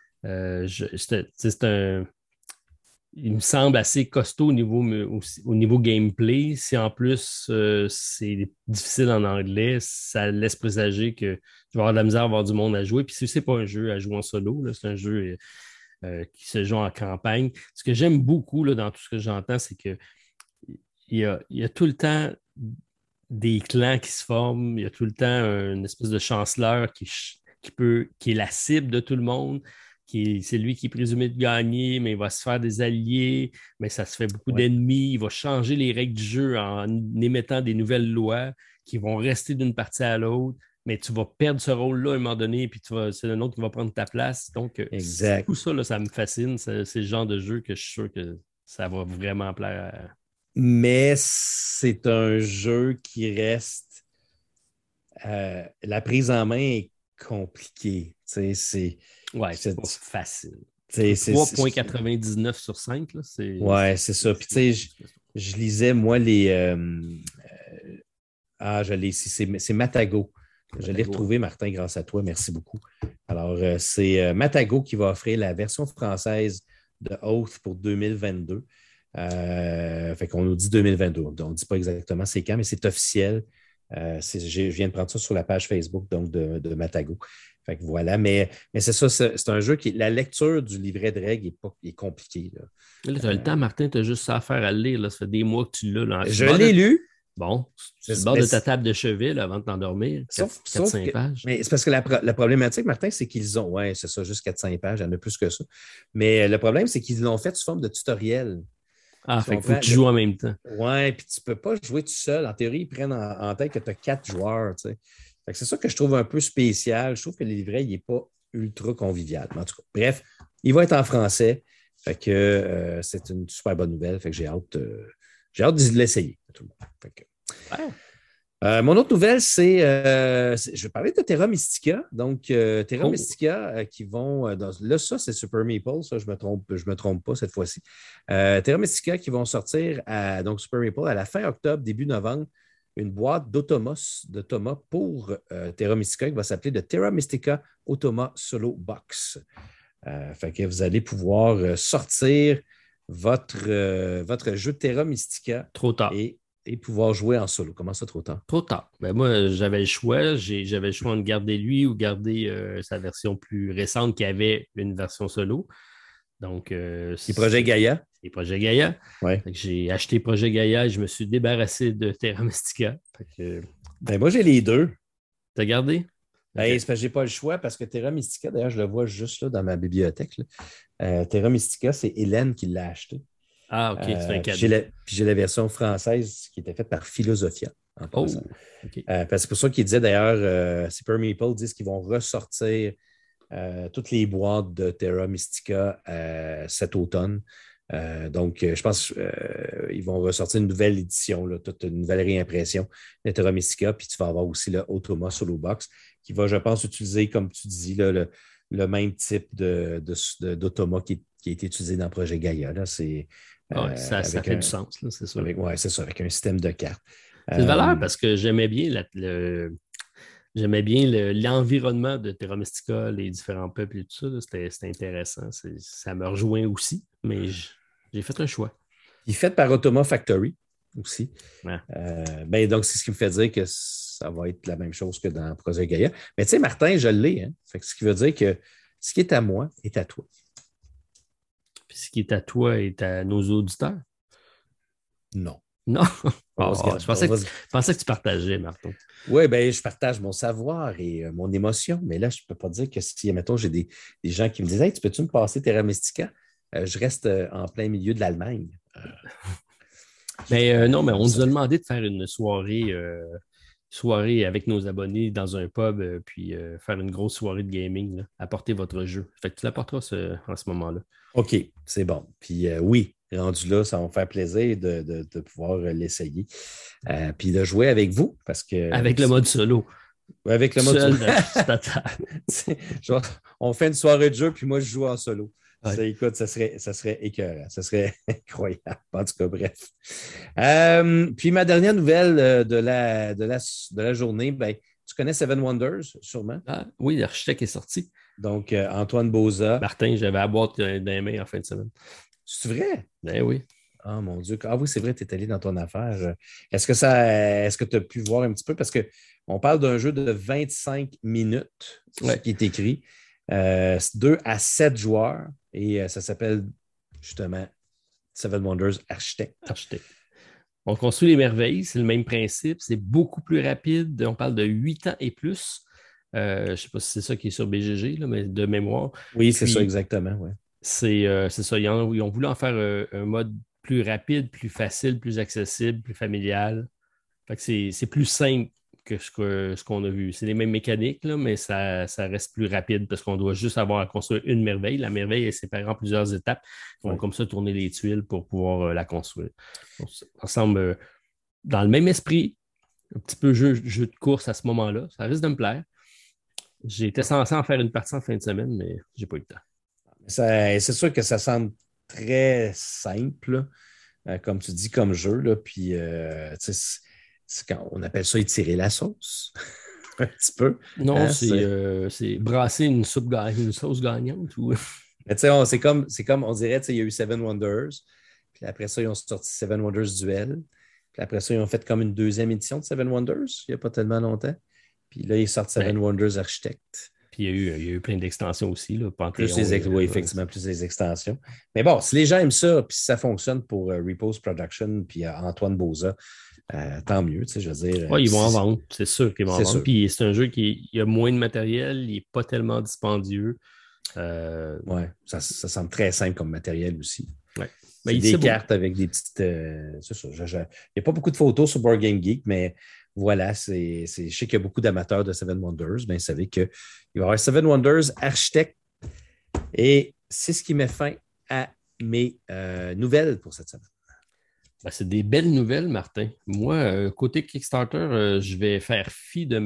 [SPEAKER 2] Il me semble assez costaud au niveau gameplay. Si en plus c'est difficile en anglais, ça laisse présager que tu vas avoir de la misère à avoir du monde à jouer. Puis si ce n'est pas un jeu à jouer en solo, là, c'est un jeu qui se joue en campagne. Ce que j'aime beaucoup là, dans tout ce que j'entends, c'est que il y a tout le temps des clans qui se forment, il y a tout le temps une espèce de chanceleur qui est la cible de tout le monde. C'est lui qui est présumé de gagner, mais il va se faire des alliés, mais ça se fait beaucoup d'ennemis. Il va changer les règles du jeu en émettant des nouvelles lois qui vont rester d'une partie à l'autre, mais tu vas perdre ce rôle-là à un moment donné, puis c'est un autre qui va prendre ta place. Donc, tout ça, là, ça me fascine. C'est le genre de jeu que je suis sûr que ça va vraiment plaire.
[SPEAKER 3] Mais c'est un jeu qui reste... la prise en main est compliquée. C'est
[SPEAKER 2] pas facile.
[SPEAKER 3] 3,99
[SPEAKER 2] sur 5.
[SPEAKER 3] C'est ça. Puis tu sais, je lisais, moi, les... je l'ai ici. C'est Matago. Je l'ai retrouvé, Martin, grâce à toi. Merci beaucoup. Alors, c'est Matago qui va offrir la version française de Oath pour 2022. Fait qu'on nous dit 2022. On ne dit pas exactement c'est quand, mais c'est officiel. Je viens de prendre ça sur la page Facebook donc de Matago. Fait que voilà, mais c'est ça, c'est un jeu qui. La lecture du livret de règles est compliquée.
[SPEAKER 2] Là, tu as le temps, Martin, tu as juste ça à faire à le lire. Là. Ça fait des mois que tu l'as. Là.
[SPEAKER 3] Je l'ai lu.
[SPEAKER 2] Bon, tu le bord de ta table de chevet là, avant de t'endormir. 400-5 pages.
[SPEAKER 3] Mais c'est parce que la problématique, Martin, c'est qu'ils ont. Oui, c'est ça, juste 400 pages, il y en a plus que ça. Mais le problème, c'est qu'ils l'ont fait sous forme de tutoriel.
[SPEAKER 2] Fait qu'il faut que tu joues en même temps.
[SPEAKER 3] Oui, puis tu ne peux pas jouer tout seul. En théorie, ils prennent en tête que tu as 4 joueurs. Tu sais. Fait que c'est ça que je trouve un peu spécial. Je trouve que le livret, il n'est pas ultra convivial. Mais en tout cas, bref, il va être en français. Fait que c'est une super bonne nouvelle. Fait que j'ai hâte de l'essayer. Tout le monde. Fait que, mon autre nouvelle, c'est je vais parler de Terra Mystica. Donc, Terra Mystica qui vont. Là, ça, c'est Super Meeple. Ça, je me trompe pas cette fois-ci. Terra Mystica qui vont sortir donc Super Meeple à la fin octobre, début novembre, une boîte d'Automa pour Terra Mystica qui va s'appeler The Terra Mystica Automa Solo Box. Fait que vous allez pouvoir sortir votre jeu de Terra Mystica.
[SPEAKER 2] Trop tard.
[SPEAKER 3] Et pouvoir jouer en solo. Comment ça, trop tard?
[SPEAKER 2] Trop tard. Ben moi, j'avais le choix. J'avais le choix de garder lui ou garder sa version plus récente qui avait une version solo. Donc,
[SPEAKER 3] les projets Gaïa.
[SPEAKER 2] Les projets Gaïa.
[SPEAKER 3] Ouais.
[SPEAKER 2] J'ai acheté Projet Gaïa et je me suis débarrassé de Terra Mystica.
[SPEAKER 3] Ben, moi, j'ai les deux.
[SPEAKER 2] T'as gardé?
[SPEAKER 3] Okay. C'est parce que je n'ai pas le choix parce que Terra Mystica, d'ailleurs, je le vois juste là dans ma bibliothèque. Terra Mystica, c'est Hélène qui l'a acheté.
[SPEAKER 2] Ah, OK, c'est un cadeau.
[SPEAKER 3] J'ai la version française qui était faite par Philosophia.
[SPEAKER 2] Okay.
[SPEAKER 3] Parce que c'est pour ça qu'ils disaient d'ailleurs, Super Meeple disent qu'ils vont ressortir toutes les boîtes de Terra Mystica cet automne. Donc, je pense qu'ils vont ressortir une nouvelle édition, là, toute une nouvelle réimpression de Terra Mystica. Puis tu vas avoir aussi le Automa Solo Box qui va, je pense, utiliser, comme tu dis, là, le même type d'Automa qui a été utilisé dans le projet Gaïa. Là.
[SPEAKER 2] Ça fait du sens, c'est sûr.
[SPEAKER 3] Oui, c'est ça, avec un système de cartes.
[SPEAKER 2] C'est de valeur parce que j'aimais bien l'environnement de Terra Mystica, les différents peuples et tout ça. C'était intéressant. Ça me rejoint aussi, mais j'ai fait un choix.
[SPEAKER 3] Il est fait par Automa Factory aussi.
[SPEAKER 2] Ouais.
[SPEAKER 3] Donc, c'est ce qui me fait dire que ça va être la même chose que dans Projet Gaïa. Mais tu sais, Martin, je l'ai. Hein? Fait que ce qui veut dire que ce qui est à moi est à toi.
[SPEAKER 2] Puis ce qui est à toi est à nos auditeurs?
[SPEAKER 3] Non.
[SPEAKER 2] Non? Je pensais que tu partageais, Martin.
[SPEAKER 3] Oui, je partage mon savoir et mon émotion, mais là, je ne peux pas dire que si, mettons, j'ai des gens qui me disent « Hey, peux-tu me passer Terra Mystica? » Je reste en plein milieu de l'Allemagne.
[SPEAKER 2] Non, mais on nous a demandé de faire une soirée soirée avec nos abonnés dans un pub, puis faire une grosse soirée de gaming, là, apporter votre jeu. Fait que tu l'apporteras en ce moment-là.
[SPEAKER 3] OK, c'est bon. Puis oui, rendu là, ça va me faire plaisir de pouvoir l'essayer. Puis de jouer avec vous, parce que...
[SPEAKER 2] Avec le mode solo.
[SPEAKER 3] Avec le mode
[SPEAKER 2] Seul
[SPEAKER 3] solo. Genre, on fait une soirée de jeu, puis moi, je joue en solo.
[SPEAKER 2] Ouais.
[SPEAKER 3] Écoute, ça serait écœurant. Ça serait incroyable. En tout cas, bref. Puis ma dernière nouvelle de la journée, ben, tu connais Seven Wonders, sûrement?
[SPEAKER 2] Ah, oui, l'architecte est sorti.
[SPEAKER 3] Donc, Antoine Boza.
[SPEAKER 2] Martin, j'avais à boire dans les mains en fin de semaine.
[SPEAKER 3] C'est vrai?
[SPEAKER 2] Ben oui.
[SPEAKER 3] Oh mon Dieu. Ah oui, c'est vrai, tu es allé dans ton affaire. Est-ce que tu as pu voir un petit peu? Parce qu'on parle d'un jeu de 25 minutes, c'est ce qui est écrit. 2 à 7 joueurs. Et ça s'appelle justement Seven Wonders Architect.
[SPEAKER 2] On construit les merveilles, c'est le même principe. C'est beaucoup plus rapide. On parle de 8 ans et plus. Je ne sais pas si c'est ça qui est sur BGG, là, mais de mémoire.
[SPEAKER 3] Oui, c'est ça exactement. Ouais.
[SPEAKER 2] C'est ça. Ils ont voulu en faire un mode plus rapide, plus facile, plus accessible, plus familial. Fait que c'est plus simple que ce qu'on a vu. C'est les mêmes mécaniques, là, mais ça reste plus rapide parce qu'on doit juste avoir à construire une merveille. La merveille est séparée en plusieurs étapes. Ils vont comme ça tourner les tuiles pour pouvoir la construire. Donc, ça ressemble dans le même esprit, un petit peu jeu de course à ce moment-là. Ça risque de me plaire. J'étais censé en faire une partie en fin de semaine, mais j'ai pas eu le temps.
[SPEAKER 3] C'est sûr que ça semble très simple, comme tu dis, comme jeu. Là, puis, on appelle ça étirer la sauce. Un petit peu.
[SPEAKER 2] Non, hein, c'est brasser une sauce gagnante. Ou...
[SPEAKER 3] Mais c'est comme, on dirait, il y a eu Seven Wonders. Puis après ça, ils ont sorti Seven Wonders Duel. Puis après ça, ils ont fait comme une deuxième édition de Seven Wonders, il n'y a pas tellement longtemps. Puis là, ils sortent Seven Wonders Architect.
[SPEAKER 2] Puis il y a eu plein d'extensions aussi. Là,
[SPEAKER 3] oui, effectivement, plus des extensions. Mais bon, si les gens aiment ça, puis si ça fonctionne pour Repose Production, puis Antoine Boza, tant mieux, je veux dire.
[SPEAKER 2] Oui, ils vont en vendre, c'est sûr qu'ils vont en vendre. Puis c'est un jeu qui a moins de matériel, il n'est pas tellement dispendieux.
[SPEAKER 3] Oui, ça semble très simple comme matériel aussi.
[SPEAKER 2] Ouais.
[SPEAKER 3] C'est des cartes avec des petites... c'est ça. Il n'y a pas beaucoup de photos sur Board Game Geek, mais voilà, je sais qu'il y a beaucoup d'amateurs de Seven Wonders. Bien, vous savez qu'il va y avoir Seven Wonders Architect. Et c'est ce qui met fin à mes nouvelles pour cette semaine.
[SPEAKER 2] Ben, c'est des belles nouvelles, Martin. Moi, côté Kickstarter, je vais faire fi de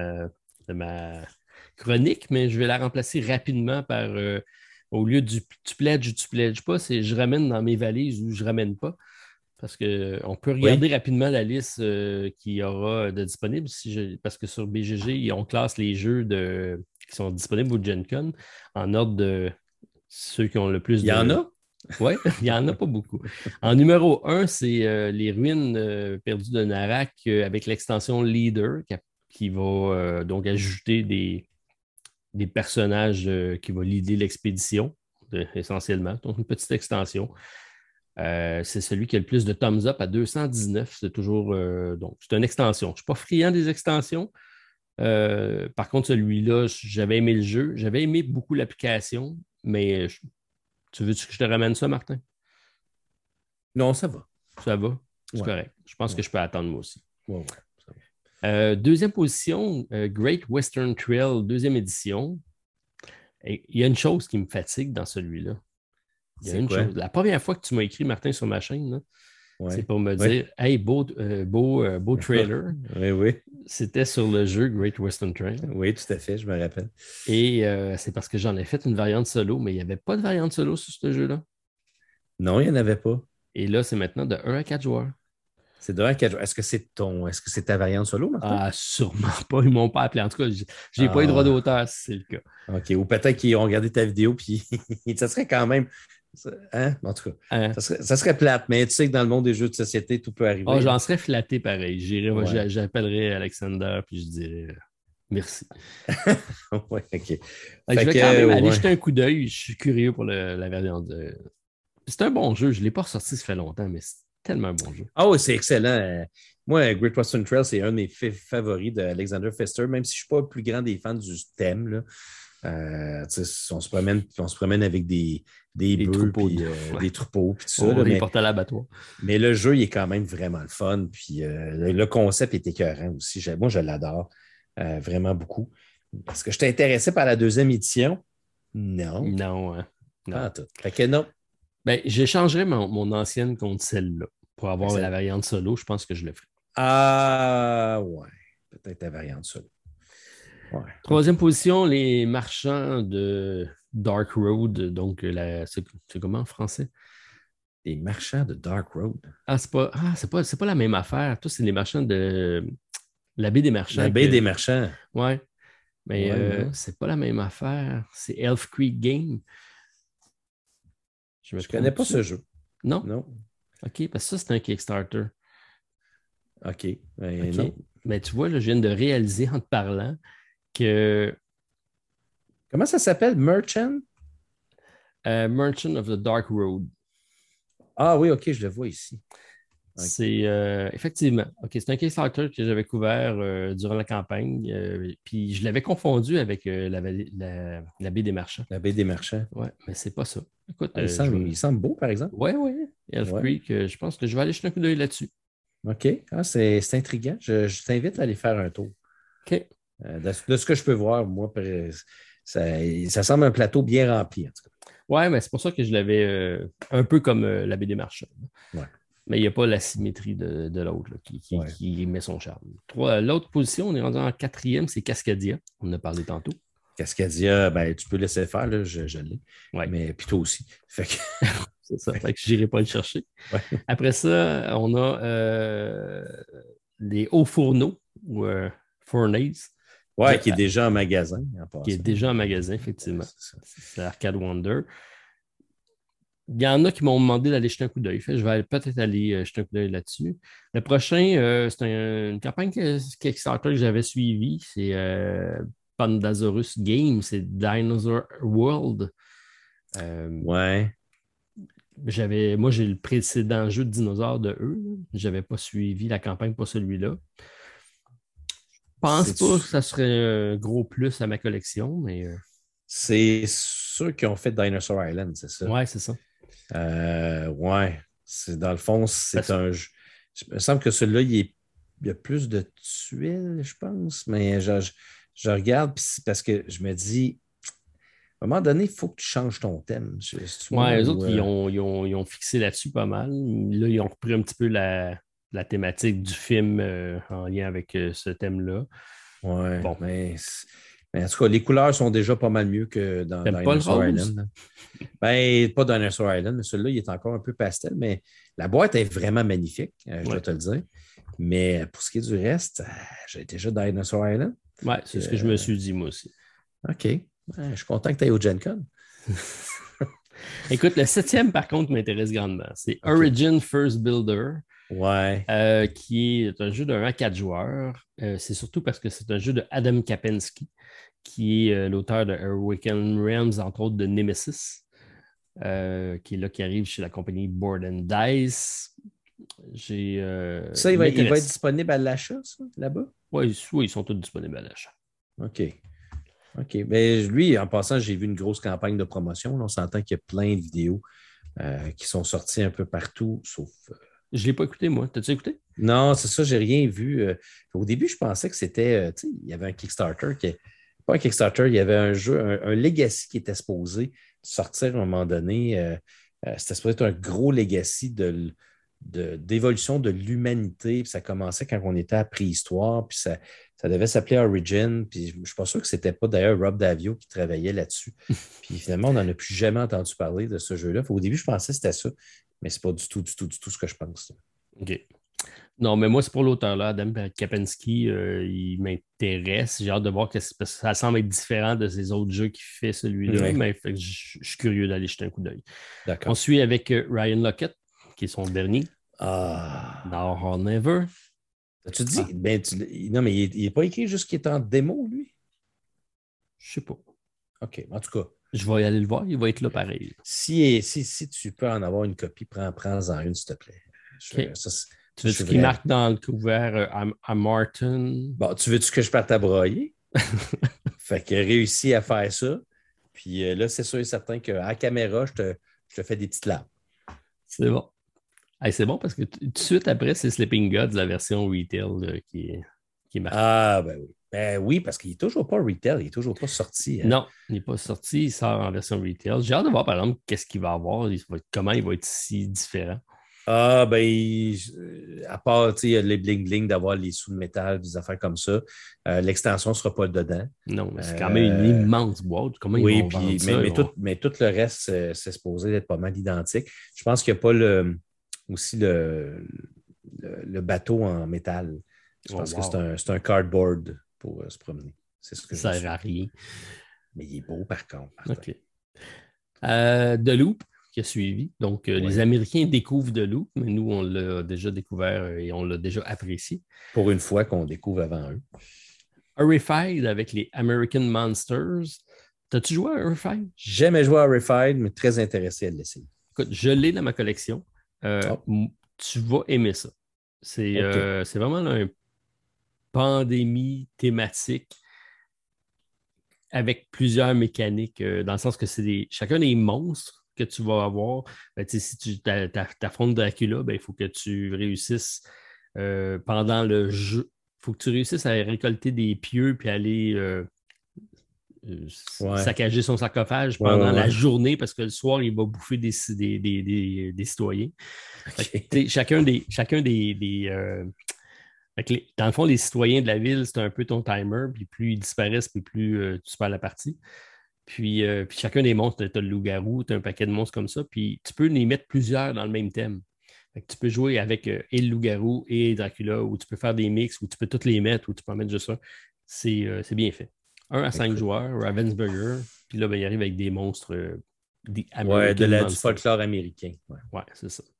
[SPEAKER 2] ma chronique, mais je vais la remplacer rapidement par, au lieu du tu pledges ou tu pledges pas, c'est je ramène dans mes valises ou je ramène pas. Parce qu'on peut regarder rapidement la liste qu'il y aura de disponible. Parce que sur BGG, on classe les jeux qui sont disponibles au Gen Con en ordre de ceux qui ont le plus de...
[SPEAKER 3] Il y en a?
[SPEAKER 2] Oui, il n'y en a pas beaucoup. En numéro 1, c'est les ruines perdues de Narak avec l'extension Leader qui va donc ajouter des personnages qui vont leader l'expédition, essentiellement. Donc, une petite extension. C'est celui qui a le plus de thumbs up à 219. C'est toujours. Donc, c'est une extension. Je ne suis pas friand des extensions. Par contre, celui-là, j'avais aimé le jeu. J'avais aimé beaucoup l'application, mais tu veux que je te ramène ça, Martin?
[SPEAKER 3] Non, ça va.
[SPEAKER 2] Ça va? C'est correct. Je pense que je peux attendre moi aussi.
[SPEAKER 3] Ouais, ça va.
[SPEAKER 2] Deuxième position, Great Western Trail, deuxième édition. Et il y a une chose qui me fatigue dans celui-là. Il y a une chose. La première fois que tu m'as écrit, Martin, sur ma chaîne, c'est pour me dire hey, beau trailer.
[SPEAKER 3] Oui.
[SPEAKER 2] C'était sur le jeu Great Western Trail.
[SPEAKER 3] Oui, tout à fait, je me rappelle.
[SPEAKER 2] Et c'est parce que j'en ai fait une variante solo, mais il n'y avait pas de variante solo sur ce jeu-là.
[SPEAKER 3] Non, il n'y en avait pas.
[SPEAKER 2] Et là, c'est maintenant de 1 à 4 joueurs.
[SPEAKER 3] C'est de 1 à 4 joueurs. Est-ce que c'est ta variante solo, Martin?
[SPEAKER 2] Ah, sûrement pas. Ils ne m'ont pas appelé. En tout cas, je n'ai pas eu droit d'auteur si c'est le cas.
[SPEAKER 3] OK. Ou peut-être qu'ils ont regardé ta vidéo, puis ça serait quand même. Hein? En tout cas, ça serait plate, mais tu sais que dans le monde des jeux de société, tout peut arriver.
[SPEAKER 2] Oh, j'en serais flatté pareil. J'appellerais Alexander puis je dirais merci.
[SPEAKER 3] Oui, OK.
[SPEAKER 2] Je vais quand même aller jeter un coup d'œil. Je suis curieux pour la variante. C'est un bon jeu. Je ne l'ai pas ressorti, ça fait longtemps, mais c'est tellement un bon jeu.
[SPEAKER 3] Ah oui, c'est excellent. Moi, Great Western Trail, c'est un de mes favoris d'Alexander Pfister, même si je ne suis pas le plus grand des fans du thème. Là. On se promène avec des bœufs, puis des troupeaux, puis tout ça.
[SPEAKER 2] On les porte à l'abattoir.
[SPEAKER 3] Mais le jeu, il est quand même vraiment le fun. Puis le concept est écœurant aussi. Moi, je l'adore vraiment beaucoup. Est-ce que je t'ai intéressé par la deuxième édition? Non.
[SPEAKER 2] Non.
[SPEAKER 3] Pas tout. Fait que non.
[SPEAKER 2] Ben, j'échangerais mon ancienne contre celle-là pour avoir la variante solo. Je pense que je le ferai.
[SPEAKER 3] Ah, ouais. Peut-être la variante solo. Ouais.
[SPEAKER 2] Troisième position, les marchands de Dark Road. Donc, c'est comment en français?
[SPEAKER 3] Les marchands de Dark Road.
[SPEAKER 2] C'est pas la même affaire. Toi, c'est les marchands de la baie des marchands.
[SPEAKER 3] La baie des marchands.
[SPEAKER 2] Ouais. Mais c'est pas la même affaire. C'est Elf Creek Game.
[SPEAKER 3] Je connais pas ce jeu.
[SPEAKER 2] Non?
[SPEAKER 3] Non.
[SPEAKER 2] OK, parce que ça, c'est un Kickstarter.
[SPEAKER 3] OK. Non.
[SPEAKER 2] Mais tu vois, là, je viens de réaliser en te parlant que...
[SPEAKER 3] Comment ça s'appelle? Merchant?
[SPEAKER 2] Merchant of the Dark Road.
[SPEAKER 3] Ah oui, OK, je le vois ici.
[SPEAKER 2] Okay. C'est effectivement. OK, c'est un Kickstarter que j'avais couvert durant la campagne. Puis je l'avais confondu avec la baie des marchands.
[SPEAKER 3] La baie des marchands.
[SPEAKER 2] Oui, mais c'est pas ça. Écoute,
[SPEAKER 3] il semble beau, par exemple.
[SPEAKER 2] Oui. Elf Creek, je pense que je vais aller jeter un coup d'œil là-dessus.
[SPEAKER 3] OK. C'est intriguant. Je t'invite à aller faire un tour.
[SPEAKER 2] OK.
[SPEAKER 3] De ce que je peux voir, moi, ça semble un plateau bien rempli, en tout cas.
[SPEAKER 2] Oui, mais c'est pour ça que je l'avais un peu comme la baie des marchands.
[SPEAKER 3] Ouais.
[SPEAKER 2] Mais il n'y a pas la symétrie de l'autre qui met son charme. L'autre position, on est rendu en quatrième, c'est Cascadia. On en a parlé tantôt.
[SPEAKER 3] Cascadia, tu peux laisser faire, là, je l'ai.
[SPEAKER 2] Ouais.
[SPEAKER 3] Mais puis toi aussi. Fait que...
[SPEAKER 2] c'est ça, fait que je n'irai pas le chercher.
[SPEAKER 3] Ouais.
[SPEAKER 2] Après ça, on a les hauts fourneaux ou Fournaise.
[SPEAKER 3] Oui, qui est déjà en magasin.
[SPEAKER 2] Qui est déjà en magasin, effectivement. C'est Arcade Wonder. Il y en a qui m'ont demandé d'aller jeter un coup d'œil. Je vais peut-être aller jeter un coup d'œil là-dessus. Le prochain, c'est une campagne Kickstarter que j'avais suivie. C'est Pandasaurus Games. C'est Dinosaur World.
[SPEAKER 3] Ouais.
[SPEAKER 2] Moi, j'ai le précédent jeu de dinosaures de eux. Je n'avais pas suivi la campagne pour celui-là. Je pense pas que ça serait un gros plus à ma collection, mais...
[SPEAKER 3] C'est ceux qui ont fait Dinosaur Island, c'est ça?
[SPEAKER 2] Ouais, c'est ça.
[SPEAKER 3] Ouais. Dans le fond, c'est un jeu. Il me semble que celui-là, il y a plus de tuiles, je pense, mais je regarde parce que je me dis, à un moment donné, il faut que tu changes ton thème.
[SPEAKER 2] Eux autres, ils ont fixé là-dessus pas mal. Là, ils ont repris un petit peu la thématique du film en lien avec ce thème-là.
[SPEAKER 3] Ouais, bon. Mais en tout cas, les couleurs sont déjà pas mal mieux que dans Dinosaur Island. Pas Dinosaur Island, mais celui-là, il est encore un peu pastel, mais la boîte est vraiment magnifique, je dois te le dire. Mais pour ce qui est du reste, j'ai déjà Dinosaur Island.
[SPEAKER 2] Oui, c'est ce que je me suis dit, moi aussi.
[SPEAKER 3] OK. Je suis content que tu ailles au Gen Con.
[SPEAKER 2] Écoute, le 7e, par contre, m'intéresse grandement. C'est Origin First Builder.
[SPEAKER 3] Ouais.
[SPEAKER 2] Qui est un jeu de 1 à 4 joueurs. C'est surtout parce que c'est un jeu de Adam Kapensky, qui est l'auteur de Awaken Realms, entre autres de Nemesis, qui est là, qui arrive chez la compagnie Board and Dice.
[SPEAKER 3] Ça, il va être disponible à l'achat, ça, là-bas?
[SPEAKER 2] Oui, ils sont tous disponibles à l'achat.
[SPEAKER 3] OK. Mais lui, en passant, j'ai vu une grosse campagne de promotion. Là, on s'entend qu'il y a plein de vidéos qui sont sorties un peu partout, sauf...
[SPEAKER 2] Je ne l'ai pas écouté, moi. T'as-tu écouté?
[SPEAKER 3] Non, c'est ça, j'ai rien vu. Au début, je pensais que c'était, il y avait un Kickstarter pas un Kickstarter, il y avait un jeu, un Legacy qui était supposé sortir à un moment donné. C'était supposé être un gros Legacy d'évolution de l'humanité. Puis ça commençait quand on était à préhistoire, puis ça devait s'appeler Origin. Puis je ne suis pas sûr que ce n'était pas d'ailleurs Rob Davio qui travaillait là-dessus. Puis finalement, on n'en a plus jamais entendu parler de ce jeu-là. Au début, je pensais que c'était ça. Mais ce n'est pas du tout ce que je pense.
[SPEAKER 2] OK. Non, mais moi, c'est pour l'auteur-là, Adam Kapensky, il m'intéresse. J'ai hâte de voir que ça semble être différent de ces autres jeux qu'il fait, celui-là, mais je suis curieux d'aller jeter un coup d'œil.
[SPEAKER 3] D'accord.
[SPEAKER 2] On suit avec Ryan Lockett, qui est son dernier. Now or Never.
[SPEAKER 3] Tu dis, non, mais il n'est pas écrit juste qu'il est en démo, lui?
[SPEAKER 2] Je sais pas.
[SPEAKER 3] OK, en tout cas.
[SPEAKER 2] Je vais aller le voir, il va être là pareil.
[SPEAKER 3] Si tu peux en avoir une copie, prends-en une, s'il te plaît.
[SPEAKER 2] Okay. Tu veux qu'il marque dans le couvert à Martin?
[SPEAKER 3] Bon, tu veux-tu que je parte à broyer? Fait qu'il a réussi à faire ça. Puis là, c'est sûr et certain qu'à la caméra, je te fais des petites larmes.
[SPEAKER 2] C'est bon. Hey, c'est bon parce que tout de suite après, c'est Sleeping Gods, la version retail qui est marquée.
[SPEAKER 3] Ah, ben oui. Ben oui, parce qu'il n'est toujours pas retail, il n'est toujours pas sorti. Hein?
[SPEAKER 2] Non, il n'est pas sorti, il sort en version retail. J'ai hâte de voir, par exemple, qu'est-ce qu'il va avoir, comment il va être si différent.
[SPEAKER 3] Ah, ben, à part, tu sais, les bling-bling d'avoir les sous de métal, des affaires comme ça, l'extension ne sera pas dedans.
[SPEAKER 2] Non, mais c'est quand même une immense boîte. Comment
[SPEAKER 3] oui,
[SPEAKER 2] ils vont vendre ça?
[SPEAKER 3] Mais tout le reste, c'est supposé être pas mal identique. Je pense qu'il n'y a pas aussi le bateau en métal. Je pense que c'est un cardboard pour se promener. C'est ce que
[SPEAKER 2] ça ne sert à rien.
[SPEAKER 3] Mais il est beau, par contre.
[SPEAKER 2] OK. The Loop, qui a suivi. Donc, les Américains découvrent The Loop, mais nous, on l'a déjà découvert et on l'a déjà apprécié.
[SPEAKER 3] Pour une fois qu'on découvre avant eux.
[SPEAKER 2] Horrified avec les American Monsters. T'as-tu joué à Horrified?
[SPEAKER 3] J'ai jamais joué à Horrified, mais très intéressé à l'essayer.
[SPEAKER 2] Écoute, je l'ai dans ma collection. Tu vas aimer ça. C'est vraiment une pandémie thématique avec plusieurs mécaniques, dans le sens que c'est chacun des monstres que tu vas avoir. Ben, si tu t'affrontes Dracula, ben, il faut que tu réussisses pendant le jeu. Il faut que tu réussisses à récolter des pieux puis aller saccager son sarcophage pendant la journée parce que le soir, il va bouffer des citoyens. Okay. Chacun des dans le fond, les citoyens de la ville, c'est un peu ton timer, puis plus ils disparaissent, puis plus tu perds la partie. Puis chacun des monstres, tu as le loup-garou, tu as un paquet de monstres comme ça, puis tu peux les mettre plusieurs dans le même thème. Fait que tu peux jouer avec et le loup-garou et Dracula, ou tu peux faire des mix, ou tu peux toutes les mettre, ou tu peux en mettre juste un. C'est bien fait. 1 à 5 joueurs, Ravensburger, puis là, ben, il arrive avec des monstres, des American
[SPEAKER 3] du folklore américain.
[SPEAKER 2] Ouais, c'est ça.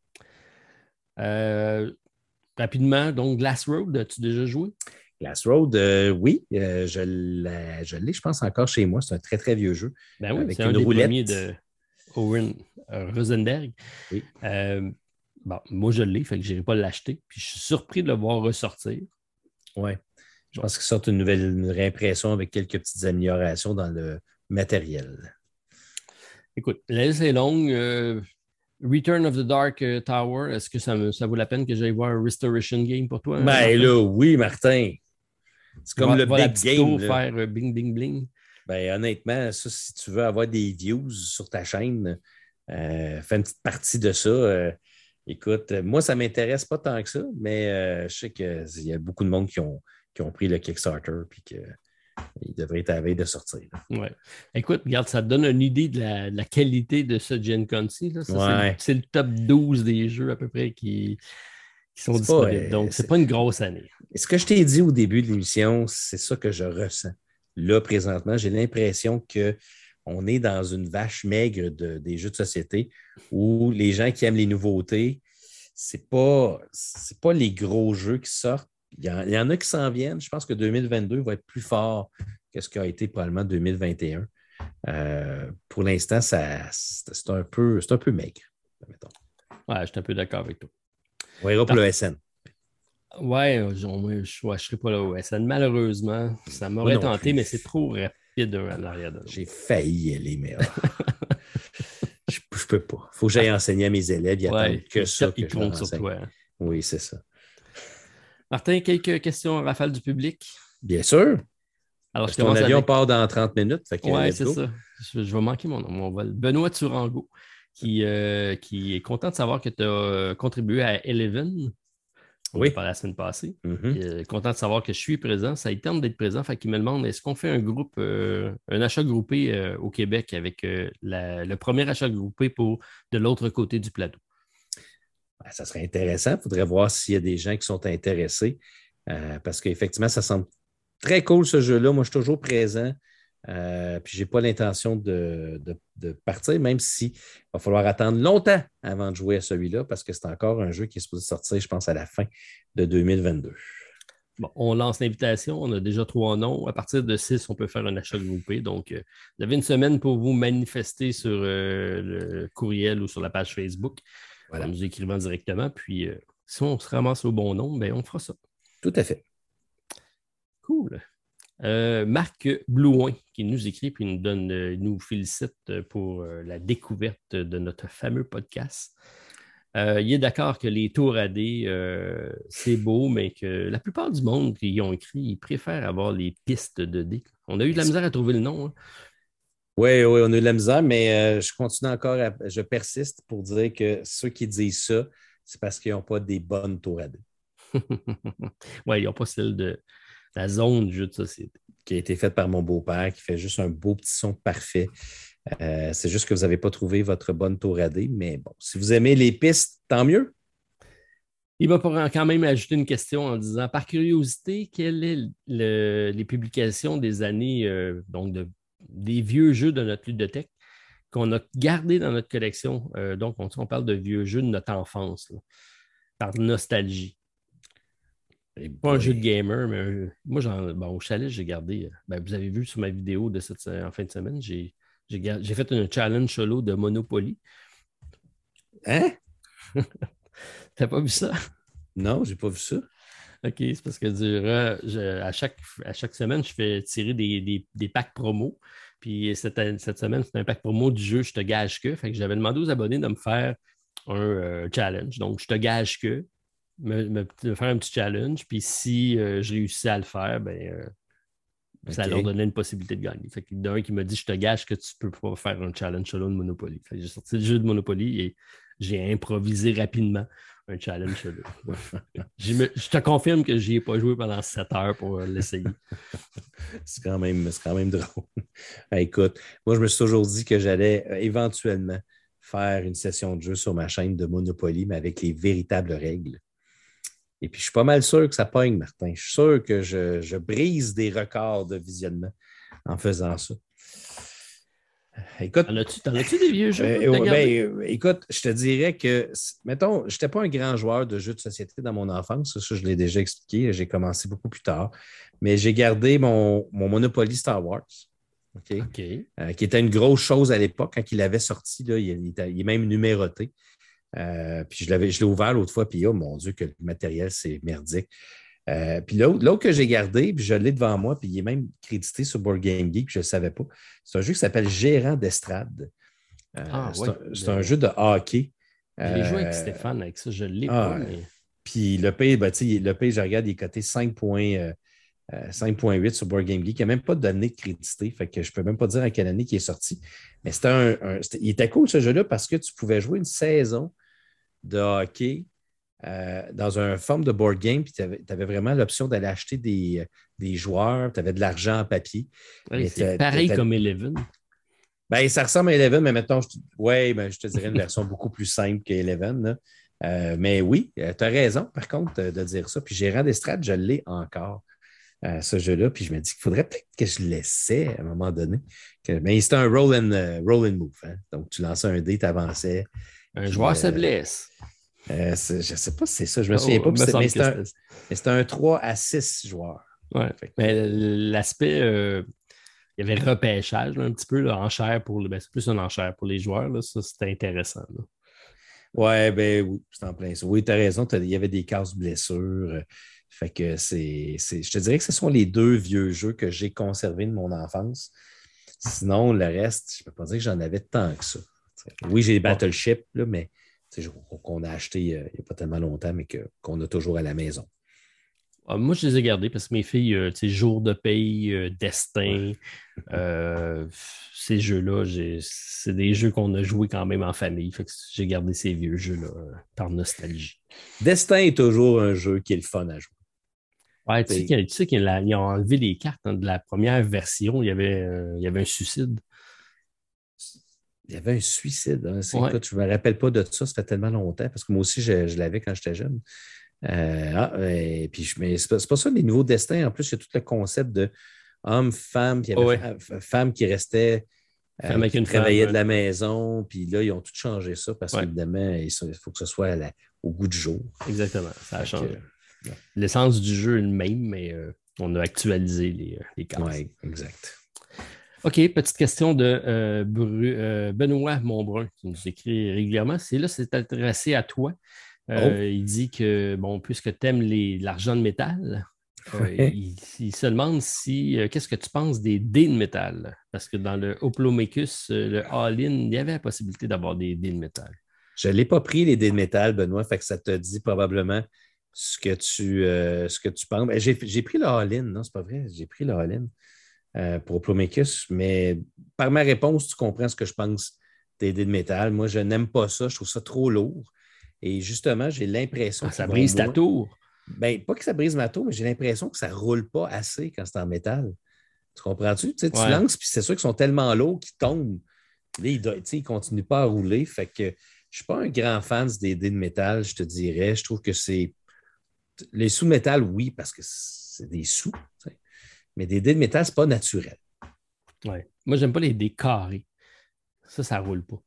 [SPEAKER 2] Rapidement, donc Glass Road, as-tu déjà joué?
[SPEAKER 3] Glass Road, oui, je l'ai, je pense, encore chez moi. C'est un très, très vieux jeu.
[SPEAKER 2] Ben oui, c'est un des premiers de Owen Rosenberg. Oui. Bon, moi, je l'ai, fait que je n'irai pas l'acheter. Puis je suis surpris de le voir ressortir.
[SPEAKER 3] Oui. Je pense qu'il sort une réimpression avec quelques petites améliorations dans le matériel.
[SPEAKER 2] Écoute, la liste est longue. Return of the Dark Tower, est-ce que ça vaut la peine que j'aille voir un Restoration Game pour toi?
[SPEAKER 3] Ben là, oui, Martin. C'est comme le big game.
[SPEAKER 2] Faire bing, bing, bling.
[SPEAKER 3] Ben honnêtement, ça, si tu veux avoir des views sur ta chaîne, fais une petite partie de ça. Écoute, moi, ça ne m'intéresse pas tant que ça, mais je sais qu'il y a beaucoup de monde qui ont pris le Kickstarter et qu'il devrait être à la veille de sortir.
[SPEAKER 2] Ouais. Écoute, regarde, ça te donne une idée de la qualité de ce Gen Con-ci. C'est le top 12 des jeux à peu près qui sont disponibles. Donc, c'est pas une grosse année.
[SPEAKER 3] Et ce que je t'ai dit au début de l'émission, c'est ça que je ressens. Là, présentement, j'ai l'impression qu'on est dans une vache maigre des jeux de société où les gens qui aiment les nouveautés, c'est pas les gros jeux qui sortent. Il y en a qui s'en viennent. Je pense que 2022 va être plus fort que ce qu'a été probablement 2021. Pour l'instant, c'est un peu maigre, mettons.
[SPEAKER 2] Ouais, je suis un peu d'accord avec toi.
[SPEAKER 3] On ira pour le SN.
[SPEAKER 2] Ouais, je ne serai pas là au SN. Malheureusement, ça m'aurait tenté, mais c'est trop rapide en arrière de l'autre.
[SPEAKER 3] J'ai failli y aller, mais je ne peux pas. Il faut que j'aille enseigner à mes élèves. Ils attendent que ça.
[SPEAKER 2] Ils comptent sur toi. Hein.
[SPEAKER 3] Oui, c'est ça.
[SPEAKER 2] Martin, quelques questions en rafale du public?
[SPEAKER 3] Bien sûr.
[SPEAKER 2] Alors,
[SPEAKER 3] ton avion part dans 30 minutes.
[SPEAKER 2] Oui, c'est ça. Je vais manquer mon nom. Mon vol. Benoît Turango, qui est content de savoir que tu as contribué à Eleven. Oui. Par la semaine passée. Mm-hmm. Content de savoir que je suis présent. Ça tente d'être présent. Fait qu'il me demande est-ce qu'on fait un achat groupé au Québec avec le premier achat groupé de l'autre côté du plateau?
[SPEAKER 3] Ça serait intéressant. Il faudrait voir s'il y a des gens qui sont intéressés. Parce qu'effectivement, ça semble très cool ce jeu-là. Moi, je suis toujours présent. Puis je n'ai pas l'intention de partir, même s'il va falloir attendre longtemps avant de jouer à celui-là, parce que c'est encore un jeu qui est supposé sortir, je pense, à la fin de 2022.
[SPEAKER 2] Bon, on lance l'invitation. On a déjà 3 noms. À partir de 6, on peut faire un achat groupé. Donc, vous avez une semaine pour vous manifester sur le courriel ou sur la page Facebook. Voilà. En nous écrivant directement. Puis, si on se ramasse au bon nom, bien, on fera ça.
[SPEAKER 3] Tout à fait.
[SPEAKER 2] Cool. Marc Blouin qui nous écrit et nous félicite pour la découverte de notre fameux podcast. Il est d'accord que les tours à dés, c'est beau, mais que la plupart du monde qui y ont écrit, ils préfèrent avoir les pistes de dés. On a eu de la misère à trouver le nom. Hein.
[SPEAKER 3] Oui, oui, on a eu de la misère, mais je continue encore, je persiste pour dire que ceux qui disent ça, c'est parce qu'ils n'ont pas des bonnes tours à dés.
[SPEAKER 2] Oui, ils n'ont pas celle de la zone du jeu de société.
[SPEAKER 3] Qui a été faite par mon beau-père, qui fait juste un beau petit son parfait. C'est juste que vous n'avez pas trouvé votre bonne tour à dés, mais bon, si vous aimez les pistes, tant mieux.
[SPEAKER 2] Il va quand même ajouter une question en disant, par curiosité, quelles sont les publications des années, des vieux jeux de notre ludothèque qu'on a gardés dans notre collection? Donc, on parle de vieux jeux de notre enfance, là, par nostalgie. Pas un jeu de gamer, mais moi, au chalet, j'ai gardé. Vous avez vu sur ma vidéo de en fin de semaine, j'ai fait un challenge solo de Monopoly.
[SPEAKER 3] Hein?
[SPEAKER 2] T'as pas vu ça?
[SPEAKER 3] Non, j'ai pas vu ça.
[SPEAKER 2] OK, c'est parce que à chaque semaine, je fais tirer des packs promo. Puis cette semaine, c'est un pack promo du jeu Je te gage que. Fait que j'avais demandé aux abonnés de me faire un challenge. Donc, Je te gage que. Me faire un petit challenge. Puis si je réussis à le faire, ça leur donnait une possibilité de gagner. Fait qu'il y en a un qui m'a dit Je te gage que tu ne peux pas faire un challenge solo de Monopoly. Fait que j'ai sorti le jeu de Monopoly et j'ai improvisé rapidement un challenge solo. Je te confirme que je n'y ai pas joué pendant 7 heures pour l'essayer.
[SPEAKER 3] C'est quand même drôle. Écoute, moi, je me suis toujours dit que j'allais éventuellement faire une session de jeu sur ma chaîne de Monopoly, mais avec les véritables règles. Et puis, je suis pas mal sûr que ça pogne, Martin. Je suis sûr que je brise des records de visionnement en faisant ça. Écoute,
[SPEAKER 2] T'en as-tu des vieux jeux?
[SPEAKER 3] Écoute, je te dirais que, mettons, je n'étais pas un grand joueur de jeux de société dans mon enfance. Ça, je l'ai déjà expliqué. J'ai commencé beaucoup plus tard. Mais j'ai gardé mon Monopoly Star Wars. Qui était une grosse chose à l'époque. Quand il avait sorti, là, il est même numéroté. Puis je l'ai ouvert l'autre fois, puis oh mon Dieu, que le matériel, c'est merdique. Puis l'autre que j'ai gardé, puis je l'ai devant moi, puis il est même crédité sur Board Game Geek, je ne le savais pas. C'est un jeu qui s'appelle Gérant d'estrade. C'est un jeu de hockey.
[SPEAKER 2] J'ai joué avec Stéphane avec ça, je l'ai pas. Mais...
[SPEAKER 3] Puis le pays, je regarde, il est coté 5.8 sur Board Game Geek. Il n'y a même pas de données créditées, fait que je ne peux même pas dire à quelle année il est sorti. Mais il était cool ce jeu-là parce que tu pouvais jouer une saison de hockey dans une forme de board game, puis tu avais vraiment l'option d'aller acheter des joueurs, tu avais de l'argent en papier.
[SPEAKER 2] Oui, c'est pareil comme Eleven.
[SPEAKER 3] Ça ressemble à Eleven, mais maintenant, je te dirais une version beaucoup plus simple qu'Eleven. Mais oui, tu as raison, par contre, de dire ça. Puis Gérant d'estrade, je l'ai encore, ce jeu-là. Puis je me dis qu'il faudrait peut-être que je l'essaie à un moment donné. Mais c'était un roll and move. Hein? Donc, tu lançais un dé, tu avançais.
[SPEAKER 2] Un joueur se blesse.
[SPEAKER 3] Je ne sais pas si c'est ça, je me souviens pas. Mais c'était un 3 à 6 joueurs.
[SPEAKER 2] Ouais. Mais l'aspect, il y avait le repêchage là, un petit peu, l'enchère pour c'est plus une enchère pour les joueurs. Là, ça, c'était intéressant.
[SPEAKER 3] Oui, c'est en plein ça. Oui, tu as raison, il y avait des cases blessures. Fait que je te dirais que ce sont les deux vieux jeux que j'ai conservés de mon enfance. Sinon, le reste, je ne peux pas dire que j'en avais tant que ça. Oui, j'ai des Battleship, là, mais qu'on a acheté il n'y a pas tellement longtemps, mais qu'on a toujours à la maison.
[SPEAKER 2] Moi, je les ai gardés parce que mes filles, Jour de paye, Destin, ces jeux-là, c'est des jeux qu'on a joués quand même en famille. Fait que j'ai gardé ces vieux jeux-là par nostalgie.
[SPEAKER 3] Destin est toujours un jeu qui est le fun à jouer.
[SPEAKER 2] Ouais, tu sais qu'ils ont enlevé les cartes de la première version. Il y avait un suicide.
[SPEAKER 3] Il y avait un suicide. Hein. Écoute, je ne me rappelle pas de ça. Ça fait tellement longtemps parce que moi aussi, je l'avais quand j'étais jeune. Mais c'est pas ça, les nouveaux destins. En plus, il y a tout le concept de homme, femme, puis il y avait femme qui restait qui travaillait de la maison. Puis là, ils ont tout changé ça parce qu'évidemment, il faut que ce soit au goût du jour.
[SPEAKER 2] Exactement. Ça a changé. L'essence du jeu est le même, mais on a actualisé les cartes.
[SPEAKER 3] Oui, exact.
[SPEAKER 2] OK, petite question de Benoît Montbrun qui nous écrit régulièrement. C'est adressé à toi. Il dit que, puisque tu aimes l'argent de métal, Il se demande si qu'est-ce que tu penses des dés de métal? Parce que dans le Hoplomachus, le All-in, il y avait la possibilité d'avoir des dés de métal.
[SPEAKER 3] Je ne l'ai pas pris, les dés de métal, Benoît, fait que ça te dit probablement ce que tu penses. Ben, j'ai pris le All-in, non, c'est pas vrai. J'ai pris le All-in pour Hoplomachus, mais par ma réponse, tu comprends ce que je pense des dés de métal. Moi, je n'aime pas ça. Je trouve ça trop lourd. Et justement, j'ai l'impression que
[SPEAKER 2] ça brise ta tour.
[SPEAKER 3] Ben, pas que ça brise ma tour, mais j'ai l'impression que ça ne roule pas assez quand c'est en métal. Tu comprends-tu? Tu lances, puis c'est sûr qu'ils sont tellement lourds qu'ils tombent. Là, ils ne continuent pas à rouler. Fait que je ne suis pas un grand fan des dés de métal, je te dirais. Je trouve que c'est. Les sous-métal, oui, parce que c'est des sous. T'sais. Mais des dés de métal, ce n'est pas naturel.
[SPEAKER 2] Ouais. Moi, j'aime pas les dés carrés. Ça ne roule pas.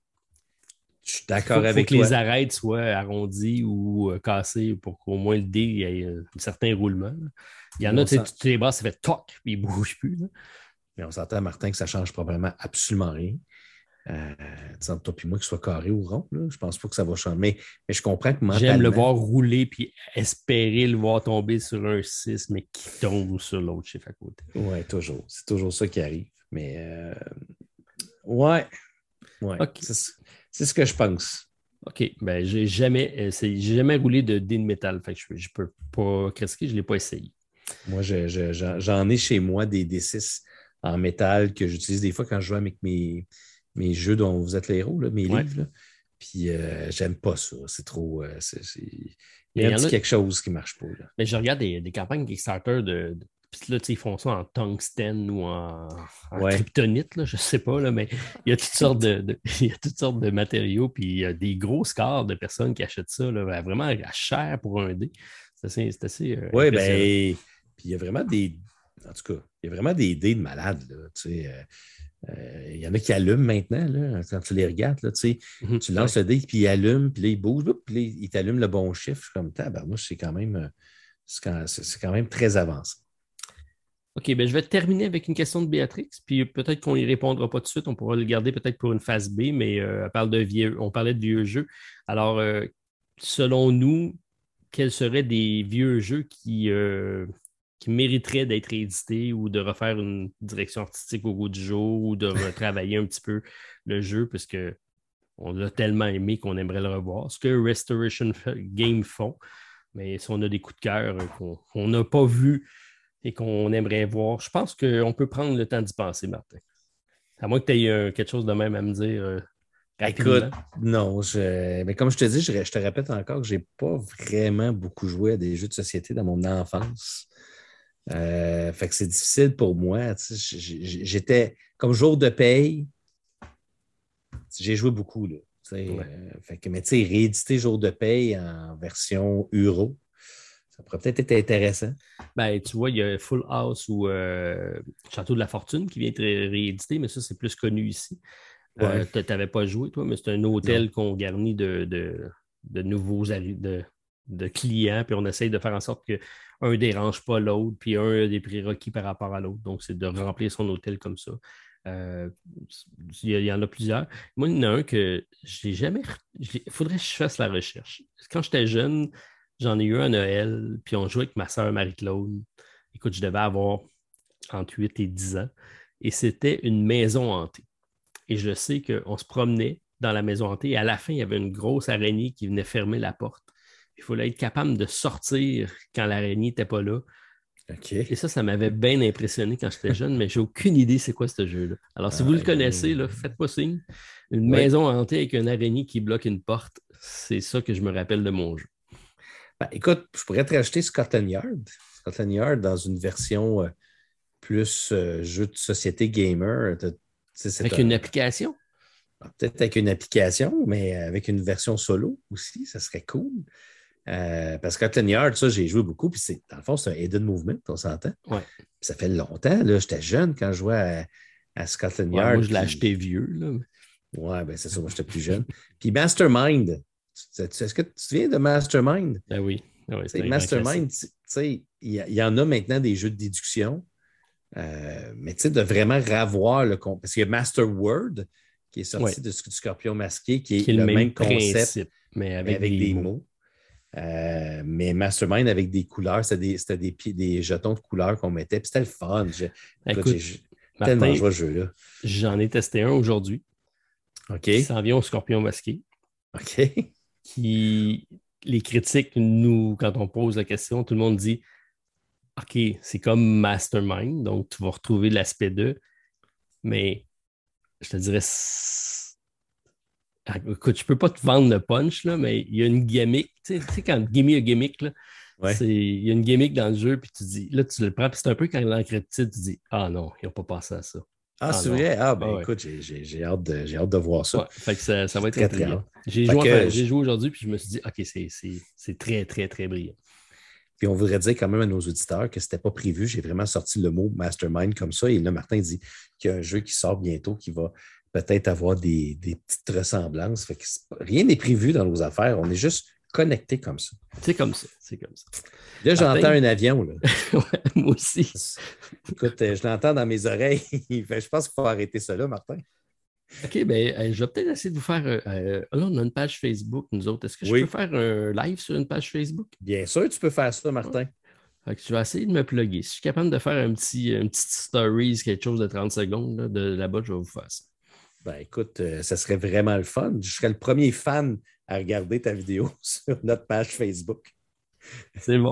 [SPEAKER 3] Je suis d'accord avec
[SPEAKER 2] toi. Il faut que les arêtes soient arrondies ou cassées pour qu'au moins le dé ait un certain roulement. Là. Il y en a, tu les bras, ça fait toc, puis ils ne bougent plus. Là.
[SPEAKER 3] Mais on s'entend, Martin, que ça ne change probablement absolument rien. Entre toi et moi, que ce soit carré ou rond, là, je ne pense pas que ça va changer. Mais je comprends que mentalement...
[SPEAKER 2] J'aime le voir rouler puis espérer le voir tomber sur un 6, mais qui tombe sur l'autre chiffre à côté.
[SPEAKER 3] Oui, toujours. C'est toujours ça qui arrive. Mais ouais. Okay. C'est ce que je pense.
[SPEAKER 2] OK. Ben, j'ai jamais roulé de dés de métal. Fait que je ne peux pas critiquer, je ne l'ai pas essayé.
[SPEAKER 3] Moi, j'en ai chez moi des D6 en métal que j'utilise des fois quand je joue avec mes jeux dont vous êtes les héros, là, mes livres. Là. Puis, j'aime pas ça. C'est trop. Il y a quelque chose qui ne marche pas. Là.
[SPEAKER 2] Mais je regarde des campagnes Kickstarter puis là, ils font ça en tungstène ou en kryptonite, là, je ne sais pas, là, mais il y a toutes sortes de matériaux, puis il y a des gros scores de personnes qui achètent ça, là, vraiment à cher pour un dé. C'est assez
[SPEAKER 3] oui, bien, puis il y a vraiment des... En tout cas, il y a vraiment des dés de malades, là, tu sais. Il y en a qui allument maintenant, là, quand tu les regardes, là, tu lances le dé, puis il allume, puis là, il bouge, puis là, il t'allume le bon chiffre. Comme tabarnouche, c'est quand même très avancé.
[SPEAKER 2] OK, ben je vais terminer avec une question de Béatrix, puis peut-être qu'on n'y répondra pas tout de suite, on pourra le garder peut-être pour une phase B, mais elle parle on parlait de vieux jeux. Alors, selon nous, quels seraient des vieux jeux qui mériteraient d'être réédités ou de refaire une direction artistique au goût du jour ou de retravailler un petit peu le jeu, parce qu'on l'a tellement aimé qu'on aimerait le revoir. Ce que Restoration Game font, mais si on a des coups de cœur qu'on n'a pas vus, et qu'on aimerait voir. Je pense qu'on peut prendre le temps d'y penser, Martin. À moins que tu aies quelque chose de même à me dire rapidement.
[SPEAKER 3] Écoute, non. Mais comme je te dis, je te répète encore que je n'ai pas vraiment beaucoup joué à des jeux de société dans mon enfance. Fait que c'est difficile pour moi. J'étais comme jour de paye. J'ai joué beaucoup. Là, mais tu sais, rééditer jour de paye en version euro, ça pourrait peut-être être intéressant.
[SPEAKER 2] Ben, tu vois, il y a Full House ou Château de la Fortune qui vient être réédité, mais ça, c'est plus connu ici. Ouais. Tu n'avais pas joué, toi, mais c'est un hôtel qu'on garnit de nouveaux de clients, puis on essaye de faire en sorte qu'un ne dérange pas l'autre, puis un a des prérequis par rapport à l'autre. Donc, c'est de remplir son hôtel comme ça. Il y en a plusieurs. Moi, il y en a un que je n'ai jamais... Il faudrait que je fasse la recherche. Quand j'étais jeune, j'en ai eu un à Noël, puis on jouait avec ma sœur Marie-Claude. Écoute, je devais avoir entre 8 et 10 ans. Et c'était une maison hantée. Et je sais qu'on se promenait dans la maison hantée et à la fin, il y avait une grosse araignée qui venait fermer la porte. Il fallait être capable de sortir quand l'araignée n'était pas là.
[SPEAKER 3] Okay.
[SPEAKER 2] Et ça m'avait bien impressionné quand j'étais jeune, mais j'ai aucune idée c'est quoi ce jeu-là. Alors, si vous le connaissez, là, faites-moi signe. Une maison hantée avec une araignée qui bloque une porte, c'est ça que je me rappelle de mon jeu.
[SPEAKER 3] Ben, écoute, je pourrais te rajouter Scotland Yard. Scotland Yard dans une version plus jeu de société gamer.
[SPEAKER 2] Avec une application?
[SPEAKER 3] Peut-être avec une application, mais avec une version solo aussi, ça serait cool. Parce que Scotland Yard, ça, j'ai joué beaucoup, puis dans le fond, c'est un hidden movement, on s'entend.
[SPEAKER 2] Ouais.
[SPEAKER 3] Ça fait longtemps, là, j'étais jeune quand je jouais à Scotland Yard.
[SPEAKER 2] Moi, je l'ai acheté vieux, là.
[SPEAKER 3] Ouais, ben c'est ça, moi, j'étais plus jeune. Puis Mastermind. Est-ce que tu te souviens de Mastermind?
[SPEAKER 2] Ben oui.
[SPEAKER 3] Mastermind, il y en a maintenant des jeux de déduction, mais tu sais, de vraiment revoir le concept. Parce qu'il y a Master Word qui est sorti du Scorpion masqué, qui est le même concept,
[SPEAKER 2] principe, mais avec des mots.
[SPEAKER 3] Mais Mastermind avec des couleurs, c'était des jetons de couleurs qu'on mettait, puis c'était le fun. Écoute, j'ai tellement joué au jeu-là.
[SPEAKER 2] J'en ai testé un aujourd'hui.
[SPEAKER 3] OK.
[SPEAKER 2] Qui s'en vient au Scorpion Masqué.
[SPEAKER 3] OK.
[SPEAKER 2] Les critiques, quand on pose la question, tout le monde dit OK, c'est comme Mastermind, donc tu vas retrouver l'aspect 2, mais je te dirais, écoute, je peux pas te vendre le punch, là, mais il y a une gimmick. Tu sais quand gimme a gimmick, là, il y a une gimmick dans le jeu, puis tu dis, là, tu le prends, puis c'est un peu quand l'encryptide, tu dis, ah non, ils n'ont pas pensé à ça.
[SPEAKER 3] C'est vrai? Écoute, j'ai hâte de voir ça.
[SPEAKER 2] Ouais, fait que ça va être
[SPEAKER 3] très brillant.
[SPEAKER 2] J'ai joué aujourd'hui, puis je me suis dit, OK, c'est très, très, très brillant.
[SPEAKER 3] Puis on voudrait dire quand même à nos auditeurs que ce n'était pas prévu. J'ai vraiment sorti le mot Mastermind comme ça. Et là, Martin dit qu'il y a un jeu qui sort bientôt qui va peut-être avoir des petites ressemblances. Fait que rien n'est prévu dans nos affaires. On est juste connectés comme ça.
[SPEAKER 2] C'est comme ça.
[SPEAKER 3] Là, j'entends un avion. Là.
[SPEAKER 2] Ouais, moi aussi.
[SPEAKER 3] Écoute, je l'entends dans mes oreilles. Je pense qu'il faut arrêter ça là, Martin.
[SPEAKER 2] OK, bien, je vais peut-être essayer de vous faire... là, on a une page Facebook, nous autres. Est-ce que je peux faire un live sur une page Facebook?
[SPEAKER 3] Bien sûr, tu peux faire ça, Martin.
[SPEAKER 2] Fait que je vais essayer de me plugger. Si je suis capable de faire une petite stories, quelque chose de 30 secondes, là, de là-bas, je vais vous faire ça.
[SPEAKER 3] Ben, écoute, ça serait vraiment le fun. Je serais le premier fan à regarder ta vidéo sur notre page Facebook.
[SPEAKER 2] C'est bon.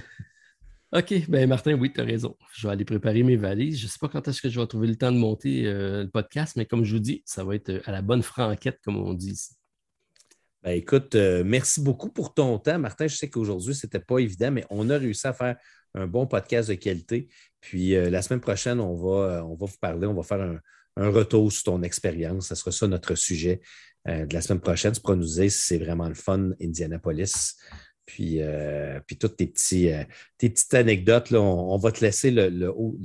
[SPEAKER 2] OK, bien Martin, oui, tu as raison. Je vais aller préparer mes valises. Je ne sais pas quand est-ce que je vais trouver le temps de monter le podcast, mais comme je vous dis, ça va être à la bonne franquette, comme on dit ici.
[SPEAKER 3] Ben, écoute, merci beaucoup pour ton temps. Martin, je sais qu'aujourd'hui, ce n'était pas évident, mais on a réussi à faire un bon podcast de qualité. Puis la semaine prochaine, on va vous parler, on va faire un retour sur ton expérience. Ça sera ça notre sujet de la semaine prochaine. Tu pourras nous dire si c'est vraiment le fun, Indianapolis. Puis toutes tes petites anecdotes, là, on va te laisser le haut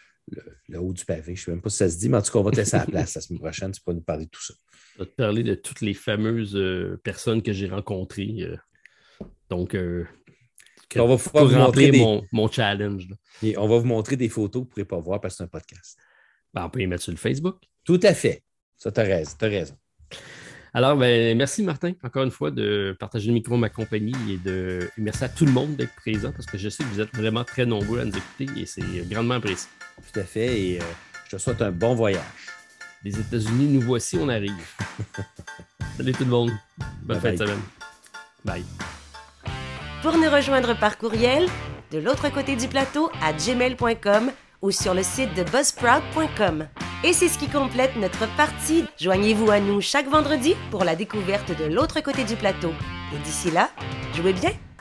[SPEAKER 3] du pavé. Je ne sais même pas si ça se dit, mais en tout cas, on va te laisser à la place la semaine prochaine. Tu pourras nous parler de tout ça.
[SPEAKER 2] Je vais te parler de toutes les fameuses personnes que j'ai rencontrées. Donc,
[SPEAKER 3] on va pour remplir
[SPEAKER 2] mon challenge. Là.
[SPEAKER 3] Et on va vous montrer des photos que vous ne pourrez pas voir parce que c'est un podcast.
[SPEAKER 2] Ben, on peut les mettre sur le Facebook.
[SPEAKER 3] Tout à fait. Ça, tu as raison.
[SPEAKER 2] Alors, ben, merci Martin, encore une fois, de partager le micro de ma compagnie et merci à tout le monde d'être présent parce que je sais que vous êtes vraiment très nombreux à nous écouter et c'est grandement apprécié.
[SPEAKER 3] Tout à fait et je te souhaite un bon voyage.
[SPEAKER 2] Les États-Unis, nous voici, on arrive. Salut tout le monde. Bonne fin de semaine. Bye.
[SPEAKER 1] Pour nous rejoindre par courriel, de l'autre côté du plateau à gmail.com ou sur le site de buzzsprout.com. Et c'est ce qui complète notre partie. Joignez-vous à nous chaque vendredi pour la découverte de l'autre côté du plateau. Et d'ici là, jouez bien!